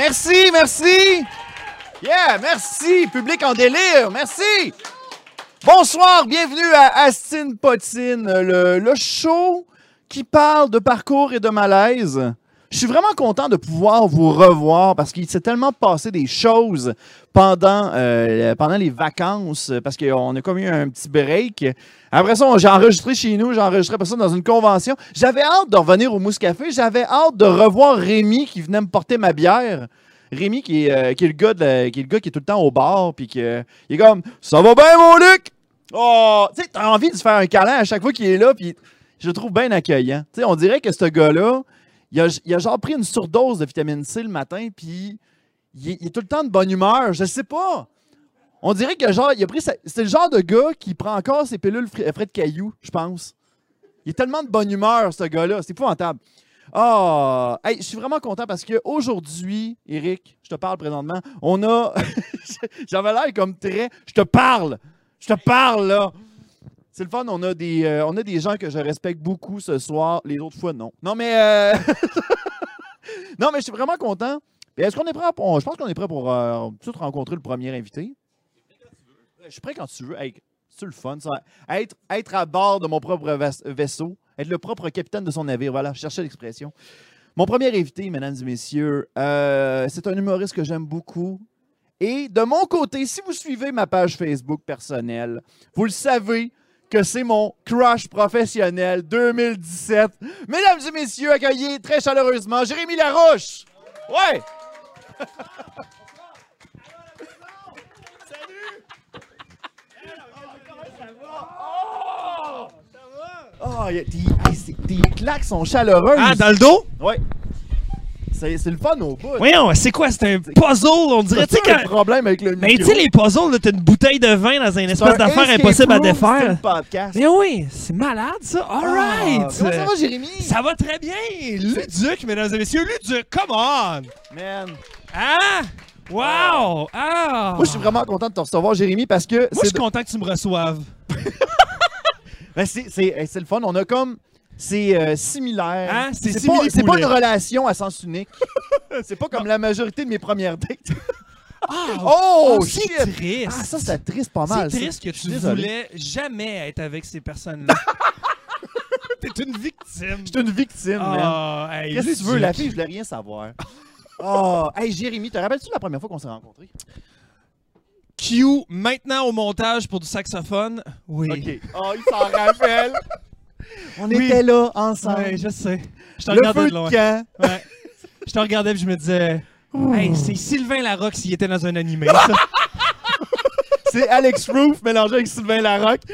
Merci, merci. Yeah, merci, public en délire, merci. Bonsoir, bienvenue à Astine Potine, le show qui parle de parcours et de malaise. Je suis vraiment content de pouvoir vous revoir parce qu'il s'est tellement passé des choses pendant les vacances, parce qu'on a comme eu un petit break. Après ça, j'ai enregistré chez nous, j'ai enregistré après ça dans une convention. J'avais hâte de revenir au Mousse Café, j'avais hâte de revoir Rémi qui venait me porter ma bière. Rémi qui est le gars qui est tout le temps au bar, puis il est comme « Ça va bien, mon Luc? » Oh, tu sais, t'as envie de se faire un câlin à chaque fois qu'il est là, puis je le trouve bien accueillant. Tu sais, on dirait que ce gars-là, il a genre pris une surdose de vitamine C le matin, puis il est tout le temps de bonne humeur. Je sais pas. On dirait que genre, c'est le genre de gars qui prend encore ses pilules frais de cailloux, je pense. Il est tellement de bonne humeur, ce gars-là. C'est épouvantable. Ah, hey, je suis vraiment content parce qu'aujourd'hui, Eric, je te parle présentement, on a... J'avais l'air comme très... Je te parle, là. C'est le fun, on a des gens que je respecte beaucoup ce soir. Les autres fois, non. Non, mais... non, mais je suis vraiment content. Est-ce qu'on est prêt je pense qu'on est prêt pour tout de suite rencontrer le premier invité. Je suis prêt quand tu veux. Hey, c'est le fun, ça. Être à bord de mon propre vaisseau. Être le propre capitaine de son navire. Voilà, je cherchais l'expression. Mon premier invité, mesdames et messieurs, c'est un humoriste que j'aime beaucoup. Et de mon côté, si vous suivez ma page Facebook personnelle, vous le savez que c'est mon crush professionnel 2017. Mesdames et messieurs, accueillez très chaleureusement Jérémy Larouche. Ouais! Oh, tes claques sont chaleureuses. Ah, dans le dos? Oui. C'est le fun au bout. Voyons, c'est quoi? C'est un puzzle, on dirait. Tu sais, un problème avec le micro. Mais tu sais, les puzzles, t'as une bouteille de vin dans une espèce d'affaire impossible à défaire. Podcast. Mais oui, c'est malade, ça. All right. Comment ça va, Jérémy? Ça va très bien. Luduc, mesdames et messieurs. Luduc, come on. Man. Ah! Wow! Ah! Moi, je suis vraiment content de te recevoir, Jérémy, parce que... Moi, je suis content que tu me reçoives. Ben, c'est le fun. On a comme... C'est similaire. Hein? C'est pas une relation à sens unique. C'est pas comme la majorité de mes premières dates. Oh, c'est shit! triste. Ah, ça, c'est triste pas mal. C'est triste que tu désolé. voulais jamais être avec ces personnes-là. T'es une victime. Je suis une victime, man. Hey, qu'est-ce que tu veux? La fille, je voulais rien savoir. Oh, hey, Jérémy, te rappelles-tu la première fois qu'on s'est rencontrés? Q, maintenant au montage pour du saxophone. Oui. OK. Oh, il s'en rappelle. On était là, ensemble. Ouais, je sais. Je te Le regardais feu de loin. de camp. Ouais. Je te regardais et je me disais, hey, c'est Sylvain Larocque s'il était dans un animé, ça. C'est Alex Roof mélangé avec Sylvain Larocque.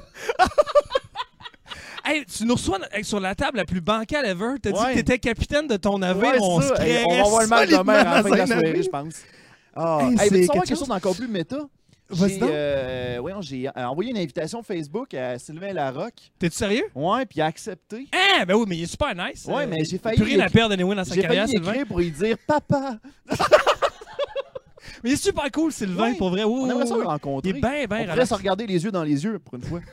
Hey, tu nous reçois sur la table la plus bancale ever. T'as dit Ouais. que t'étais capitaine de ton navire. Ouais, On ça. se Hey, créerait on va avoir le mal de mer à la fin de la solidement dans un soirée, navire. je pense. Ah, Hey, hey, c'est veux-tu savoir quelque quelque chose d'encore plus méta? Vas-y donc. J'ai envoyé une invitation Facebook à Sylvain Larocque. T'es-tu sérieux? Ouais, puis il a accepté. Ah, ben oui, mais il est super nice. Ouais, mais j'ai failli Plus rien à perdre anyway dans sa J'ai carrière, failli Sylvain. écrire pour lui dire « Papa! Mais il est super cool, Sylvain, Ouais, pour vrai. Oui, On aimerait ça oui, le oui. rencontrer. Il est bien, bien On pourrait relax. se regarder les yeux dans les yeux, pour une fois.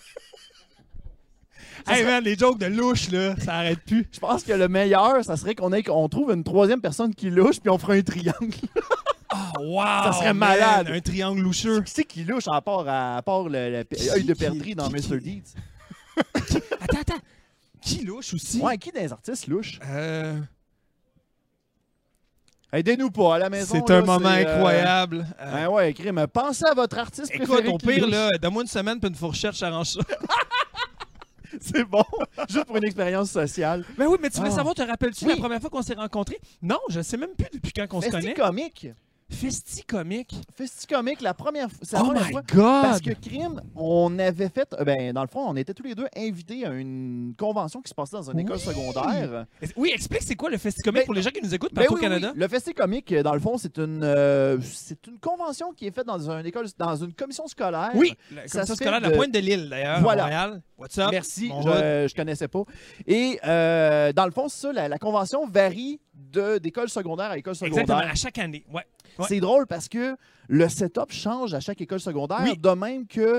Hey man, les jokes de louche, là, ça arrête plus. Je pense que le meilleur, ça serait qu'on trouve une troisième personne qui louche, puis on fera un triangle. Oh, wow! Ça serait man, malade. Un triangle loucheux. Qui c'est qui louche à part l'œil de perdrix dans Mr. Deeds? Attends. Qui louche aussi? Ouais, qui des artistes louches? Aidez-nous pas à la maison. C'est un là, moment c'est, incroyable. Ben ouais, crime. Pensez à votre artiste Écoute, préféré. au qui pire, louche. là, donne-moi une semaine puis une fourchette, j'arrange ça. C'est bon. Juste pour une expérience sociale. Mais oui, mais tu voulais Ah. savoir, te rappelles-tu Oui. la première fois qu'on s'est rencontrés? Non, je sais même plus depuis quand on se connaît. Comique. Festi-comique. Festi-comique, la première fois. C'est la Oh première my fois. God! Parce que crime, on avait fait. Ben, dans le fond, on était tous les deux invités à une convention qui se passait dans une école secondaire. Oui, explique c'est quoi le Festi-comique Ben, pour les gens qui nous écoutent Ben partout oui, au Canada. oui. Le Festi-comique, dans le fond, c'est une convention qui est faite dans une école, dans une commission scolaire. Oui, Ça comme ça se scolaire de fait la de- Pointe de l'Île, d'ailleurs, Voilà. à Montréal. What's up? Merci, Mon hood. je connaissais pas. Et dans le fond, c'est ça, la convention varie d'école secondaire à école secondaire. Exactement, à chaque année. Ouais. C'est drôle parce que le setup change à chaque école secondaire, Oui. de même que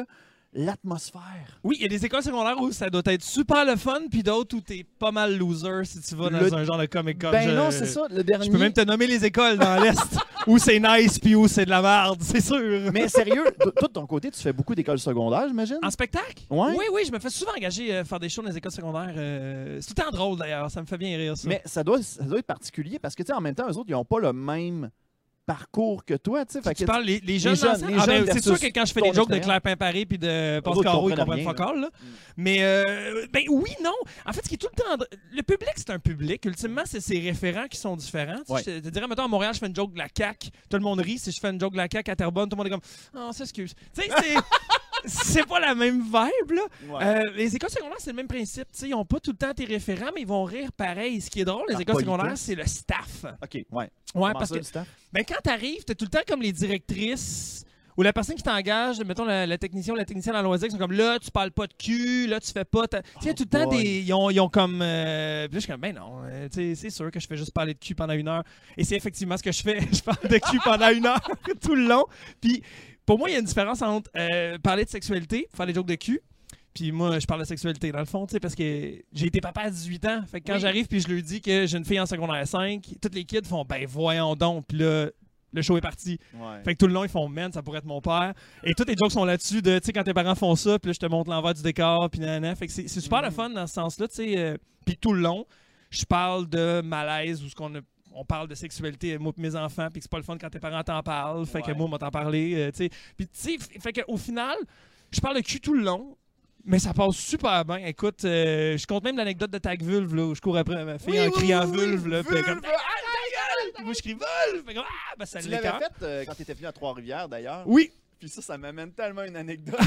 l'atmosphère. Oui, il y a des écoles secondaires où ça doit être super le fun, puis d'autres où t'es pas mal loser si tu vas dans un genre de Comic-Con. Ben non, c'est ça, le dernier... Je peux même te nommer les écoles dans l'Est où c'est nice puis où c'est de la merde, c'est sûr. Mais sérieux, toi de ton côté, tu fais beaucoup d'écoles secondaires, j'imagine? En spectacle? Ouais. Oui, je me fais souvent engager faire des shows dans les écoles secondaires. C'est tout le temps drôle d'ailleurs, ça me fait bien rire ça. Mais ça doit être particulier parce que, tu sais, en même temps, eux autres, ils n'ont pas le même parcours que toi, tu sais. Tu parles les jeunes dans ça? C'est sûr que quand je fais des jokes de Claire Pimparé puis de Pascal, ils comprennent fuck all, là. Mais, ben oui, non. En fait, ce qui est tout le temps... Le public, c'est un public. Ultimement, c'est ses référents qui sont différents. Ouais. Je te dirais, mettons, à Montréal, je fais une joke de la CAQ. Tout le monde rit. Si je fais une joke de la CAQ à Terrebonne, tout le monde est comme « Oh, s'excuse. » Tu sais, c'est pas la même vibe, là. Ouais. Les écoles secondaires, c'est le même principe. T'sais, ils n'ont pas tout le temps tes référents, mais ils vont rire pareil. Ce qui est drôle, les écoles secondaires, c'est le staff. OK, ouais. Ouais, Comment parce ça, que le staff? ben, quand t'arrives, t'as tout le temps comme les directrices ou la personne qui t'engage, mettons la technicien ou la technicienne en loisir, qui sont comme là, tu parles pas de cul, là, tu fais pas. Tu sais, tout le temps, ils ont comme. Puis là, je suis comme, ben non, c'est sûr que je fais juste parler de cul pendant 1 heure. Et c'est effectivement ce que je fais. Je parle de cul pendant 1 heure tout le long. Puis pour moi, il y a une différence entre parler de sexualité, faire des jokes de cul. Puis moi, je parle de sexualité, dans le fond, tu sais, parce que j'ai été papa à 18 ans. Fait que quand j'arrive puis je lui dis que j'ai une fille en secondaire 5, toutes les kids font « Ben voyons donc », puis là, le show est parti. Ouais. Fait que tout le long, ils font « Man, ça pourrait être mon père ». Et tous les jokes sont là-dessus de, tu sais, quand tes parents font ça, puis là, je te montre l'envers du décor, puis nanana. Fait que c'est super le fun dans ce sens-là, tu sais. Puis tout le long, je parle de malaise ou ce qu'on a... On parle de sexualité, moi et mes enfants, puis que c'est pas le fun quand tes parents t'en parlent. Fait que moi, on va t'en parler, tu sais. Puis tu sais, fait qu'au final, je parle de cul tout le long. Mais ça passe super bien. Écoute, je compte même l'anecdote de Tag Vulve, là, où je cours après ma fille en criant vulve. Là, puis comme, ah, moi, je crie vulve. Fait comme, ah, ben ça Tu l'avais l'écarte. fait quand tu étais venu à Trois-Rivières, d'ailleurs. Oui. Puis ça m'amène tellement une anecdote.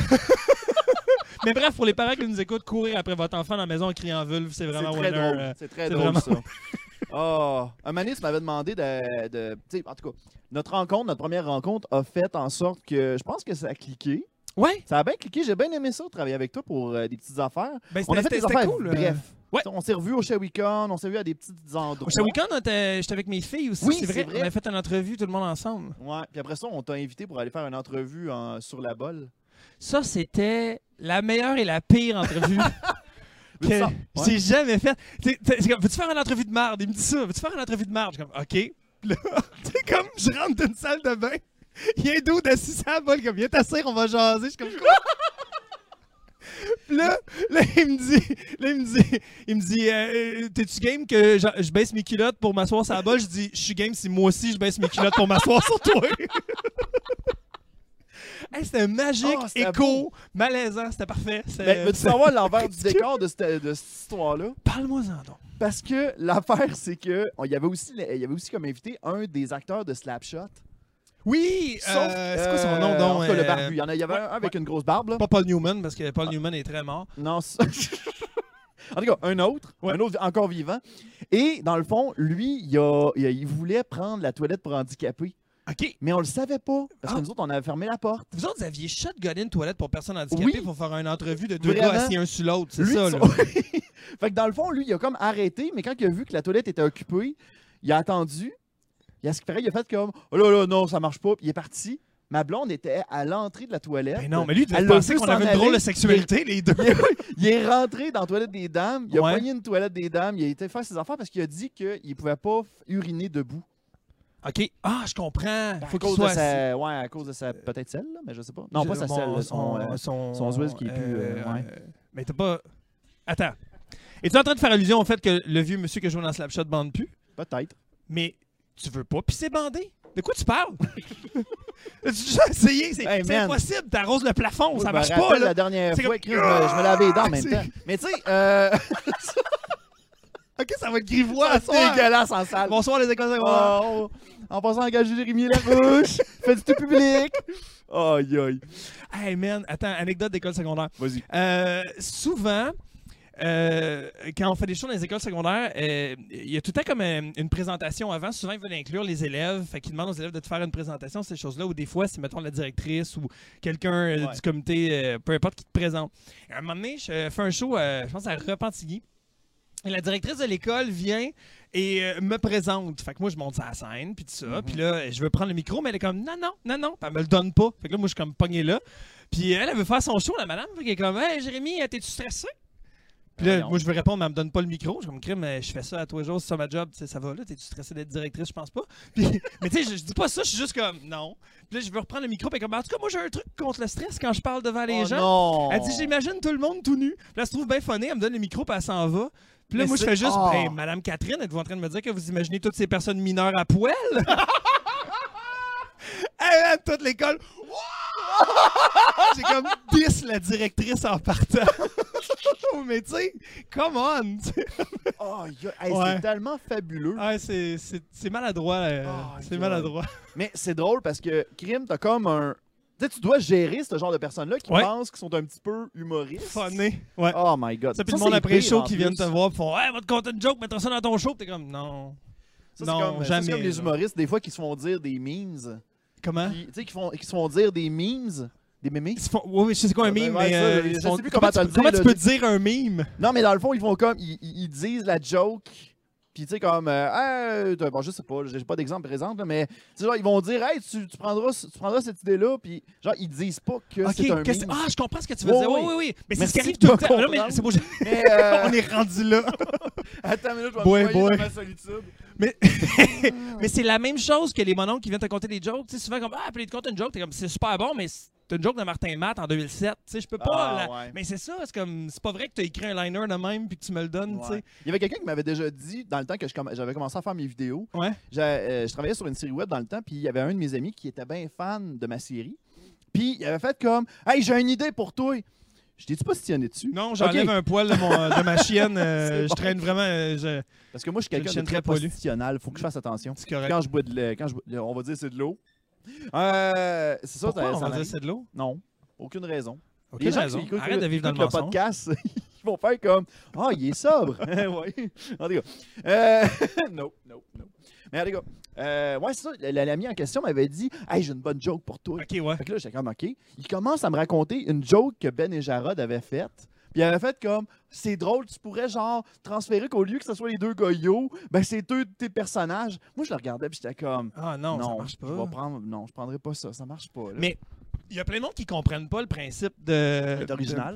Mais bref, pour les parents qui nous écoutent, courir après votre enfant dans la maison en criant vulve, c'est vraiment très winner. drôle. C'est très drôle, ça. Oh, un moment donné, tu m'avais demandé de tu sais, en tout cas, notre première rencontre a fait en sorte que je pense que ça a cliqué. Ouais. Ça a bien cliqué. J'ai bien aimé ça, travailler avec toi pour des petites affaires. Ben, on a fait des affaires, cool. bref. Ouais. On s'est revus au Shawicon, on s'est revus à des petits endroits. Au Shawicon, j'étais avec mes filles aussi, Oui, c'est vrai. c'est vrai. On a fait une entrevue tout le monde ensemble. Ouais, puis après ça, on t'a invité pour aller faire une entrevue sur la bolle. Ça, c'était la meilleure et la pire entrevue que j'ai jamais faite. Veux-tu faire une entrevue de marde? Il me dit ça. Veux-tu faire une entrevue de marde? Je suis comme, OK. Là, c'est comme, je rentre dans une salle de bain. Il y a un dos assis sur la bolle, comme, viens t'asseoir, on va jaser. Je suis comme, quoi? Là, il me dit, t'es-tu game que je baisse mes culottes pour m'asseoir sur la bolle? Je dis, je suis game si moi aussi je baisse mes culottes pour m'asseoir sur toi. Hey, c'était magique, écho, malaisant, c'était parfait. Mais veux-tu savoir l'envers du décor de cette histoire-là? Parle-moi-en donc. Parce que l'affaire, c'est que il y avait aussi comme invité un des acteurs de Slapshot. Oui! Sauf, c'est quoi son nom, donc? En tout cas, le barbu. Il y avait un avec une grosse barbe. Là. Pas Paul Newman, parce que Paul Newman est très mort. Non, en tout cas, un autre encore vivant. Et dans le fond, lui, il voulait prendre la toilette pour handicapés. OK. Mais on le savait pas, parce que nous autres, on avait fermé la porte. Vous autres, vous aviez shotgunné une toilette pour personne handicapée pour faire une entrevue de 2 Vraiment? gars assis un sur l'autre, c'est Lui, ça, là? Fait que dans le fond, lui, il a comme arrêté, mais quand il a vu que la toilette était occupée, il a attendu. Il a fait comme « Oh là là, non, ça marche pas », puis il est parti. Ma blonde était à l'entrée de la toilette. Mais non, mais lui, il devait penser qu'on avait une drôle de sexualité, les deux. Il est rentré dans la toilette des dames, il a Ouais. poigné une toilette des dames, il a été faire ses affaires parce qu'il a dit qu'il pouvait pas uriner debout. OK. Ah, je comprends. À Faut qu'il cause soit de sa... Ouais, à cause de sa... Peut-être celle, là, mais je sais pas. Non, pas sa selle, là, son Zwiz qui est plus... ouais. Mais t'as pas... Attends. Es-tu en train de faire allusion au fait que le vieux monsieur que joue dans Slapshot bande plus? Peut-être. Mais tu veux pas pisser bandé? De quoi tu parles? As-tu déjà essayé? C'est impossible. T'arroses le plafond, ça marche pas. Là. La dernière C'est fois, comme... Chris, je me lavais les dents en même temps. Mais tu sais... OK, ça va être grivois. C'est dégueulasse en salle. Bonsoir les écoles secondaires. Oh, en passant, engager Jérémy Larouche. Fait du tout public. Aïe, aïe. Hey man, attends, anecdote d'école secondaire. Vas-y. Souvent, quand on fait des shows dans les écoles secondaires, il y a tout le temps comme une présentation avant. Souvent, ils veulent inclure les élèves. Fait qu'ils demandent aux élèves de te faire une présentation, ces choses-là. Ou des fois, c'est, mettons, la directrice ou quelqu'un du comité, peu importe, qui te présente. Et à un moment donné, je fais un show, je pense, à Repentigny. Et la directrice de l'école vient et me présente. Fait que moi, je monte sur la scène, puis tout ça. Puis là, je veux prendre le micro, mais elle est comme, non. Puis elle me le donne pas. Fait que là, moi, je suis comme pogné là. Puis elle veut faire son show, la madame. Fait qu'elle est comme, hey, Jérémy, t'es-tu stressé? Puis là, moi, je veux répondre, mais elle me donne pas le micro. Je suis comme, crime, je fais ça à tous les jours, c'est ça ma job, ça va là. T'es-tu stressé d'être directrice? Je pense pas. Puis, mais tu sais, je dis pas ça, je suis juste comme, non. Puis là, je veux reprendre le micro, puis comme, en tout cas, moi, j'ai un truc contre le stress quand je parle devant les gens. Non. Elle dit, j'imagine tout le monde tout nu. Puis là, elle se trouve bien funny, elle me donne le micro, puis elle s'en va. Puis là, Mais moi, je fais juste, oh. hey, Madame Catherine, êtes-vous en train de me dire que vous imaginez toutes ces personnes mineures à poil? Hey, toute l'école. J'ai comme 10 la directrice en partant. Mais tu sais, come on! Oh, hey, Ouais. c'est tellement fabuleux. Ouais, c'est maladroit. C'est maladroit. Mais c'est drôle parce que, Crime, t'as comme un... Tu sais, tu dois gérer ce genre de personnes-là qui Ouais. pensent qu'ils sont un petit peu humoristes. Funny. Ouais. Oh my God. Ça, puis le monde après le pire, show en qui plus. viennent te voir et font hey, va te conter une joke, mettre ça dans ton show. Puis t'es comme non. Ça, non, c'est comme, ça, jamais. c'est comme les là. humoristes, des fois, qui se font dire des memes. Comment? Tu sais, qui se font dire des memes. Des mémés. Oui, je sais quoi un meme, Ouais, mais. ça, je sais plus comment te le dire, comment là. tu peux dire un meme? Non, mais dans le fond, ils font comme... Ils disent la joke... Puis, tu sais, comme... bon, je sais pas, j'ai pas d'exemple présent, là, mais... Tu sais, genre, ils vont dire, hey, tu prendras cette idée-là, puis, genre, ils disent pas que c'est un meme. Ah, je comprends ce que tu veux Oui, dire. oui. Oui. Mais c'est Merci ce qui arrive de tout le me temps. Non, mais comprendre. c'est beau. Mais, On est rendu là. Attends une minute, je vais Boy, me noyer boy. dans ma solitude. Mais c'est la même chose que les mononcles qui viennent te conter des jokes. Tu sais, souvent comme puis ils te content une joke, t'es comme c'est super bon, mais c'est une joke de Martin Matt en 2007. Tu sais, je peux pas. Ah, ouais. Mais c'est ça, c'est pas vrai que t'as écrit un liner de même puis que tu me le donnes. Tu sais. Ouais. Il y avait quelqu'un qui m'avait déjà dit, dans le temps que j'avais commencé à faire mes vidéos, Ouais. je travaillais sur une série web dans le temps, puis il y avait un de mes amis qui était bien fan de ma série. Puis il avait fait comme hey, j'ai une idée pour toi. Je t'ai-tu pas si dessus? Non, j'enlève Ok. un poil de ma chienne. C'est Je bon. traîne vraiment. Parce que moi, je suis quelqu'un de chienne très très poilue. positionnel. Faut que je fasse attention. C'est correct. Quand je bois de lait, on va dire c'est de l'eau. C'est ça, Pourquoi on va dire arrive. c'est de l'eau? Non, aucune raison. Aucune Les gens raison. qui écoutent, Arrête de vivre dans le écoutent mensonge. podcast, ils vont faire comme ah, il est sobre. Ouais. En tout cas, non. Mais en tout cas, ouais, c'est ça. L'ami en question m'avait dit hey, j'ai une bonne joke pour toi. Ok, ouais. Fait que là, j'étais comme OK. Il commence à me raconter une joke que Ben et Jarod avaient faite. Puis il avait fait comme c'est drôle, tu pourrais genre transférer qu'au lieu que ce soit les deux goyots, ben c'est deux de tes personnages. Moi, je le regardais puis j'étais comme Ah non, ça marche je pas. vais prendre je prendrai pas ça, ça marche pas. Là. Mais il y a plein de monde qui comprennent pas le principe de. C'est original.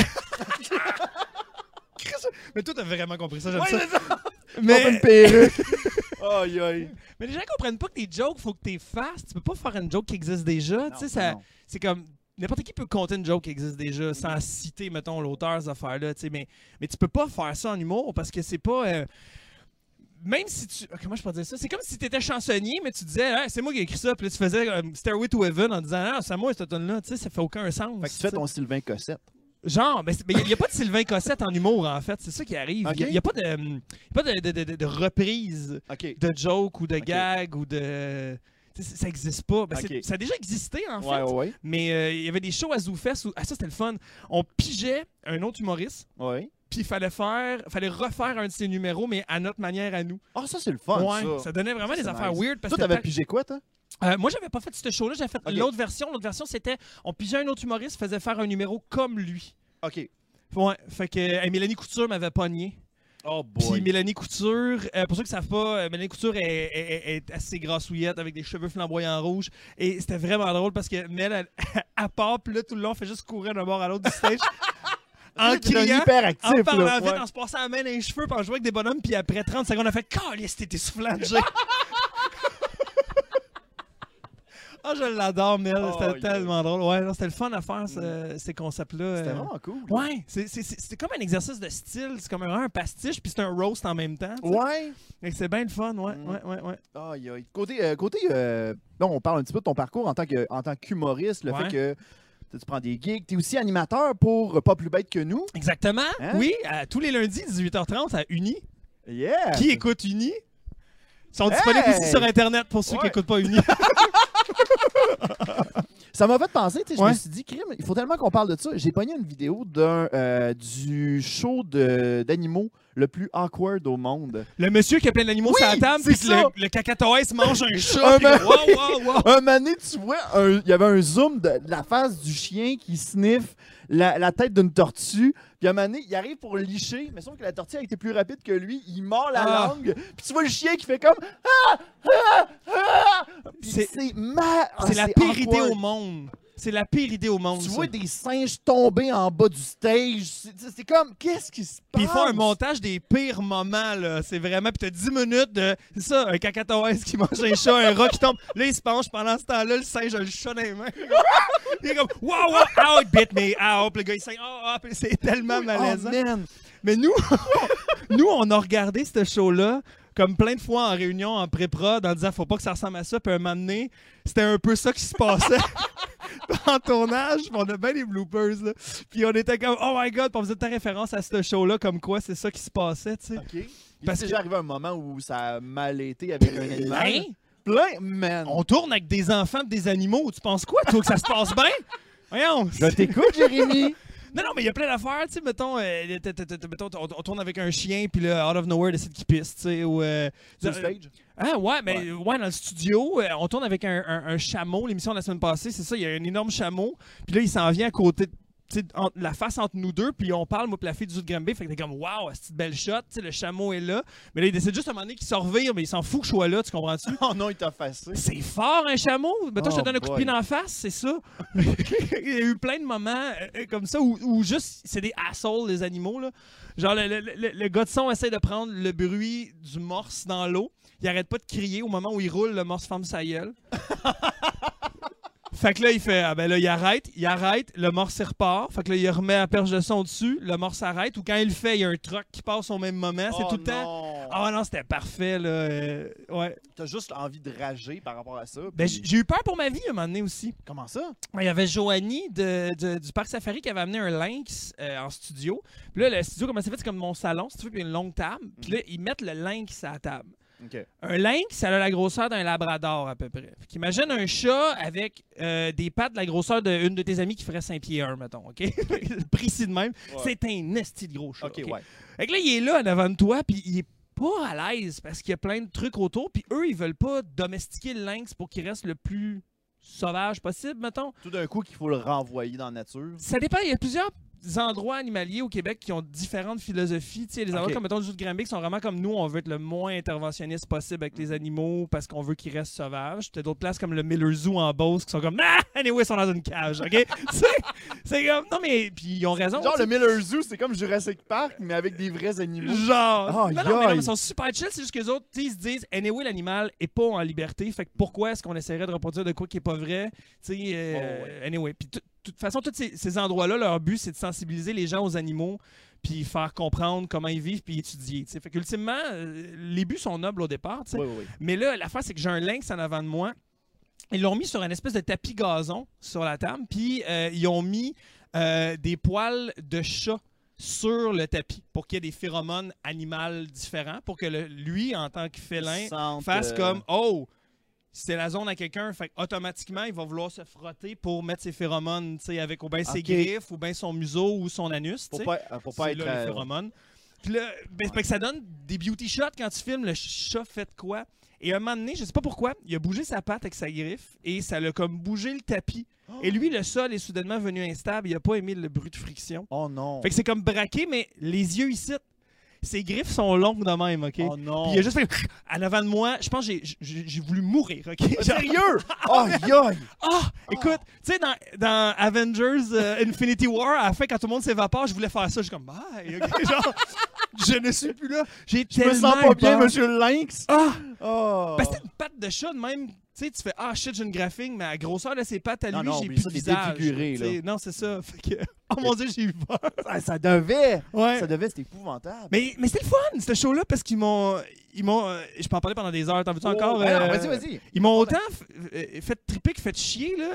Mais toi, t'as vraiment compris ça, j'aime Ouais, ça. c'est ça. Mais... Pas une perruque. Aïe aïe. Mais les gens comprennent pas que tes jokes, faut que tu les fasses. Tu peux pas faire une joke qui existe déjà. Tu sais, ça, Non. c'est comme n'importe qui peut compter une joke qui existe déjà sans citer, mettons, l'auteur, ces affaires-là. Tu sais, mais tu peux pas faire ça en humour parce que c'est pas. Même si tu. Comment je peux dire ça? C'est comme si tu étais chansonnier, mais tu disais, hey, c'est moi qui ai écrit ça. Puis là, tu faisais Stairway to Heaven en disant, ah, c'est moi cette tune-là. Tu sais, ça fait aucun sens. Fait que tu fais ton Sylvain Cossette. Genre, mais il n'y a pas de Sylvain Cossette en humour, en fait. C'est ça qui arrive. Il Ok. n'y a pas de reprise OK. de joke ou de Ok. gag ou de. Tu sais, ça n'existe pas. Ben, Ok. ça a déjà existé, en fait. Ouais. Mais il y avait des shows à ZooFest où. Ah, ça, c'était le fun. On pigeait un autre humoriste, Ouais. puis il fallait refaire un de ses numéros, mais à notre manière à nous. Ah, ça, c'est le fun, Ouais, ça. donnait vraiment Ça, des c'est affaires nice. weird. Parce Toi, que t'avais c'était- pigé quoi, toi? moi, j'avais pas fait ce show-là. J'avais fait Ok. l'autre version. L'autre version, c'était on pigeait un autre humoriste, faisait faire un numéro comme lui. OK. Ouais, fait que Mélanie Couture m'avait pogné. Oh Puis boy. Mélanie Couture, pour ceux qui ne savent pas, Mélanie Couture est assez grassouillette avec des cheveux flamboyants rouges. Et c'était vraiment drôle parce que Mel, elle part, puis là, tout le long, elle fait juste courir d'un bord à l'autre du stage. En T'es un criant, hyper actif, en parlant là. vite, Ouais. en se passant la main dans les cheveux, puis en jouant avec des bonhommes, puis après 30 secondes, elle a fait « Calisse, t'es essoufflant, Jay! » Ah, je l'adore, Mel. Oh, C'était yeah. tellement drôle. Ouais, non, c'était le fun à faire, ces concepts-là. C'était vraiment cool. Ouais, c'est comme un exercice de style. C'est comme un pastiche, puis c'est un roast en même temps. tu sais. Ouais. Fait que c'est bien le fun, ouais. Aïe, aïe. Côté là, on parle un petit peu de ton parcours en tant qu'humoriste, le Ouais. fait que tu prends des gigs. Tu es aussi animateur pour Pas plus bête que nous. Exactement. Hein? Oui, tous les lundis, 18h30 à Uni. Yeah! Qui écoute Uni? Ils sont disponibles Hey! aussi sur Internet pour ceux qui Ouais. n'écoutent pas Uni. Ça m'a fait penser, tu sais, je Ouais. me suis dit, crime, il faut tellement qu'on parle de ça. J'ai pogné une vidéo du show d'animaux le plus awkward au monde. Le monsieur qui a plein d'animaux Oui, sur la table, c'est puis que ça. le cacatoès mange un chat. Un puis que- wow. Un moment donné, tu vois, il y avait un zoom de la face du chien qui sniffe la tête d'une tortue. Puis à un moment donné, il arrive pour le licher, mais sauf que la tortue a été plus rapide que lui. Il mord la Ah. langue. Puis tu vois le chien qui fait comme Puis C'est- c'est C'est la pire idée awkward. au monde. C'est la pire idée au monde. Tu ça. vois des singes tomber en bas du stage. C'est comme, qu'est-ce qui se passe? Puis ils font un montage des pires moments, là. C'est vraiment. Puis t'as 10 minutes de. C'est ça, un cacatoès qui mange un chat, un rat qui tombe. Là, il se penche pendant ce temps-là, le singe a le chat dans les mains. Il est comme, wow, wow, it bit me. Ah, puis le gars, il saigne. Puis c'est tellement malaisant. Oh, man. Mais nous, on a regardé ce show-là comme plein de fois en réunion, en pré-prod, en disant, faut pas que ça ressemble à ça. Puis un moment donné, c'était un peu ça qui se passait. En tournage, on a bien les bloopers, là. Puis on était comme, oh my god, puis on faisait ta référence à ce show-là, comme quoi c'est ça qui se passait, tu sais. OK. Parce C'est que- déjà arrivé un moment où ça a mal été avec un animal. Hein? Plein, man. On tourne avec des enfants et des animaux. Tu penses quoi, toi, que ça se passe bien? Voyons. Je t'écoute, Jérémy. Non, mais il y a plein d'affaires, tu sais, mettons, on tourne avec un chien, puis là, out of nowhere, décide qu'il pisse, tu sais, ou... Sur le stage. Ah ouais, mais ouais, dans le studio, on tourne avec un chameau. L'émission de la semaine passée, c'est ça, il y a un énorme chameau. Puis là, il s'en vient à côté, tu sais, la face entre nous deux, puis on parle, moi, puis la fille du Zoo de Granby. Fait que t'es comme, waouh, cette belle shot, tu sais, le chameau est là. Mais là, il décide juste à un moment donné qu'il se revire, mais il s'en fout que je sois là, tu comprends-tu? Oh non, il t'a effacé. C'est fort, un chameau. Mettons, je te Oh donne un coup de boy. pied dans la face, c'est ça. Il y a eu plein de moments comme ça où juste, c'est des assholes, les animaux, là. Genre, le gars de son essaie de prendre le bruit du morse dans l'eau. Il arrête pas de crier au moment où il roule, le morse ferme sa gueule. Fait que là, il fait, ah ben là, il arrête, le morse il repart. Fait que là, il remet la perche de son dessus, le morse s'arrête. Ou quand il le fait, il y a un truck qui passe au même moment. C'est Oh tout le temps. non. Ah non, c'était parfait, là. Ouais. T'as juste envie de rager par rapport à ça. Ben, puis- j'ai eu peur pour ma vie à un moment donné aussi. Comment ça? Il y avait Joanie du Parc Safari qui avait amené un lynx en studio. Puis là, le studio, comment c'est fait? C'est comme mon salon, si tu veux, puis une longue table. Puis là, ils mettent le lynx à la table. OK. Un lynx, ça a la grosseur d'un labrador à peu près. Fait qu'imagine un chat avec des pattes de la grosseur d'une de tes amies qui ferait 5 pieds 1, mettons, OK? Précis de même. Ouais. C'est un esti de gros chat. OK, OK? ouais. Fait que là, il est là en avant de toi, puis il est pas à l'aise parce qu'il y a plein de trucs autour, puis eux, ils veulent pas domestiquer le lynx pour qu'il reste le plus sauvage possible, mettons. Tout d'un coup qu'il faut le renvoyer dans la nature. Ça dépend, il y a plusieurs endroits animaliers au Québec qui ont différentes philosophies. Tu sais, les endroits Ok. comme, mettons, le Zoo de Granby qui sont vraiment comme nous, on veut être le moins interventionniste possible avec les animaux parce qu'on veut qu'ils restent sauvages. T'as d'autres places comme le Miller Zoo en Beauce qui sont comme, ah, anyway, ils sont dans une cage, OK? c'est comme, non, mais, puis ils ont raison. Genre, tu sais. le Miller Zoo, c'est comme Jurassic Park, mais avec des vrais animaux. Genre, Aïe, mais non, aïe. ils sont super chill, c'est juste qu'eux autres, tu sais, ils se disent, anyway, l'animal est pas en liberté, fait que pourquoi est-ce qu'on essaierait de reproduire de quoi qui est pas vrai, tu sais, ouais. anyway. Puis de toute façon, tous ces endroits-là, leur but, c'est de sensibiliser les gens aux animaux, puis faire comprendre comment ils vivent, puis étudier, tu sais. Fait qu'ultimement, les buts sont nobles au départ, tu sais. Oui, oui, oui. Mais là, l'affaire, c'est que j'ai un lynx en avant de moi. Ils l'ont mis sur une espèce de tapis gazon sur la table, puis ils ont mis des poils de chat sur le tapis pour qu'il y ait des phéromones animales différents, pour que lui, en tant que félin, Sente, fasse comme « Oh, c'est la zone à quelqu'un, fait automatiquement il va vouloir se frotter pour mettre ses phéromones, tu sais, avec ou bien ses Ok. griffes, ou bien son museau, ou son anus, tu Pour sais. pas, pour pas C'est être... là, les phéromones. Puis là, ben, fait que ça donne des beauty shots quand tu filmes le chat fait de quoi. Et à un moment donné, je sais pas pourquoi, il a bougé sa patte avec sa griffe et ça l'a comme bougé le tapis. Et lui, le sol est soudainement venu instable. Il a pas aimé le bruit de friction. Oh non. Fait que c'est comme braqué, mais les yeux ici, ses griffes sont longues de même, OK? Oh non. Puis il a juste fait en avant de moi. Je pense que j'ai voulu mourir, OK? Genre- Sérieux? Oh, aïe! Ah! Écoute, tu sais, dans Avengers Infinity War, à la fin, quand tout le monde s'évapore, je voulais faire ça. Je suis comme, bye! OK? Genre, je ne suis plus là. J'ai Je me tellement sens pas eu bien, peur. monsieur le lynx. Ah! Oh. Parce que c'était une patte de chat de même. Tu sais, tu fais ah shit, j'ai une graphing, mais à la grosseur de ses pattes à Non, lui, non, j'ai oublie plus ça, de t'es visage. défiguré, tu sais. là. Non, c'est ça. Fait que, oh mon dieu, j'ai eu peur. Ça devait. Ouais. Ça devait, c'était épouvantable. Mais c'était le fun, ce show-là, parce qu'ils m'ont. Je peux en parler pendant des heures. T'en veux-tu encore? Ben non, vas-y, vas-y. Ils m'ont autant fait triper que fait chier, là.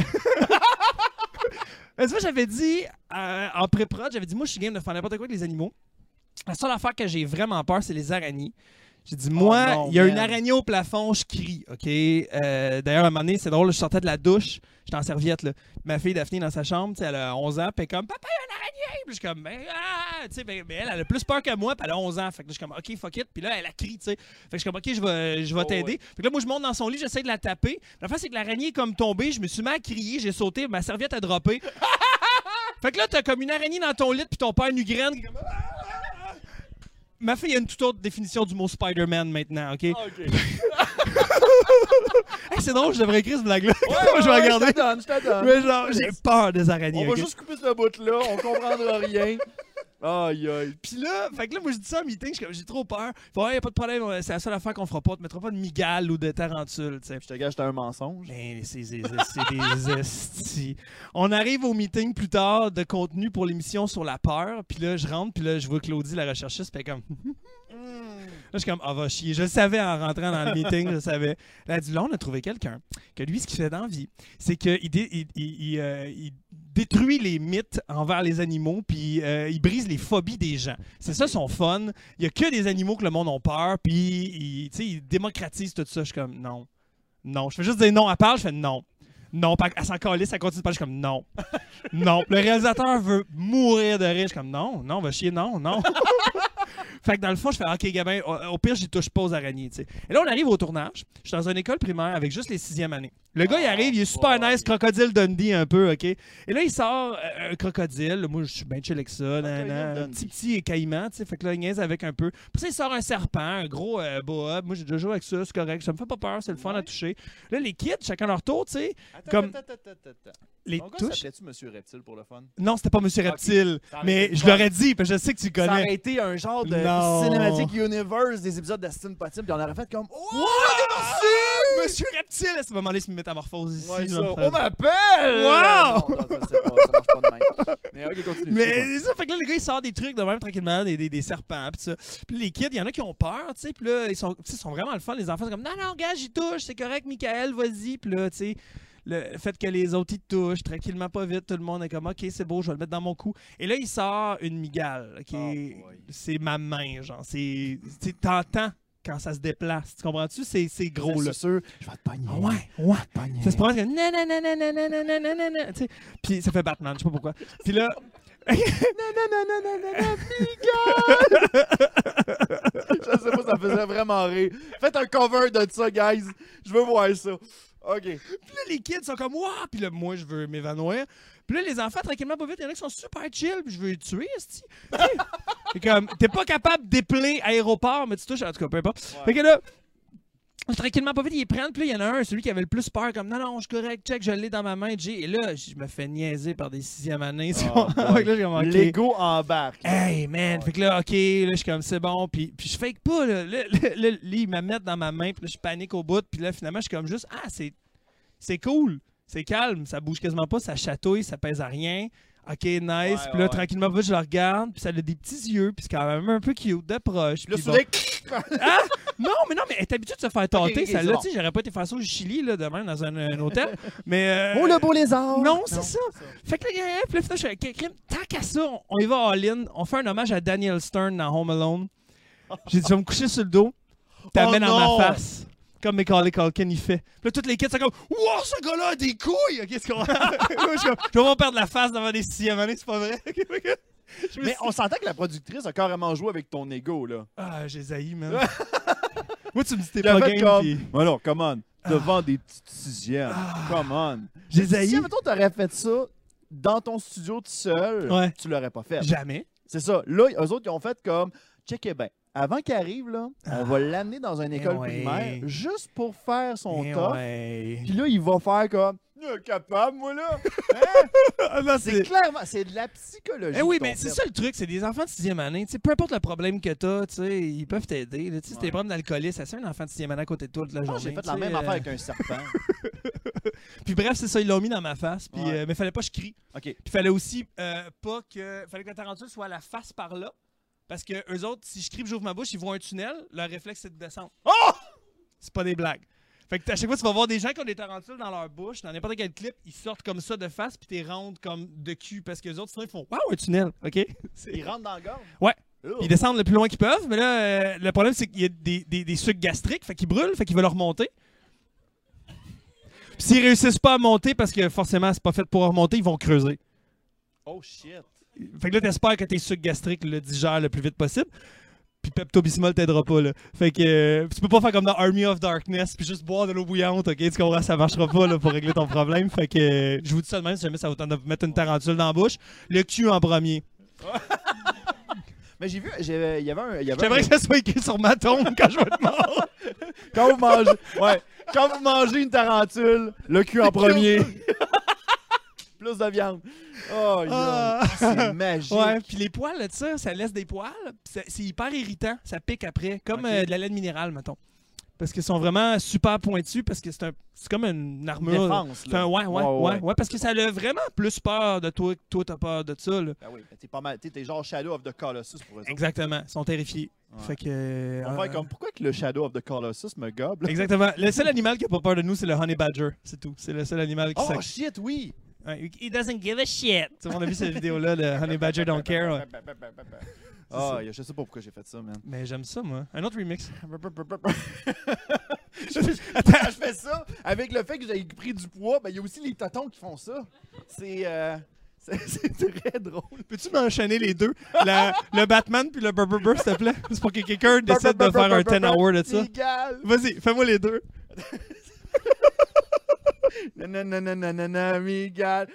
Tu vois, j'avais dit, en pré-prod, j'avais dit, moi, je suis game de faire n'importe quoi avec les animaux. La seule affaire que j'ai vraiment peur, c'est les araignées. J'ai dit, moi, non, il y a une man. araignée au plafond, je crie, OK? D'ailleurs, à un moment donné, c'est drôle, je sortais de la douche, j'étais en serviette, là. Ma fille Daphné dans sa chambre, tu sais, elle a 11 ans, puis elle est comme, papa, il y a une araignée! Puis je suis comme, ben, ah! Tu sais, ben, elle a plus peur que moi, puis elle a 11 ans. Fait que là, je suis comme, OK, fuck it. Puis là, elle a crié, tu sais. Fait que je suis comme, OK, je vais t'aider. ouais. Fait que là, moi, je monte dans son lit, j'essaie de la taper. La fin, c'est que l'araignée est comme tombée, je me suis mis à crier, j'ai sauté, ma serviette a droppé. Fait que là, t'as comme une araignée dans ton lit, puis ton père nu graine, qui est comme, ah! ma fille a une toute autre définition du mot Spider-Man maintenant, OK? OK. Hey, c'est drôle, je devrais écrire cette blague-là. Ouais, Je vais regarder. Je te donne. Mais genre, j'ai peur des araignées. On va OK? juste couper ce bout-là, on comprendra rien. Aïe, aïe. Puis là, fait que là, moi, je dis ça en meeting, j'ai trop peur. Fait, ouais, y a pas de problème, c'est la seule affaire qu'on fera pas. On te mettra pas de migale ou de tarentule, tu sais. Je te gage, c'était un mensonge. Mais c'est des estis. On arrive au meeting plus tard de contenu pour l'émission sur la peur. Puis là, je rentre, puis là, je vois Claudie, la recherchiste, puis elle est comme... Là, je suis comme, ah, va chier. Je le savais en rentrant dans le meeting, je le savais. Elle a dit, là, on a trouvé quelqu'un que lui, ce qu'il fait dans la vie, c'est qu'il il détruit les mythes envers les animaux, puis il brise les phobies des gens. C'est ça son fun. Il y a que des animaux que le monde a peur, puis il démocratise tout ça. Je suis comme, non. Non. Je fais juste dire non. Elle parle, je fais non. Non, elle s'en calisse, ça continue de parler. Je suis comme non. Non. Le réalisateur veut mourir de rire. Je suis comme non, non, va chier, non, non. Fait que dans le fond, je fais OK, Gabin, au pire, j'y touche pas aux araignées. T'sais. Et là, on arrive au tournage. Je suis dans une école primaire avec juste les 6e années. Le gars, il arrive, il est super nice, crocodile Dundee un peu, OK? Et là, il sort un crocodile. Moi, je suis bien chill avec ça. Un petit caïman, tu sais. Fait que là, il niaise avec un peu. Puis ça, il sort un serpent, un gros boa. Moi, j'ai déjà joué avec ça, c'est correct. Ça me fait pas peur, c'est le fun à toucher. Là, les kids, chacun leur tour, tu sais. Comme... Les Ton gars touches. s'appelait-tu Monsieur Reptile pour le fun? Non, c'était pas Monsieur Reptile. Ça aurait Mais été je fun. l'aurais dit, parce que je sais que tu le Ça connais. aurait été un genre de Non. Cinematic Universe des épisodes d'Astin Potine, puis on aurait fait comme Wow! Monsieur Reptile! À ce moment-là, il se métamorphose ici. Ouais, là. ça. On m'appelle! Wow! Non, je sais pas, ça marche pas de même. Mais ok, continue. Mais c'est ça, fait que là, le gars, il sort des trucs de même tranquillement, des serpents, pis ça. Puis les kids, il y en a qui ont peur, tu sais, puis là, ils sont vraiment le fun. Les enfants sont comme, non, gars, j'y touche, c'est correct, Michael, vas-y. Puis là, tu sais, le fait que les autres, ils touchent, tranquillement, pas vite, tout le monde est comme, ok, c'est beau, je vais le mettre dans mon cou. Et là, il sort une migale, ok? C'est ma main, genre, c'est. Tu sais, t'entends quand ça se déplace, tu comprends-tu? C'est gros, là. C'est sûr, je vais te pogner. Ouais. Pogner. Ça se prend comme nanananananananananana, tu sais. Puis ça fait Batman, je sais pas pourquoi. Puis là. Nanananananana, je sais pas, ça me faisait vraiment rire. Faites un cover de ça, guys. Je veux voir ça. OK. Puis là, les kids sont comme, waouh! Puis là, moi, je veux m'évanouir. Puis là, les enfants, tranquillement, pas vite, il y en a qui sont super chill, puis je veux les tuer, esti. C'est comme, t'es pas capable d'épeler aéroport, mais tu touches, en tout cas, peu importe. Ouais. Fait que là, tranquillement, pas vite, ils prennent. Puis là, il y en a un, celui qui avait le plus peur, comme, non, je suis correct, check, je l'ai dans ma main, Jay. Et là, je me fais niaiser par des 6e années. Fait que là, je suis comme, OK. Lego embarque. Hey, man! Fait que là, OK, là, je suis comme, c'est bon. Puis je fake pas, là. Là, ils me mettent dans ma main, puis là, je panique au bout. Puis là, finalement, je suis comme juste, c'est cool. C'est calme, ça bouge quasiment pas, ça chatouille, ça pèse à rien. OK, nice. Puis là, tranquillement, je le regarde, puis ça a des petits yeux, puis c'est quand même un peu cute, de proche. Là, puis soudain, Ah! Non, mais elle est habituée de se faire tâter, ok, celle-là. c'est bon. Tu sais, j'aurais pas été faire ça au Chili, là, demain, dans un hôtel. Mais. oh, le beau lézard! Non, c'est ça. Fait que là, puis là, finalement, je fais, crime, tant qu'à ça, on y va all-in. On fait un hommage à Daniel Stern dans Home Alone. J'ai dit, je vais me coucher sur le dos, t'amènes Oh dans non! ma face. Comme Macaulay Culkin, il fait. Puis là, toutes les kids sont comme, wow, ce gars-là a des couilles! Ok, c'est qu'on. Je vais pas perdre la face devant des 6e années, c'est pas vrai? Mais on s'entend que la productrice a carrément joué avec ton ego, là. Ah, j'ai zaï, man. Moi, tu me dis t'es Il a pas fait game, comme... pis... Alors, come on. Devant des petites 6e. Come on. J'ai zaï. Si, mettons, t'aurais fait ça dans ton studio tout seul, Ouais. tu l'aurais pas fait. Jamais. C'est ça. Là, eux autres, ils ont fait comme, checkez bien. Avant qu'il arrive, là, on va l'amener dans une école primaire juste pour faire son top. Puis là, il va faire comme, capable, moi, là. Hein? Non, C'est clairement, c'est de la psychologie. Eh oui, qu'ils mais ont c'est fait. ça le truc, c'est des enfants de 6e année. T'sais, peu importe le problème que t'as, ils peuvent t'aider. Si t'as des problèmes d'alcoolisme, c'est un enfant de 6e année à côté de toi toute la journée. J'ai fait la même affaire avec un serpent. Puis bref, c'est ça, ils l'ont mis dans ma face. Puis, Ouais. mais fallait pas que je crie. OK. Puis fallait aussi pas que. Fallait que la tarentule soit à la face par là. Parce que eux autres, si je crie et j'ouvre ma bouche, ils voient un tunnel, leur réflexe c'est de descendre. Oh! C'est pas des blagues. Fait que à chaque fois, tu vas voir des gens qui ont des tarentules dans leur bouche, dans n'importe quel clip, ils sortent comme ça de face, puis t'es rendes comme de cul. Parce que les autres, sinon, ils font waouh, un tunnel. OK? Ils rentrent dans la gorge. Ouais. Oh. Ils descendent le plus loin qu'ils peuvent, mais là, le problème, c'est qu'il y a des sucs gastriques, fait qu'ils brûlent, fait qu'ils veulent remonter. Puis s'ils réussissent pas à monter, parce que forcément, c'est pas fait pour remonter, ils vont creuser. Oh shit. Fait que là, t'espères que tes sucs gastriques le digèrent le plus vite possible. Puis Pepto-Bismol t'aidera pas, là. Fait que tu peux pas faire comme dans Army of Darkness puis juste boire de l'eau bouillante, ok? Tu comprends? Ça marchera pas, là, pour régler ton problème. Fait que je vous dis ça de même, si jamais ça vous tente de vous mettre une tarentule dans la bouche. Le cul en premier. Mais j'ai vu, il y avait un... J'aimerais que ça soit écrit sur ma tombe quand je vais être mort. Quand vous mangez une tarentule, le cul en premier. Plus de viande. Oh, c'est magique. Ouais, puis les poils, là, de ça laisse des poils. C'est hyper irritant. Ça pique après. Comme de la laine minérale, mettons. Parce qu'ils sont vraiment super pointus, parce que c'est comme une armure. Défense, là. Ouais, parce que ça a vraiment plus peur de toi que toi t'as peur de ça. Là. Ben oui, t'es pas mal. T'es genre Shadow of the Colossus pour eux. Exactement, ils sont terrifiés. Ouais. Fait que. On va faire comme pourquoi que le Shadow of the Colossus me gobe? Là? Exactement. Le seul animal qui a pas peur de nous, c'est le honey badger. C'est tout. C'est le seul animal qui Oh shit, oui! Ouais, he doesn't give a shit. Tout le monde a vu cette vidéo-là, le honey badger don't care. Ouais. Ah, je sais pas pourquoi j'ai fait ça, man. Mais j'aime ça, moi. Un autre remix. Attends, je fais ça avec le fait que j'ai pris du poids, ben il y a aussi les totons qui font ça. C'est très drôle. Peux-tu m'enchaîner les deux? Le Batman puis le Burr, s'il te plaît? C'est pour que quelqu'un décide de faire un 10-hour de ça. Légal. Vas-y, fais-moi les deux. Nanana, Miguel.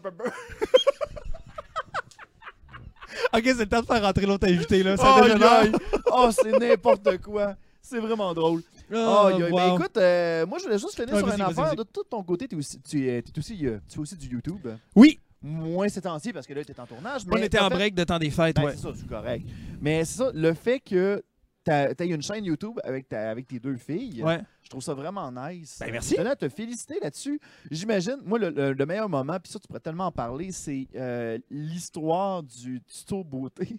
Ok, c'est le temps de faire rentrer l'autre invité, là. Ça donne Oh, c'est n'importe quoi. C'est vraiment drôle. Oh, Ben, wow. écoute, moi, je voulais juste finir sur vas-y, une affaire. vas-y. De tout ton côté, tu fais aussi du YouTube. Oui, Moins ces temps-ci, parce que là, tu es en tournage. on mais était en fait- break de temps des fêtes, Ben, ouais. c'est ça, c'est correct. Mais c'est ça, le fait que tu aies une chaîne YouTube avec tes deux filles, Ouais. je trouve ça vraiment nice. Ben, merci. Je tenais à te féliciter là-dessus. J'imagine, moi, le meilleur moment, puis ça, tu pourrais tellement en parler, c'est l'histoire du tuto beauté.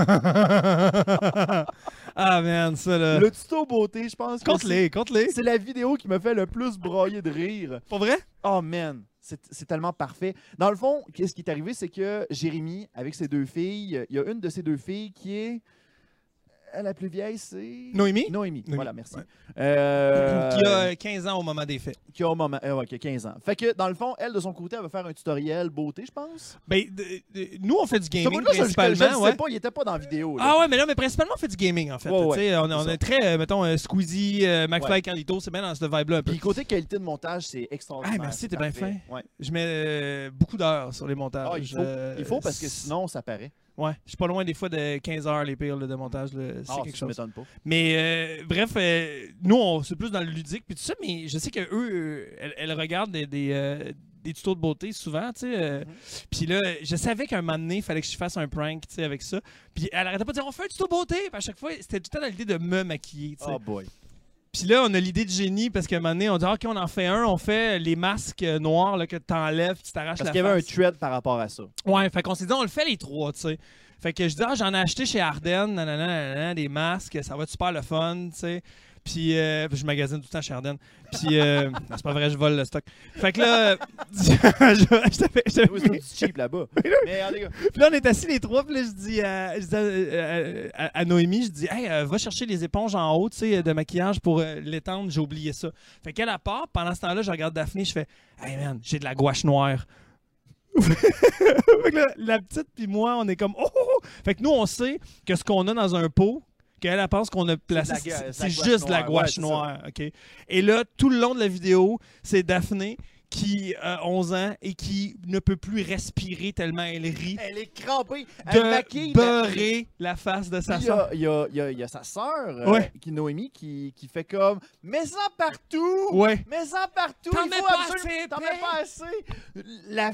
Ah, man, ça, là. Le tuto beauté, je pense que Compte-les. c'est la vidéo qui me fait le plus broyer de rire. Pour vrai? Oh, man! C'est tellement parfait. Dans le fond, ce qui est arrivé, c'est que Jérémy, avec ses deux filles, il y a une de ses deux filles qui est... La plus vieille, c'est... Noémie? Noémie, voilà, merci. Ouais. Qui Qui a 15 ans au moment des faits. qui a au moment, ouais, qui a 15 ans. Fait que, dans le fond, elle, de son côté, elle va faire un tutoriel beauté, je pense. Ben, nous, on fait du Ce gaming bout-là, je le principalement, sais ouais. pas, il était pas dans la vidéo. Là. Ah ouais, mais là, principalement, on fait du gaming, en fait. Ouais, ouais, Tu sais, on c'est ça. est très, mettons, Squeezie, McFly, Ouais. Carlito, c'est bien dans ce vibe-là un peu. Puis côté qualité de montage, c'est extraordinaire. Ah, merci, c'est t'es bien parfait. fin. Ouais. Je mets beaucoup d'heures sur les montages. Ah, il faut parce que sinon, ça paraît. Ouais, je suis pas loin des fois de 15 heures les pires là, de montage. C'est Ah, quelque ça chose. m'étonne pas. Mais bref, nous, c'est plus dans le ludique puis tout ça, mais je sais que eux, elles regardent des tutos de beauté souvent, tu sais. Puis là, je savais qu'à un moment donné, il fallait que je fasse un prank, tu sais, avec ça. Puis elle arrêtait pas de dire, on fait un tuto beauté. Puis à chaque fois, c'était tout le temps dans l'idée de me maquiller, tu sais. Oh boy. Puis là, on a l'idée de génie parce qu'à un moment donné, on dit, OK, on en fait un, on fait les masques noirs là, que tu t'enlèves, tu t'arraches la Parce qu'il y avait un face. thread par rapport à ça. Ouais, fait qu'on s'est dit, on le fait les trois, tu sais. Fait que je dis, j'en ai acheté chez Ardennes, nanana, des masques, ça va être super le fun, tu sais. Puis je magasine tout le temps chez Ardennes. Puis non, c'est pas vrai, je vole le stock. Fait que là, je Oui, c'est du cheap là-bas. Mais regardez, gars. puis là, on est assis les trois, puis là, je dis à Noémie, je dis, hey, va chercher les éponges en haut, tu sais, de maquillage pour l'étendre, j'ai oublié ça. Fait qu'elle à part, pendant ce temps-là, je regarde Daphné, je fais, hey man, j'ai de la gouache noire. Fait que là, la petite puis moi, on est comme, oh, oh, oh! Fait que nous, on sait que ce qu'on a dans un pot, qu'elle elle pense qu'on a placé, c'est juste de la gouache noire, OK? Et là, tout le long de la vidéo, c'est Daphné qui a 11 ans et qui ne peut plus respirer tellement elle rit Elle est crampée. Elle maquille. de beurrer la face de sa Puis soeur. il y a sa sœur, Ouais. Noémie, qui fait comme « Mets-en partout! Ouais. Mets-en partout! T'en Il mets faut pas absolument- assez, T'en Pé. mets pas assez! »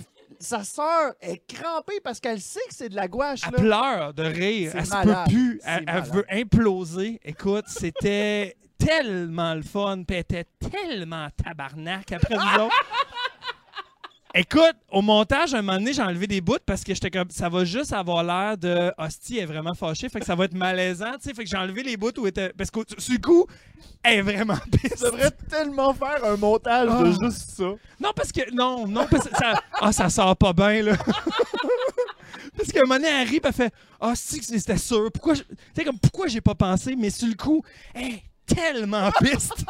Sa sœur est crampée parce qu'elle sait que c'est de la gouache. Elle Là. pleure de rire. C'est Elle se malade. peut plus. C'est Elle malade. veut imploser. Écoute, c'était tellement le fun. Puis elle était tellement tabarnak après nous autres. Écoute, au montage, un moment donné, j'ai enlevé des bouts parce que j'étais comme, ça va juste avoir l'air de hostie, elle est vraiment fâchée, fait que ça va être malaisant, tu sais, fait que j'ai enlevé les bouts où elle était, parce que sur le coup, elle est vraiment pisse. Tu devrais tellement faire un montage de juste ça. Non, parce que, non, parce que ça sort pas bien, là. Parce qu'à un moment donné, elle rit, puis elle fait, si, c'était sûr, pourquoi, tu sais, comme, pourquoi j'ai pas pensé, mais sur le coup, elle est tellement piste.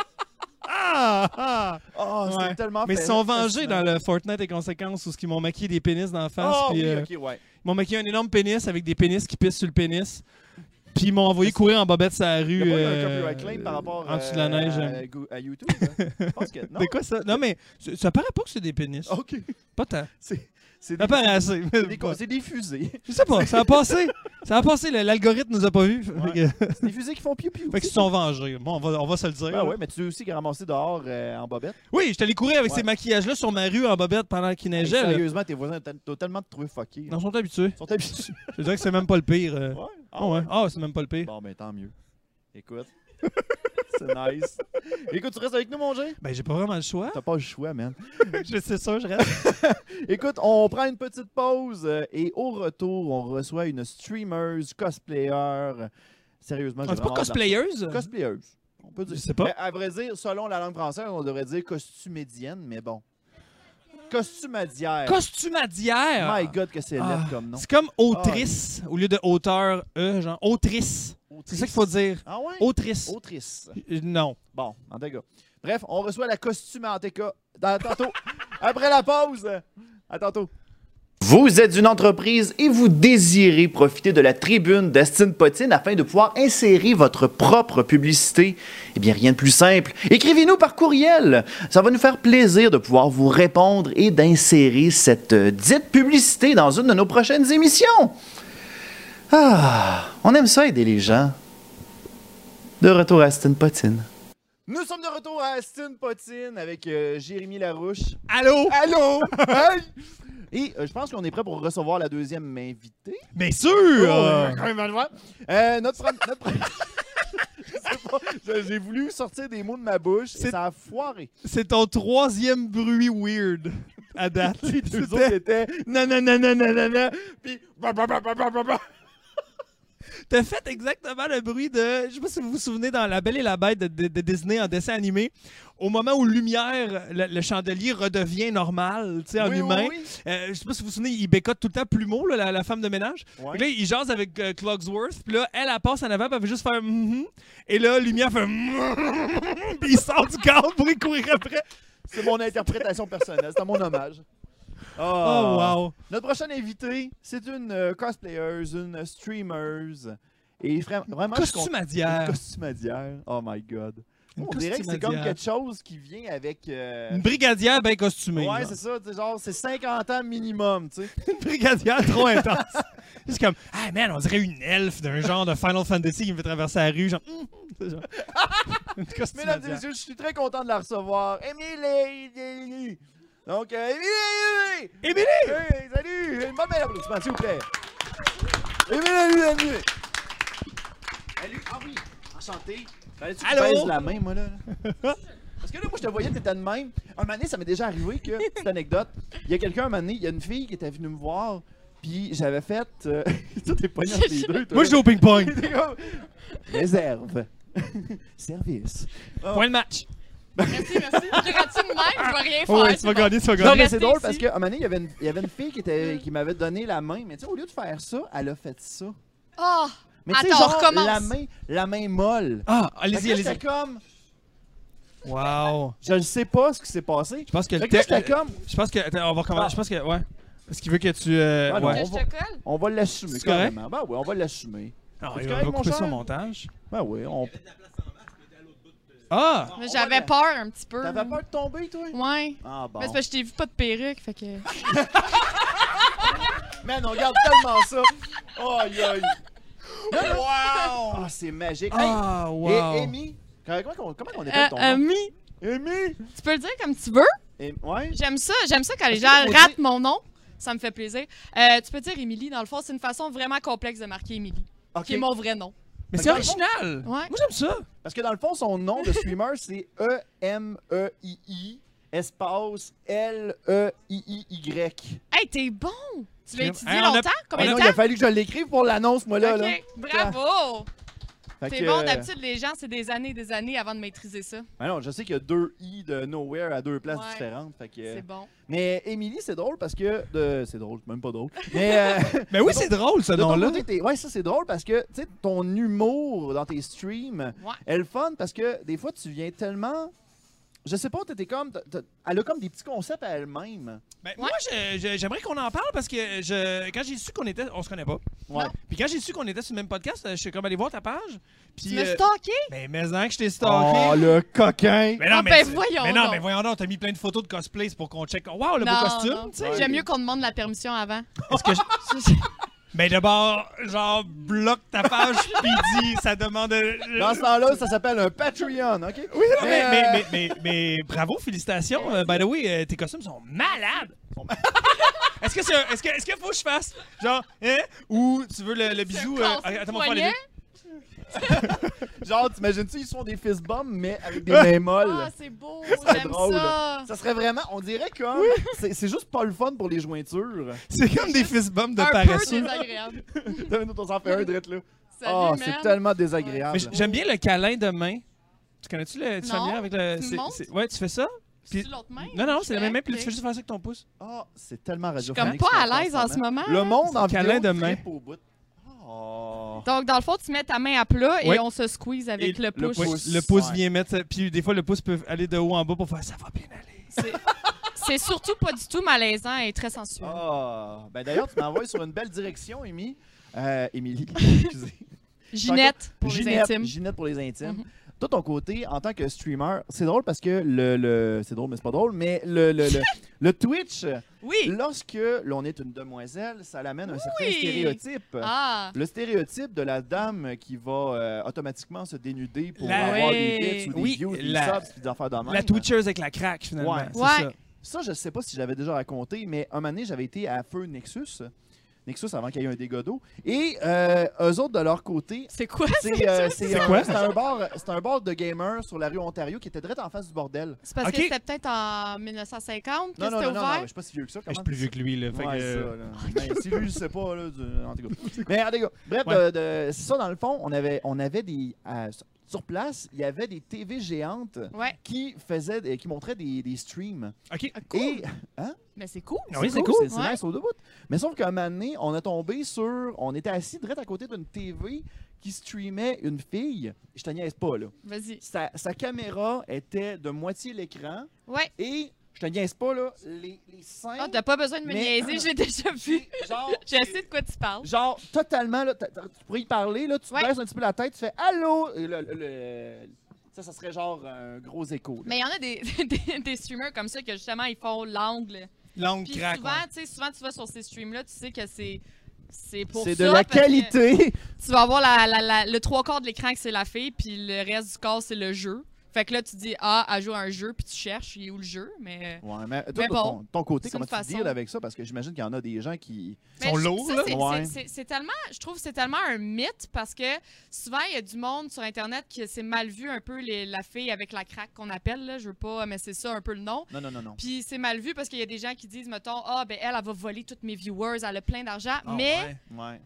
Oh, Ouais. c'est tellement Mais ils se sont vengés dans le Fortnite et conséquences où ils m'ont maquillé des pénis dans la face. Oh, puis, oui, ok, ouais. ils m'ont maquillé un énorme pénis avec des pénis qui pissent sur le pénis. Puis ils m'ont envoyé courir en bobette sur la Il rue. n'y a pas eu un copyright claim par rapport en dessous de la neige. à YouTube? Hein? Je pense que non. De quoi ça? Non, mais ça paraît pas que c'est des pénis. OK. Pas tant. C'est Ça paraît assez. c'est des fusées. Je sais pas, ça a passé. Ça a passé, l'algorithme nous a pas vus. Ouais. C'est des fusées qui font piou-piou. Fait qu'ils se sont vengés. Bon, on va se le dire. Ben ouais, mais tu as aussi ramassé dehors en bobette. Oui, je t'allais courir avec Ouais. ces maquillages-là sur ma rue en bobette pendant qu'il Hey, neigeait. là. sérieusement, tes voisins t'ont tellement trouvé fucké. Non, ils sont habitués. Ils sont habitués. Je dirais que c'est même pas le pire. Ouais. Ah ouais. Ah, c'est même pas le pire. Bon, ben tant mieux. Écoute. C'est nice. Écoute, tu restes avec nous, mon G? Ben, j'ai pas vraiment le choix. T'as pas le choix, man. Je sais ça, je reste. Écoute, on prend une petite pause et au retour, on reçoit une streamer, cosplayer. Sérieusement, On dit pas cosplayeuse? Cosplayeuse. On peut dire. Je sais pas. Mais à vrai dire, selon la langue française, on devrait dire costumédienne, mais bon. Costumadière. Costumadière. My God, que c'est laid Ah, comme nom. c'est comme autrice au lieu de auteur, genre autrice. C'est ça qu'il faut dire. Ah ouais? Autrice. Autrice. Non. Bon, en tout cas. Bref, on reçoit la costumanteca. Tantôt. Après la pause. À tantôt. Vous êtes une entreprise et vous désirez profiter de la tribune d'Astine Potine afin de pouvoir insérer votre propre publicité. Eh bien, rien de plus simple. Écrivez-nous par courriel. Ça va nous faire plaisir de pouvoir vous répondre et d'insérer cette dite publicité dans une de nos prochaines émissions. Ah, on aime ça aider les gens. De retour à Astine Potine. Nous sommes de retour à Astine Potine avec Jérémy Larouche. Allô? Allô? Hey! Et je pense qu'on est prêt pour recevoir la deuxième invitée. Bien sûr! Quand même, notre Je sais pas, j'ai voulu sortir des mots de ma bouche et ça a foiré. C'est ton troisième bruit weird à date. Les deux autres étaient nanana, puis T'as fait exactement le bruit de... Je sais pas si vous vous souvenez dans La Belle et la Bête de Disney en dessin animé, au moment où Lumière, le chandelier, redevient normal, tu sais, en oui, humain. Oui, oui. Je sais pas si vous vous souvenez, il bécote tout le temps Plumeau, là, la femme de ménage. Ouais. Et là, il jase avec Clogsworth, puis là, elle passe en avant, puis elle fait juste faire et là, Lumière fait puis il sort du cadre pour y courir après. C'est mon interprétation personnelle, c'est à mon hommage. Oh, wow! Notre prochaine invitée, c'est une cosplayeuse, une streameuse. Et vraiment, Costumadière. Une costumadière. Oh my God. Une On dirait que c'est comme costumadière. quelque chose qui vient avec... Une brigadière bien costumée. Ouais, genre. c'est ça. Genre, c'est 50 ans minimum, tu sais. Une brigadière trop intense. C'est comme, ah man, on dirait une elfe d'un genre de Final Fantasy qui me fait traverser la rue. Genre, c'est genre. Une Mesdames et costumadière. messieurs, je suis très content de la recevoir. Émilie! Donc, Émilie! Émilie! Hey, salut! Une bonne belle applaudissement, s'il vous plaît. Émilie! Salut! Ah oui! Enchanté! Fallait-tu que je Allô? baise la main, moi, là? Parce que là, moi, je te voyais, t'étais de même. Un moment donné, ça m'est déjà arrivé que, petite anecdote, il y a quelqu'un, un moment donné, il y a une fille qui était venue me voir, puis j'avais fait... Toi, t'es pogné entre les deux, toi. Moi, je joue au ping-pong. T'es comme, réserve. Service. Point de match. Merci. Iras-tu de même? Je vais rien faire. Oh, ouais, c'est tu vas bon. gagner, tu vas Non, gagner. mais Restez c'est drôle ici. parce qu'à un moment donné, il y avait une fille qui m'avait donné la main, mais tu sais, au lieu de faire ça, elle a fait ça. Oh! Mais tu sais, Attends, on genre, recommence. la main molle. Ah, Fait que allez-y, là, allez-y. j'étais comme, Wow. je ne sais pas ce qui s'est passé. Je pense que Fait que là, j'étais comme, Je pense que. Attends, on va recommencer. Ah. Je pense que. Ouais. Est-ce qu'il veut que tu. Ah, non, ouais. Que je te colle? on va l'assumer C'est correct? carrément. Ben oui, on va l'assumer. Non, C'est il correct, va mon couper cher? ça au montage. Ben oui, Ah! Mais on j'avais va- peur un petit peu. T'avais peur de tomber, toi? Ouais. Ah bon. Mais c'est parce que je t'ai vu pas de perruque, fait que... Man, on regarde tellement ça. Aïe, aïe. Wow! Ah, c'est magique. Ah, Hey, wow. et Amy, comment on appelle ton nom? Amy, Amy! tu peux le dire comme tu veux. Ouais? J'aime ça quand les Est-ce gens que vous ratent dites- mon nom. Ça me fait plaisir. Tu peux dire Émilie, dans le fond, c'est une façon vraiment complexe de marquer Émilie, Ok. qui est mon vrai nom. Mais Fait c'est que dans le fond- original! Ouais. Moi, j'aime ça! Parce que dans le fond, son nom de streamer, c'est E-M-E-I-I espace L-E-I-I-Y. Hey, t'es bon! Tu l'as Hey, étudié on a- longtemps? Combien Ah de non, temps? il a fallu que je l'écrive pour l'annonce, moi, là. Ok, là. bravo! Fait C'est que, bon, d'habitude, les gens, c'est des années avant de maîtriser ça. ben non, je sais qu'il y a 2 I de Nowhere à 2 places Ouais. différentes. Fait que, C'est bon. mais Émilie, c'est drôle parce que... c'est drôle, même pas drôle. Mais... Mais oui, de ton- c'est drôle, ce de ton nom-là. côté, ouais, ça c'est drôle parce que tu sais, ton humour dans tes streams Ouais. est le fun parce que des fois tu viens tellement je sais pas, t'étais comme... Elle a comme des petits concepts à elle-même. Ben, moi, j'aimerais qu'on en parle parce que quand j'ai su qu'on était... On se connaît pas. Ouais. Puis quand j'ai su qu'on était sur le même podcast, je suis comme allé voir ta page. Puis, Tu me stalké? ben, mais que je t'ai stalké. Oh, le coquin! Mais non, Ah, mais, ben, voyons mais non, donc. mais voyons donc, t'as mis plein de photos de cosplay, c'est pour qu'on check. Wow, le beau Non, costume, non. tu sais. J'aime mieux qu'on demande la permission avant. Est-ce que mais d'abord, genre, bloque ta page puis dis, ça demande. Dans ce temps-là, ça s'appelle un Patreon, OK? Oui, Mais, mais bravo, félicitations. By the way, tes costumes sont malades. Est-ce que faut que je fasse genre, hein? Ou tu veux le bisou? Attends, on va faire les deux. Genre, t'imagines-tu, ils sont des fist bumps, mais avec des mains molles. Ah, c'est beau, serait j'aime drôle. ça. Ça serait vraiment, on dirait comme, c'est juste pas le fun pour les jointures. C'est comme des fist bumps de Un peu paresseux. désagréable. On s'en fait un drette là. Salut, Oh, man. c'est tellement désagréable. Mais j'aime bien le câlin de main. Tu connais-tu le Non, familier avec le. tu me montres? Ouais, tu fais ça? C'est l'autre main? Non, c'est la même main, puis là, Ok. tu fais juste faire ça avec ton pouce. Ah, c'est tellement Je suis radiophonique. comme pas ce à l'aise en ce moment. Le monde en Câlin vidéo de main. trippe au bout. Oh. Donc, dans le fond, tu mets ta main à plat et Oui. on se squeeze avec Et le pouce. Le pouce Ouais. vient mettre. Puis des fois, le pouce peut aller de haut en bas pour faire ça va bien aller. C'est surtout pas du tout malaisant et très sensuel. Ah. Ben d'ailleurs, tu m'envoies sur une belle direction, Émilie. Émilie, excusez. Ginette pour les intimes. Ginette pour les intimes. Mhm. Toi, ton côté, en tant que streamer, c'est drôle parce que c'est drôle, mais c'est pas drôle, mais le Twitch, Oui. lorsque l'on est une demoiselle, ça l'amène un certain Oui. stéréotype. Ah. Le stéréotype de la dame qui va automatiquement se dénuder pour La- avoir Oui. des bits ou des Oui, views, des la- subs, puis des affaires de même. La Twitcheuse avec la craque, finalement. Ouais. C'est Ouais. ça. Ça, je sais pas si je l'avais déjà raconté, mais un moment donné, j'avais été à Feu Nexus. Nexus avant qu'il y ait un dégât d'eau. Et eux autres, de leur côté, C'est quoi? c'est quoi? un bar de gamers sur la rue Ontario qui était direct en face du bordel. C'est parce Ok. que c'était peut-être en 1950 que Non, c'était non, ouvert? je suis pas si vieux que ça. Je suis comment plus vieux que lui, là. Fait Ouais, que, ça, là. Ben, si lui, je sais pas, là, en tout cas. Mais en tout cas, bref, Ouais. c'est ça, dans le fond, on avait des... sur place, il y avait des TV géantes Ouais. qui montraient des streams. OK. Cool. Et... Mais c'est cool. Ah oui, c'est cool. C'est Ouais. nice au bout. Mais sauf qu'à un moment donné, on a tombé sur... On était assis direct à côté d'une TV qui streamait une fille. Je te niaise pas, là. Vas-y. Sa caméra était de moitié l'écran Ouais. et, je te niaise pas, là, les seins... Ah, t'as pas besoin de me Mais- niaiser, j'ai déjà vu. Genre, Je sais de quoi tu parles. genre, totalement, là, tu pourrais y parler, là, tu Ouais. baisses un petit peu la tête, tu fais « Allô! » Et ça serait genre un gros écho. là. Mais il y en a des streamers comme ça que justement ils font l'angle. Longue Puis craque. souvent, tu sais, souvent tu vas sur ces streams-là, tu sais que c'est pour ça. C'est de la parce que qualité! Tu vas avoir le trois quarts de l'écran que c'est la fille, puis le reste du corps c'est le jeu. Fait que là tu dis elle joue à un jeu, puis tu cherches il est où le jeu, mais Ouais, mais toi, Mais de bon, ton côté, c'est comment une tu façon. deals avec ça? Parce que j'imagine qu'il y en a des gens qui... Ils sont Mais lourds, ça, là. Ouais. c'est tellement, je trouve que c'est tellement un mythe parce que souvent il y a du monde sur internet qui c'est mal vu un peu la fille avec la craque qu'on appelle là, je veux pas, mais c'est ça un peu le nom. Non. Puis c'est mal vu parce qu'il y a des gens qui disent mettons elle va voler toutes mes viewers, elle a plein d'argent, Ah, mais ouais. Ouais.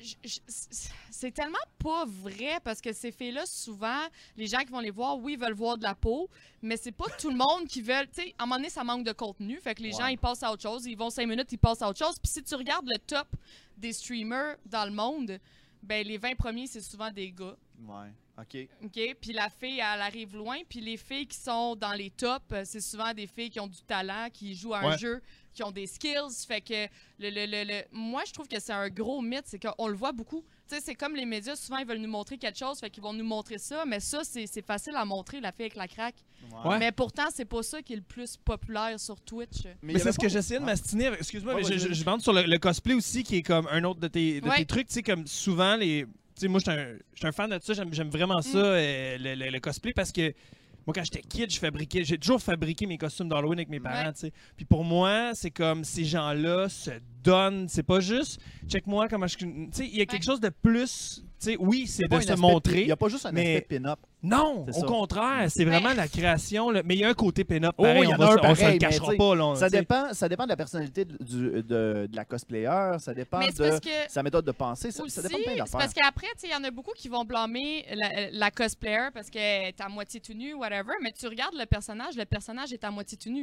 c'est tellement pas vrai parce que ces filles-là, souvent, les gens qui vont les voir, oui, ils veulent voir de la peau, mais c'est pas tout le monde qui veut. Tu sais, à un moment donné, ça manque de contenu. Fait que les gens, ils passent à autre chose. Ils vont 5 minutes, ils passent à autre chose. Puis si tu regardes le top des streamers dans le monde, ben les 20 premiers, c'est souvent des gars. Ouais. OK. OK? Puis la fille, elle arrive loin. Puis les filles qui sont dans les tops, c'est souvent des filles qui ont du talent, qui jouent à un Ouais. jeu, qui ont des skills. Fait que moi, je trouve que c'est un gros mythe, c'est qu'on le voit beaucoup. Tu sais, c'est comme les médias, souvent, ils veulent nous montrer quelque chose, fait qu'ils vont nous montrer ça. Mais ça, c'est facile à montrer, la fille avec la craque. Ouais. Mais pourtant, c'est pas ça qui est le plus populaire sur Twitch. Mais c'est ce que j'essayais de m'astiner avec. Excuse-moi, Ouais, mais vas-y. je bande sur le cosplay aussi, qui est comme un autre de tes Ouais. trucs. Tu sais, comme souvent, tu sais, moi, je suis un fan de ça. J'aime vraiment ça, le cosplay, parce que moi, quand j'étais kid, j'ai toujours fabriqué mes costumes d'Halloween avec mes parents, Ouais. tu sais. Puis pour moi, c'est comme ces gens-là se donnent. C'est pas juste, check-moi comment je. Tu sais, il y a quelque Ouais. chose de plus. Tu sais, oui, c'est Pas de un se aspect- montrer. Il n'y a pas juste un mais- aspect pin-up. Non, C'est au ça. contraire, c'est vraiment la création. Mais il y a un côté pin-up. Oh, Pareil, il y en on a un se le pareil, mais cachera tu sais, pas. Là, Ça tu sais. dépend de la personnalité de la cosplayer, ça dépend Mais c'est de parce que. sa méthode de pensée, ça Aussi, dépend de plein c'est d'affaires. parce qu'après, tu sais, il y en a beaucoup qui vont blâmer la cosplayer parce qu'elle est à moitié tout nu, whatever, mais tu regardes le personnage est à moitié tout nu.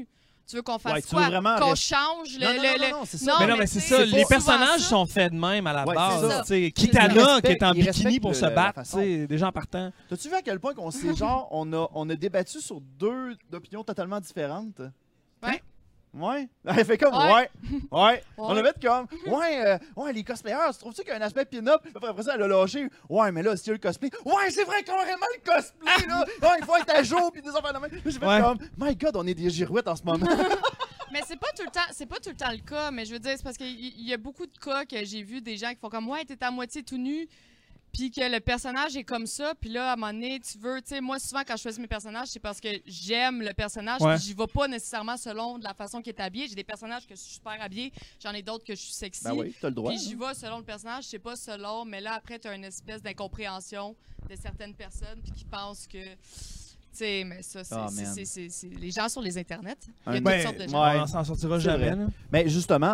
Tu veux qu'on fasse Ouais, tu quoi? veux vraiment Qu'on rester- change le... Non, c'est ça. Non, Mais non, mais mais c'est tu ça. sais, Les c'est pas personnages souvent sont faits de même à la Ouais, base. c'est ça. Tu sais, Ils Kitana respectent- qui est en ils bikini respectent pour se la battre, façon. tu sais, déjà en partant. T'as-tu vu à quel point qu'on s'est genre, on a débattu sur deux opinions totalement différentes? Ouais. Ouais. Elle fait comme, Ouais. ouais. On a fait comme, ouais, les cosplayers, tu trouves-tu qu'il y a un aspect pin-up? Après ça, elle a lâché, ouais, mais là, si tu veux le cosplay, ouais, c'est vrai, carrément le cosplay, là! Ouais, il faut être à jour, puis des affaires de même. Là, j'ai fait Ouais. comme, my God, on est des girouettes en ce moment. Mais c'est pas tout le temps le cas, mais je veux dire, c'est parce qu'il y a beaucoup de cas que j'ai vu des gens qui font comme, ouais, t'es à moitié tout nu, puis que le personnage est comme ça, puis là, à un moment donné, tu veux, tu sais, moi, souvent, quand je choisis mes personnages, c'est parce que j'aime le personnage, Ouais. puis j'y vais pas nécessairement selon de la façon qu'il est habillé. J'ai des personnages que je suis super habillée, j'en ai d'autres que je suis sexy. Ben oui, t'as le droit. Puis j'y vais selon le personnage, c'est pas selon, mais là, après, t'as une espèce d'incompréhension de certaines personnes, puis qui pensent que. Tu sais, mais ça, Ah, man. c'est les gens sur les internets. Il y a Un- toutes Ben, sortes de gens. Ouais. on s'en sortira C'est jamais. vrai. là. Mais justement,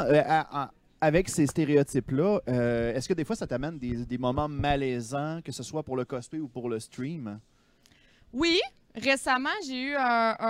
avec ces stéréotypes-là, est-ce que des fois ça t'amène des moments malaisants, que ce soit pour le cosplay ou pour le stream? Oui, récemment, j'ai eu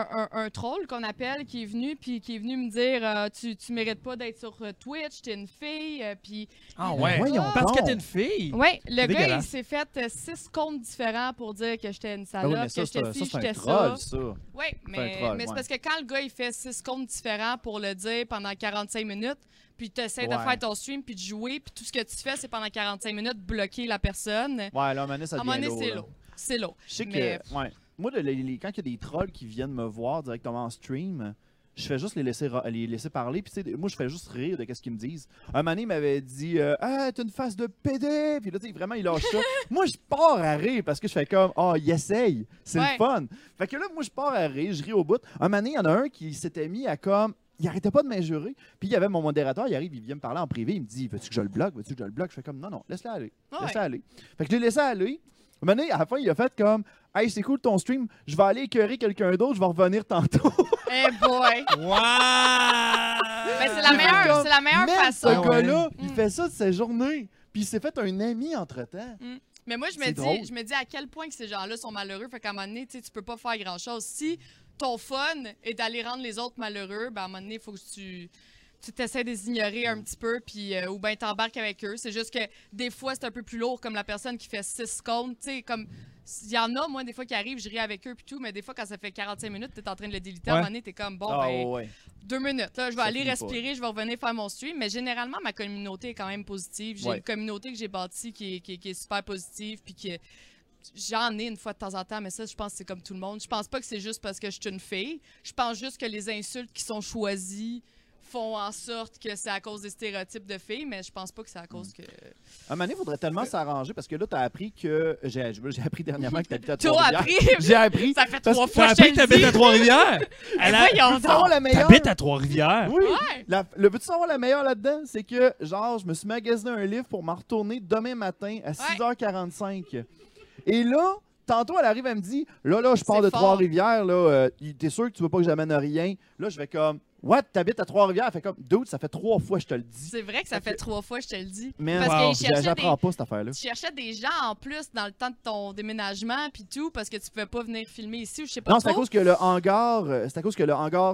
un troll qu'on appelle qui est venu me dire tu mérites pas d'être sur Twitch, t'es une fille, puis Ah Ben ouais. voyons Parce que donc. t'es une fille. ouais, le gars il dégueulasse. s'est fait 6 comptes différents pour dire que j'étais une Ah oui, salope, mais ça, que j'étais ci, c'est un j'étais troll, ça. ça. Oui, un mais troll, c'est ouais. parce que quand le gars il fait 6 comptes différents pour le dire pendant 45 minutes, puis tu essaies de Ouais. faire ton stream puis de jouer, puis tout ce que tu fais c'est pendant 45 minutes bloquer la personne. Ouais, là, à un moment donné, ça À un devient moment donné, lourd, c'est là. lourd. C'est lourd. Je sais Mais- que, ouais. Moi, quand il y a des trolls qui viennent me voir directement en stream, je fais juste les laisser parler. Puis, tu sais, moi, je fais juste rire de ce qu'ils me disent. Un moment donné, il m'avait dit ah, t'as une face de PD. Puis là, tu sais, vraiment, il lâche ça. Moi, je pars à rire parce que je fais comme ah, il essaye. C'est Ouais. le fun. Fait que là, moi, je pars à rire. Je ris au bout. Un moment donné, il y en a un qui s'était mis à comme. Il arrêtait pas de m'injurer. Puis il y avait mon modérateur, il arrive, il vient me parler en privé, il me dit veux-tu que je le bloque? Veux-tu que je le bloque? Je fais comme non, laisse-le aller. Ouais. Laisse-le aller. Fait que je l'ai laissé aller. Un moment donné, à la fin, il a fait comme hey, c'est cool ton stream, je vais aller écœurer quelqu'un d'autre, je vais revenir tantôt. Eh boy! Wow! Ben, c'est J'ai la fait meilleure, comme, c'est la meilleure Man, façon. Ce gars-là, il Mm. fait ça de sa journée. Puis il s'est fait un ami entre-temps. Mais moi, je C'est drôle. me dis à quel point que ces gens-là sont malheureux. Fait qu'à un moment donné, tu sais, tu peux pas faire grand-chose. Si ton fun est d'aller rendre les autres malheureux, ben à un moment donné, il faut que tu t'essaies de les ignorer un petit peu, puis ou bien t'embarques avec eux. C'est juste que des fois, c'est un peu plus lourd, comme la personne qui fait 6 comptes. Tu sais, comme. Il y en a, moi, des fois, qui arrivent, je ris avec eux, puis tout, mais des fois, quand ça fait 45 minutes, t'es en train de le déliter. À un Ouais. moment donné, t'es comme, bon, Ah, ben, ouais. 2 minutes. Là, je vais Ça aller finit pas. respirer, je vais revenir faire mon stream. Mais généralement, ma communauté est quand même positive. J'ai Ouais. une communauté que j'ai bâtie qui est super positive. Puis que j'en ai une fois de temps en temps, mais ça, je pense que c'est comme tout le monde. Je pense pas que c'est juste parce que je suis une fille. Je pense juste que les insultes qui sont choisies font en sorte que c'est à cause des stéréotypes de filles, mais je pense pas que c'est à cause que... Un moment donné, il faudrait tellement s'arranger parce que là, t'as appris que. J'ai appris dernièrement que t'habitais à Toi, Trois-Rivières. appris! J'ai appris. Ça fait Parce 3 que fois T'as que je appris te que le t'habites à dis! Trois-Rivières? Elle a- Voyons Veux-tu savoir donc! la meilleure? T'habites à Trois-Rivières? Oui. Ouais. Veux-tu savoir la meilleure là-dedans? C'est que, genre, je me suis magasiné un livre pour m'en retourner demain matin à 6h45. Et là, tantôt, elle arrive, elle me dit là, je pars C'est de fort. Trois-Rivières, là, t'es sûr que tu veux pas que j'amène rien? Là, je vais comme what? T'habites à Trois-Rivières? Elle fait comme dude, ça fait 3 fois, je te le dis. C'est vrai que ça fait 3 fois, je te le dis. Mais Parce wow. qu'ils cherchaient j'apprends pas cette affaire-là. Tu cherchais des gens en plus dans le temps de ton déménagement puis tout parce que tu pouvais pas venir filmer ici ou je sais pas Non, c'est à trop. cause que le hangar. C'est à cause que le hangar.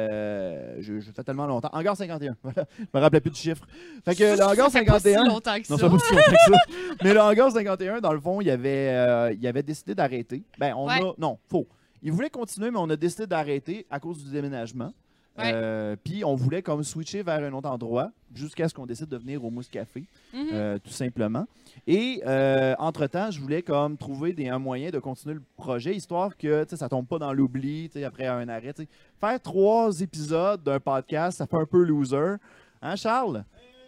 Je fais tellement longtemps. Hangar 51. Voilà. Je me rappelais plus du chiffre. Fait que le hangar Ça fait pas 51. si longtemps que Non, ça. ça fait pas si longtemps que ça. Mais le hangar 51, dans le fond, il avait décidé d'arrêter. Ben, Ouais. Non, faux. Il voulait continuer, mais on a décidé d'arrêter à cause du déménagement. Ouais. Puis on voulait comme switcher vers un autre endroit jusqu'à ce qu'on décide de venir au Mousse Café, Mhm. tout simplement. Et entre-temps, je voulais comme trouver un moyen de continuer le projet, histoire que tu sais, ça tombe pas dans l'oubli tu sais, après un arrêt. Tu sais. Faire 3 épisodes d'un podcast, ça fait un peu loser. Hein, Charles?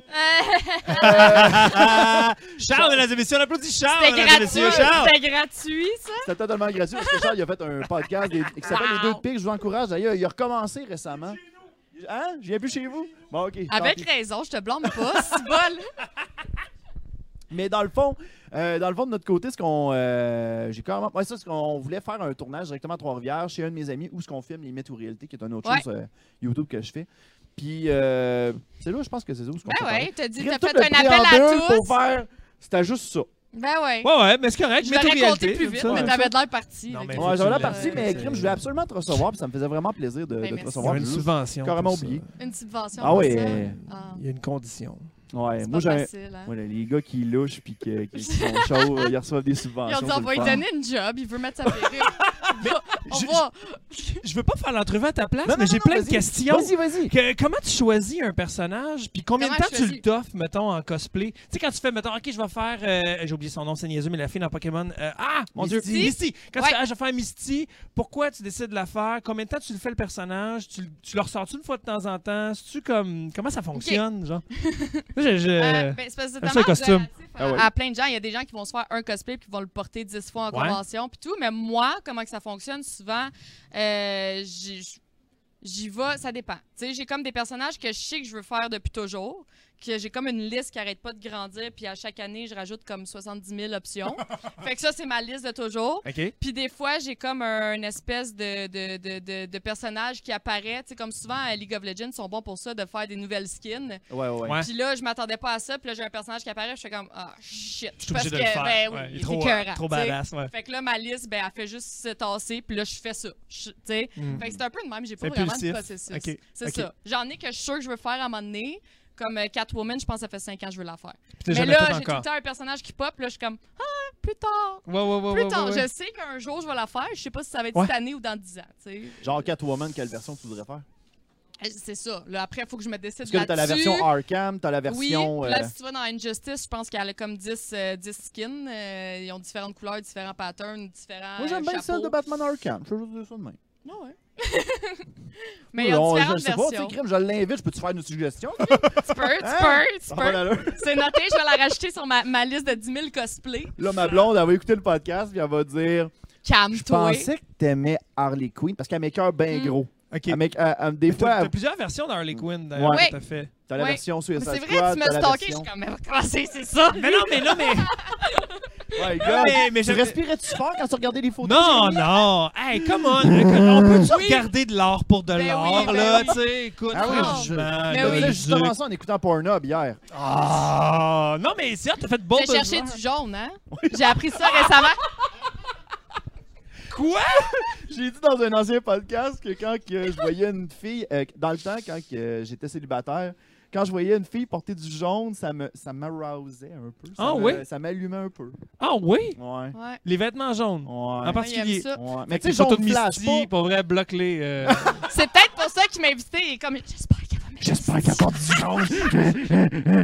Charles, mesdames et messieurs, on applaudit Charles, C'était mesdames et gratuit, messieurs, Charles! c'était gratuit ça. C'était totalement gratuit parce que Charles il a fait un podcast qui s'appelle Wow. Les Deux de Pique. Je vous encourage. D'ailleurs, il a recommencé récemment. Hein? Je viens plus chez vous? Bon, OK. tant Avec pis. raison, je te blâme pas, c'est bol. Mais dans le fond de notre côté, ce qu'on j'ai carrément ouais, ça, c'est qu'on voulait faire un tournage directement à Trois-Rivières chez un de mes amis où ce qu'on filme les Mythes ou réalité, qui est une autre Ouais. chose YouTube que je fais. Puis c'est là, je pense que c'est où ce qu'on Ben fait ouais, t'as dit, Crime, t'as tout fait le un appel à préambule tous. pour faire. C'était juste ça. Ben ouais. Ouais, mais c'est correct. Je Mets-toi l'aurais compté réalité. plus vite, comme ça. mais t'avais de l'air parti. Non, fait mais que- faut Ouais, j'avais la tu partie, le- mais Crime, je voulais absolument te recevoir, puis ça me faisait vraiment plaisir de te merci. recevoir. Il y a une subvention. carrément pour ça. oublié. Une subvention. Ah pour oui, ça. euh, Ah. Il y a une condition. Ouais, C'est moi, pas j'avais. facile, hein. Ouais, les gars qui louchent puis qui sont chauds, ils reçoivent des Ils subventions. ont dit, on c'est va le lui fun. donner une job, il veut mettre sa perruque. On je- va. Je veux pas faire l'entrevue à ta place, Non, mais non, j'ai non, plein de vas-y. questions. Vas-y. Comment tu choisis un personnage, puis combien de Comment temps je tu le t'offres, mettons, en cosplay? Tu sais, quand tu fais, mettons, OK, je vais faire, j'ai oublié son nom, c'est niaiseux, mais la fille dans Pokémon, mon Dieu, Misty. Misty. Quand Ouais. tu fais, je vais faire Misty, pourquoi tu décides de la faire? Combien de temps tu le fais, le personnage? Tu le ressors-tu une fois de temps en temps? C'est-tu comme, comment ça fonctionne, genre? Moi, Ben, c'est parce que J'aime c'est ça, le tellement costume. relatif Ah ouais. à plein de gens. Il y a des gens qui vont se faire un cosplay puis qui vont le porter 10 fois en Ouais. convention puis tout. Mais moi, comment que ça fonctionne souvent, j'y vais, ça dépend. Tu sais, j'ai comme des personnages que je sais que je veux faire depuis toujours, que j'ai comme une liste qui arrête pas de grandir, puis à chaque année, je rajoute comme 70 000 options. Fait que ça, c'est ma liste de toujours. OK. Puis des fois, j'ai comme une espèce de personnage qui apparaît. Tu sais, comme souvent, à League of Legends, ils sont bons pour ça, de faire des nouvelles skins. Ouais. Ouais. Puis là, je m'attendais pas à ça. Puis là, j'ai un personnage qui apparaît. Je fais comme, ah, shit. Je suis obligé de le faire. Ben oui, Ouais, il est c'est trop, écœurant, trop tu sais. badass, ouais. Fait que là, ma liste, ben, elle fait juste se tasser. Puis là, je fais ça. Tu sais. Mm. Fait que c'est un peu de même. J'ai pas C'est vraiment impulsif. de processus. Ok, C'est ok. ça. J'en ai que je suis sûre que je veux faire à un moment donné. Comme Catwoman, je pense que ça fait 5 ans que je veux la faire. Puis t'as Mais jamais là, fait j'ai tout encore. le temps un personnage qui pop. Là, je suis comme, ah, plus tard. Ouais, Plus tard. ouais. Je sais qu'un jour, je vais la faire. Je sais pas si ça va être Ouais. cette année ou dans 10 ans. Tu sais. Genre Catwoman, quelle version tu voudrais faire? C'est ça. Là, après, il faut que je me décide Parce que t'as la là-dessus. version Arkham, t'as la Oui, version. puis là, si tu vas dans Injustice, je pense qu'elle a comme 10 skins. Ils ont différentes couleurs, différents patterns, différents Moi, j'aime bien celle de chapeaux. Batman Arkham. Je veux juste dire ça de même. Ah ouais. Mais ils ont je différentes sais pas, tu sais, versions. Crime, je l'invite. Je peux-tu faire une suggestion? Tu peux. Ça va l'allure. C'est noté, je vais la rajouter sur ma liste de 10 000 cosplays. Là, ma blonde, elle va écouter le podcast puis elle va dire Je Calme-toi. pensais que t'aimais Harley Quinn parce qu'elle m'écoeure bien Mm. gros. OK. Des fois, T'as plusieurs versions d'Harley Quinn, d'ailleurs, Ouais. tout à fait. t'as la Ouais. version Mais Suicide c'est vrai, Squad, tu m'as t'as la stalké, je version... suis comme, mais comment c'est ça? Mais non, mais... Ouais, gars, mais tu j'avais- respirais-tu fort quand tu regardais les photos? Non, chérie? non! Hey, come on! On peut-tu Oui. regarder de l'art pour de Ben l'art, oui, ben là? oui. Tu sais, écoute, Ah oui, franchement, Mais Je oui. faisais justement ça en écoutant Pornhub hier. Ah! Non, mais c'est t'as fait de beaux J'ai cherché besoins. du jaune, hein? J'ai appris ça récemment. Quoi? J'ai dit dans un ancien podcast que quand que je voyais une fille, dans le temps, quand que j'étais célibataire, quand je voyais une fille porter du jaune, ça m'arousait un peu. Ah oui? Ça m'allumait un peu. Ah oui? Ouais. Ouais. Les vêtements jaunes, en Ouais. particulier. il aime ça. Ouais. Mais Mais tu sais, tu sais, photos jaune de flash Misty, pas. pour vrai, bloque-les. C'est peut-être pour ça qu'il m'a invité et comme, j'espère qu'elle va m'aider. J'espère qu'elle porte du jaune.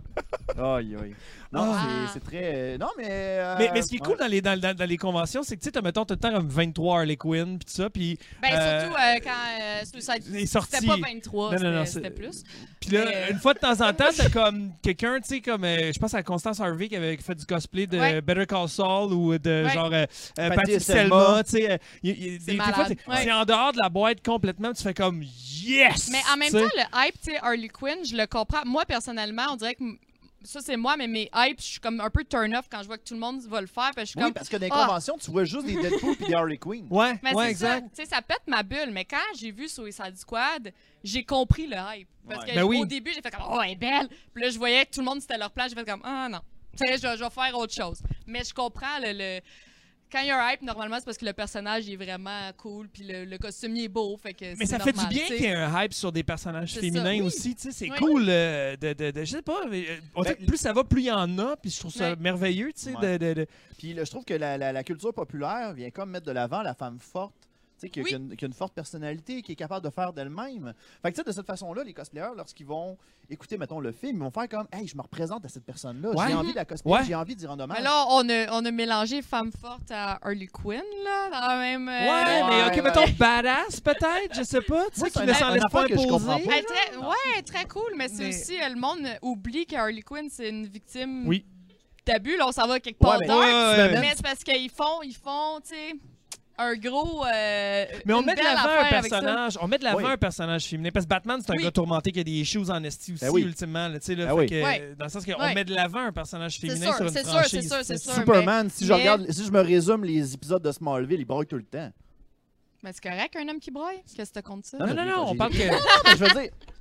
Aïe, aïe. Non, Ah. c'est très. Non, mais. Mais ce qui est cool dans les conventions, c'est que tu sais, mettons, tout le temps comme 23 Harley Quinn, puis tout ça, puis... Ben, Euh, surtout quand Suicide les sorties. C'était pas 23, Non, c'était plus. Puis là, Mais- une fois de temps en temps, c'est comme quelqu'un, tu sais, comme je pense à Constance Harvey qui avait fait du cosplay de Ouais. Better Call Saul ou de Ouais. genre Patty Patty et Selma, tu sais. C'est Des fois, malade. Ouais. c'est en dehors de la boîte complètement, tu fais comme yes! Mais en même tu sais. temps, le hype, tu sais, Harley Quinn, je le comprends. Moi, personnellement, on dirait que ça, c'est moi, mais mes hypes, je suis comme un peu turn-off quand je vois que tout le monde va le faire. Parce que je suis Oui, comme, parce que dans les Ah. conventions, tu vois juste des Deadpool et des Harley Quinn. Ouais, mais ouais, c'est exact. ça, tu sais, ça pète ma bulle. Mais quand j'ai vu Suicide Squad, j'ai compris le hype. Parce Ouais. que Ben oui. au début, j'ai fait comme, oh, elle est belle. Puis là, je voyais que tout le monde, c'était leur place. J'ai fait comme, ah non. Tu sais, je vais faire autre chose. Mais je comprends le... Quand il y a un hype, normalement, c'est parce que le personnage il est vraiment cool, puis le costume il est beau, fait que Mais c'est ça fait du normal, bien tu sais. qu'il y ait un hype sur des personnages C'est féminins ça. Oui. aussi, tu sais, c'est Oui. cool je sais pas, mais, on dirait que plus ça va, plus il y en a, puis je trouve ça Ouais. merveilleux, tu sais, Ouais. de... Puis là, je trouve que la culture populaire vient comme mettre de l'avant la femme forte. Tu sais, qui Oui. a une forte personnalité, qui est capable de faire d'elle-même. Fait que, tu sais, de cette façon-là, les cosplayers, lorsqu'ils vont écouter, mettons, le film, ils vont faire comme, hey, je me représente à cette personne-là. Ouais. J'ai envie de la cosplayer, Ouais. j'ai envie d'y rendre hommage. Mais là, on a mélangé femme forte à Harley Quinn, là, dans la même... Ouais, mais ok, ouais. mettons badass, peut-être, je sais pas, tu Moi, sais, qui c'est ne un s'en laisse affaire pas que je comprends imposer. pas. Elle est très, ouais, très cool, mais c'est Mais- aussi, le monde oublie que Harley Quinn, c'est une victime Oui. d'abus. Là, on s'en va quelque part Ouais, mais- dark, Ouais, mais c'est parce qu'ils font, tu sais, un gros... Mais on une met de belle l'avant affaire un avec ça. personnage, on met de l'avant Oui. un personnage féminin, parce que Batman, c'est un Oui. gars tourmenté qui a des shoes en esti aussi, Ben oui. ultimement, là, tu sais, là, Ben fait oui. que, Ouais. dans le sens qu'on Ouais. met de l'avant un personnage C'est féminin sûr, sur une c'est sûr, franchise. c'est sûr, c'est tu sais. sûr. Superman, si je mais- regarde, si je me résume les épisodes de Smallville, il broye tout le temps. Mais c'est correct, un homme qui broye? Qu'est-ce que tu comptes ça? Non, j'ai- non, non, on j'ai- parle que... Mais je veux dire,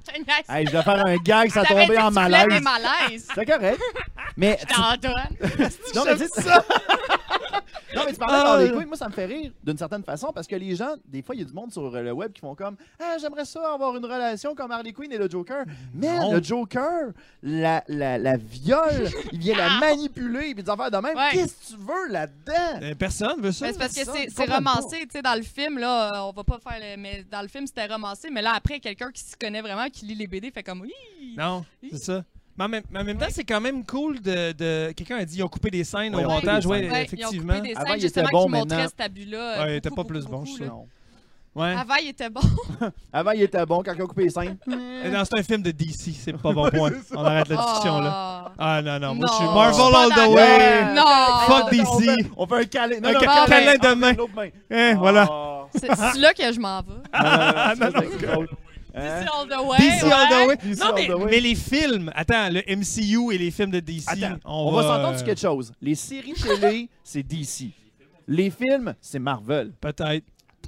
te niaise. Hey, je vais faire un gag, ça T'avais dit tombait que en tu voulais malaise. des malaises. C'est correct. Mais Je t'en donne. non, mais tu sais, ça. non, mais tu parlais d'Harley Quinn, moi ça me fait rire d'une certaine façon parce que les gens, des fois, il y a du monde sur le web qui font comme ah, j'aimerais ça avoir une relation comme Harley Quinn et le Joker. Mais Non. le Joker, la viole, il vient la manipuler et des affaires de même. Ouais. Qu'est-ce que tu veux là-dedans? Personne veut ça. Mais c'est parce que ça, c'est je comprends romancé, tu sais, dans le film, là, on va pas faire mais dans le film, c'était romancé, mais là, après, quelqu'un qui s'y connaît vraiment, qui lit les BD, fait comme, oui. Non, c'est ça. Mais en même temps, c'est quand même cool de... Quelqu'un a dit qu'ils ont coupé des scènes Ouais, au ils ont coupé montage, des ouais, scènes. Ouais, effectivement. Ils ont coupé des Avant, scènes, il justement, était bon, qui montraient maintenant. cet abus-là. Ouais, il était pas beaucoup, plus beaucoup, bon, je là. Non. Ouais. Avant, il était bon. Avant, il était bon quand il a coupé les scènes. Et dans c'est un film de DC, c'est pas bon point. On arrête la discussion là. Ah non, non, moi je suis Non, Marvel je suis pas all the d'accord. way. Non! Fuck DC. On fait un câlin. Non, Un non, câlin de main. L'autre main. Voilà. Oh. C'est là que je m'en vais. Non, non, c'est drôle. Hein? DC all the way. DC all the way. DC Non, all the way. mais les films, attends, le MCU et les films de DC, Attends, on va s'entendre sur quelque chose. Les séries télé, c'est DC. Les films, c'est Marvel. Peut-être.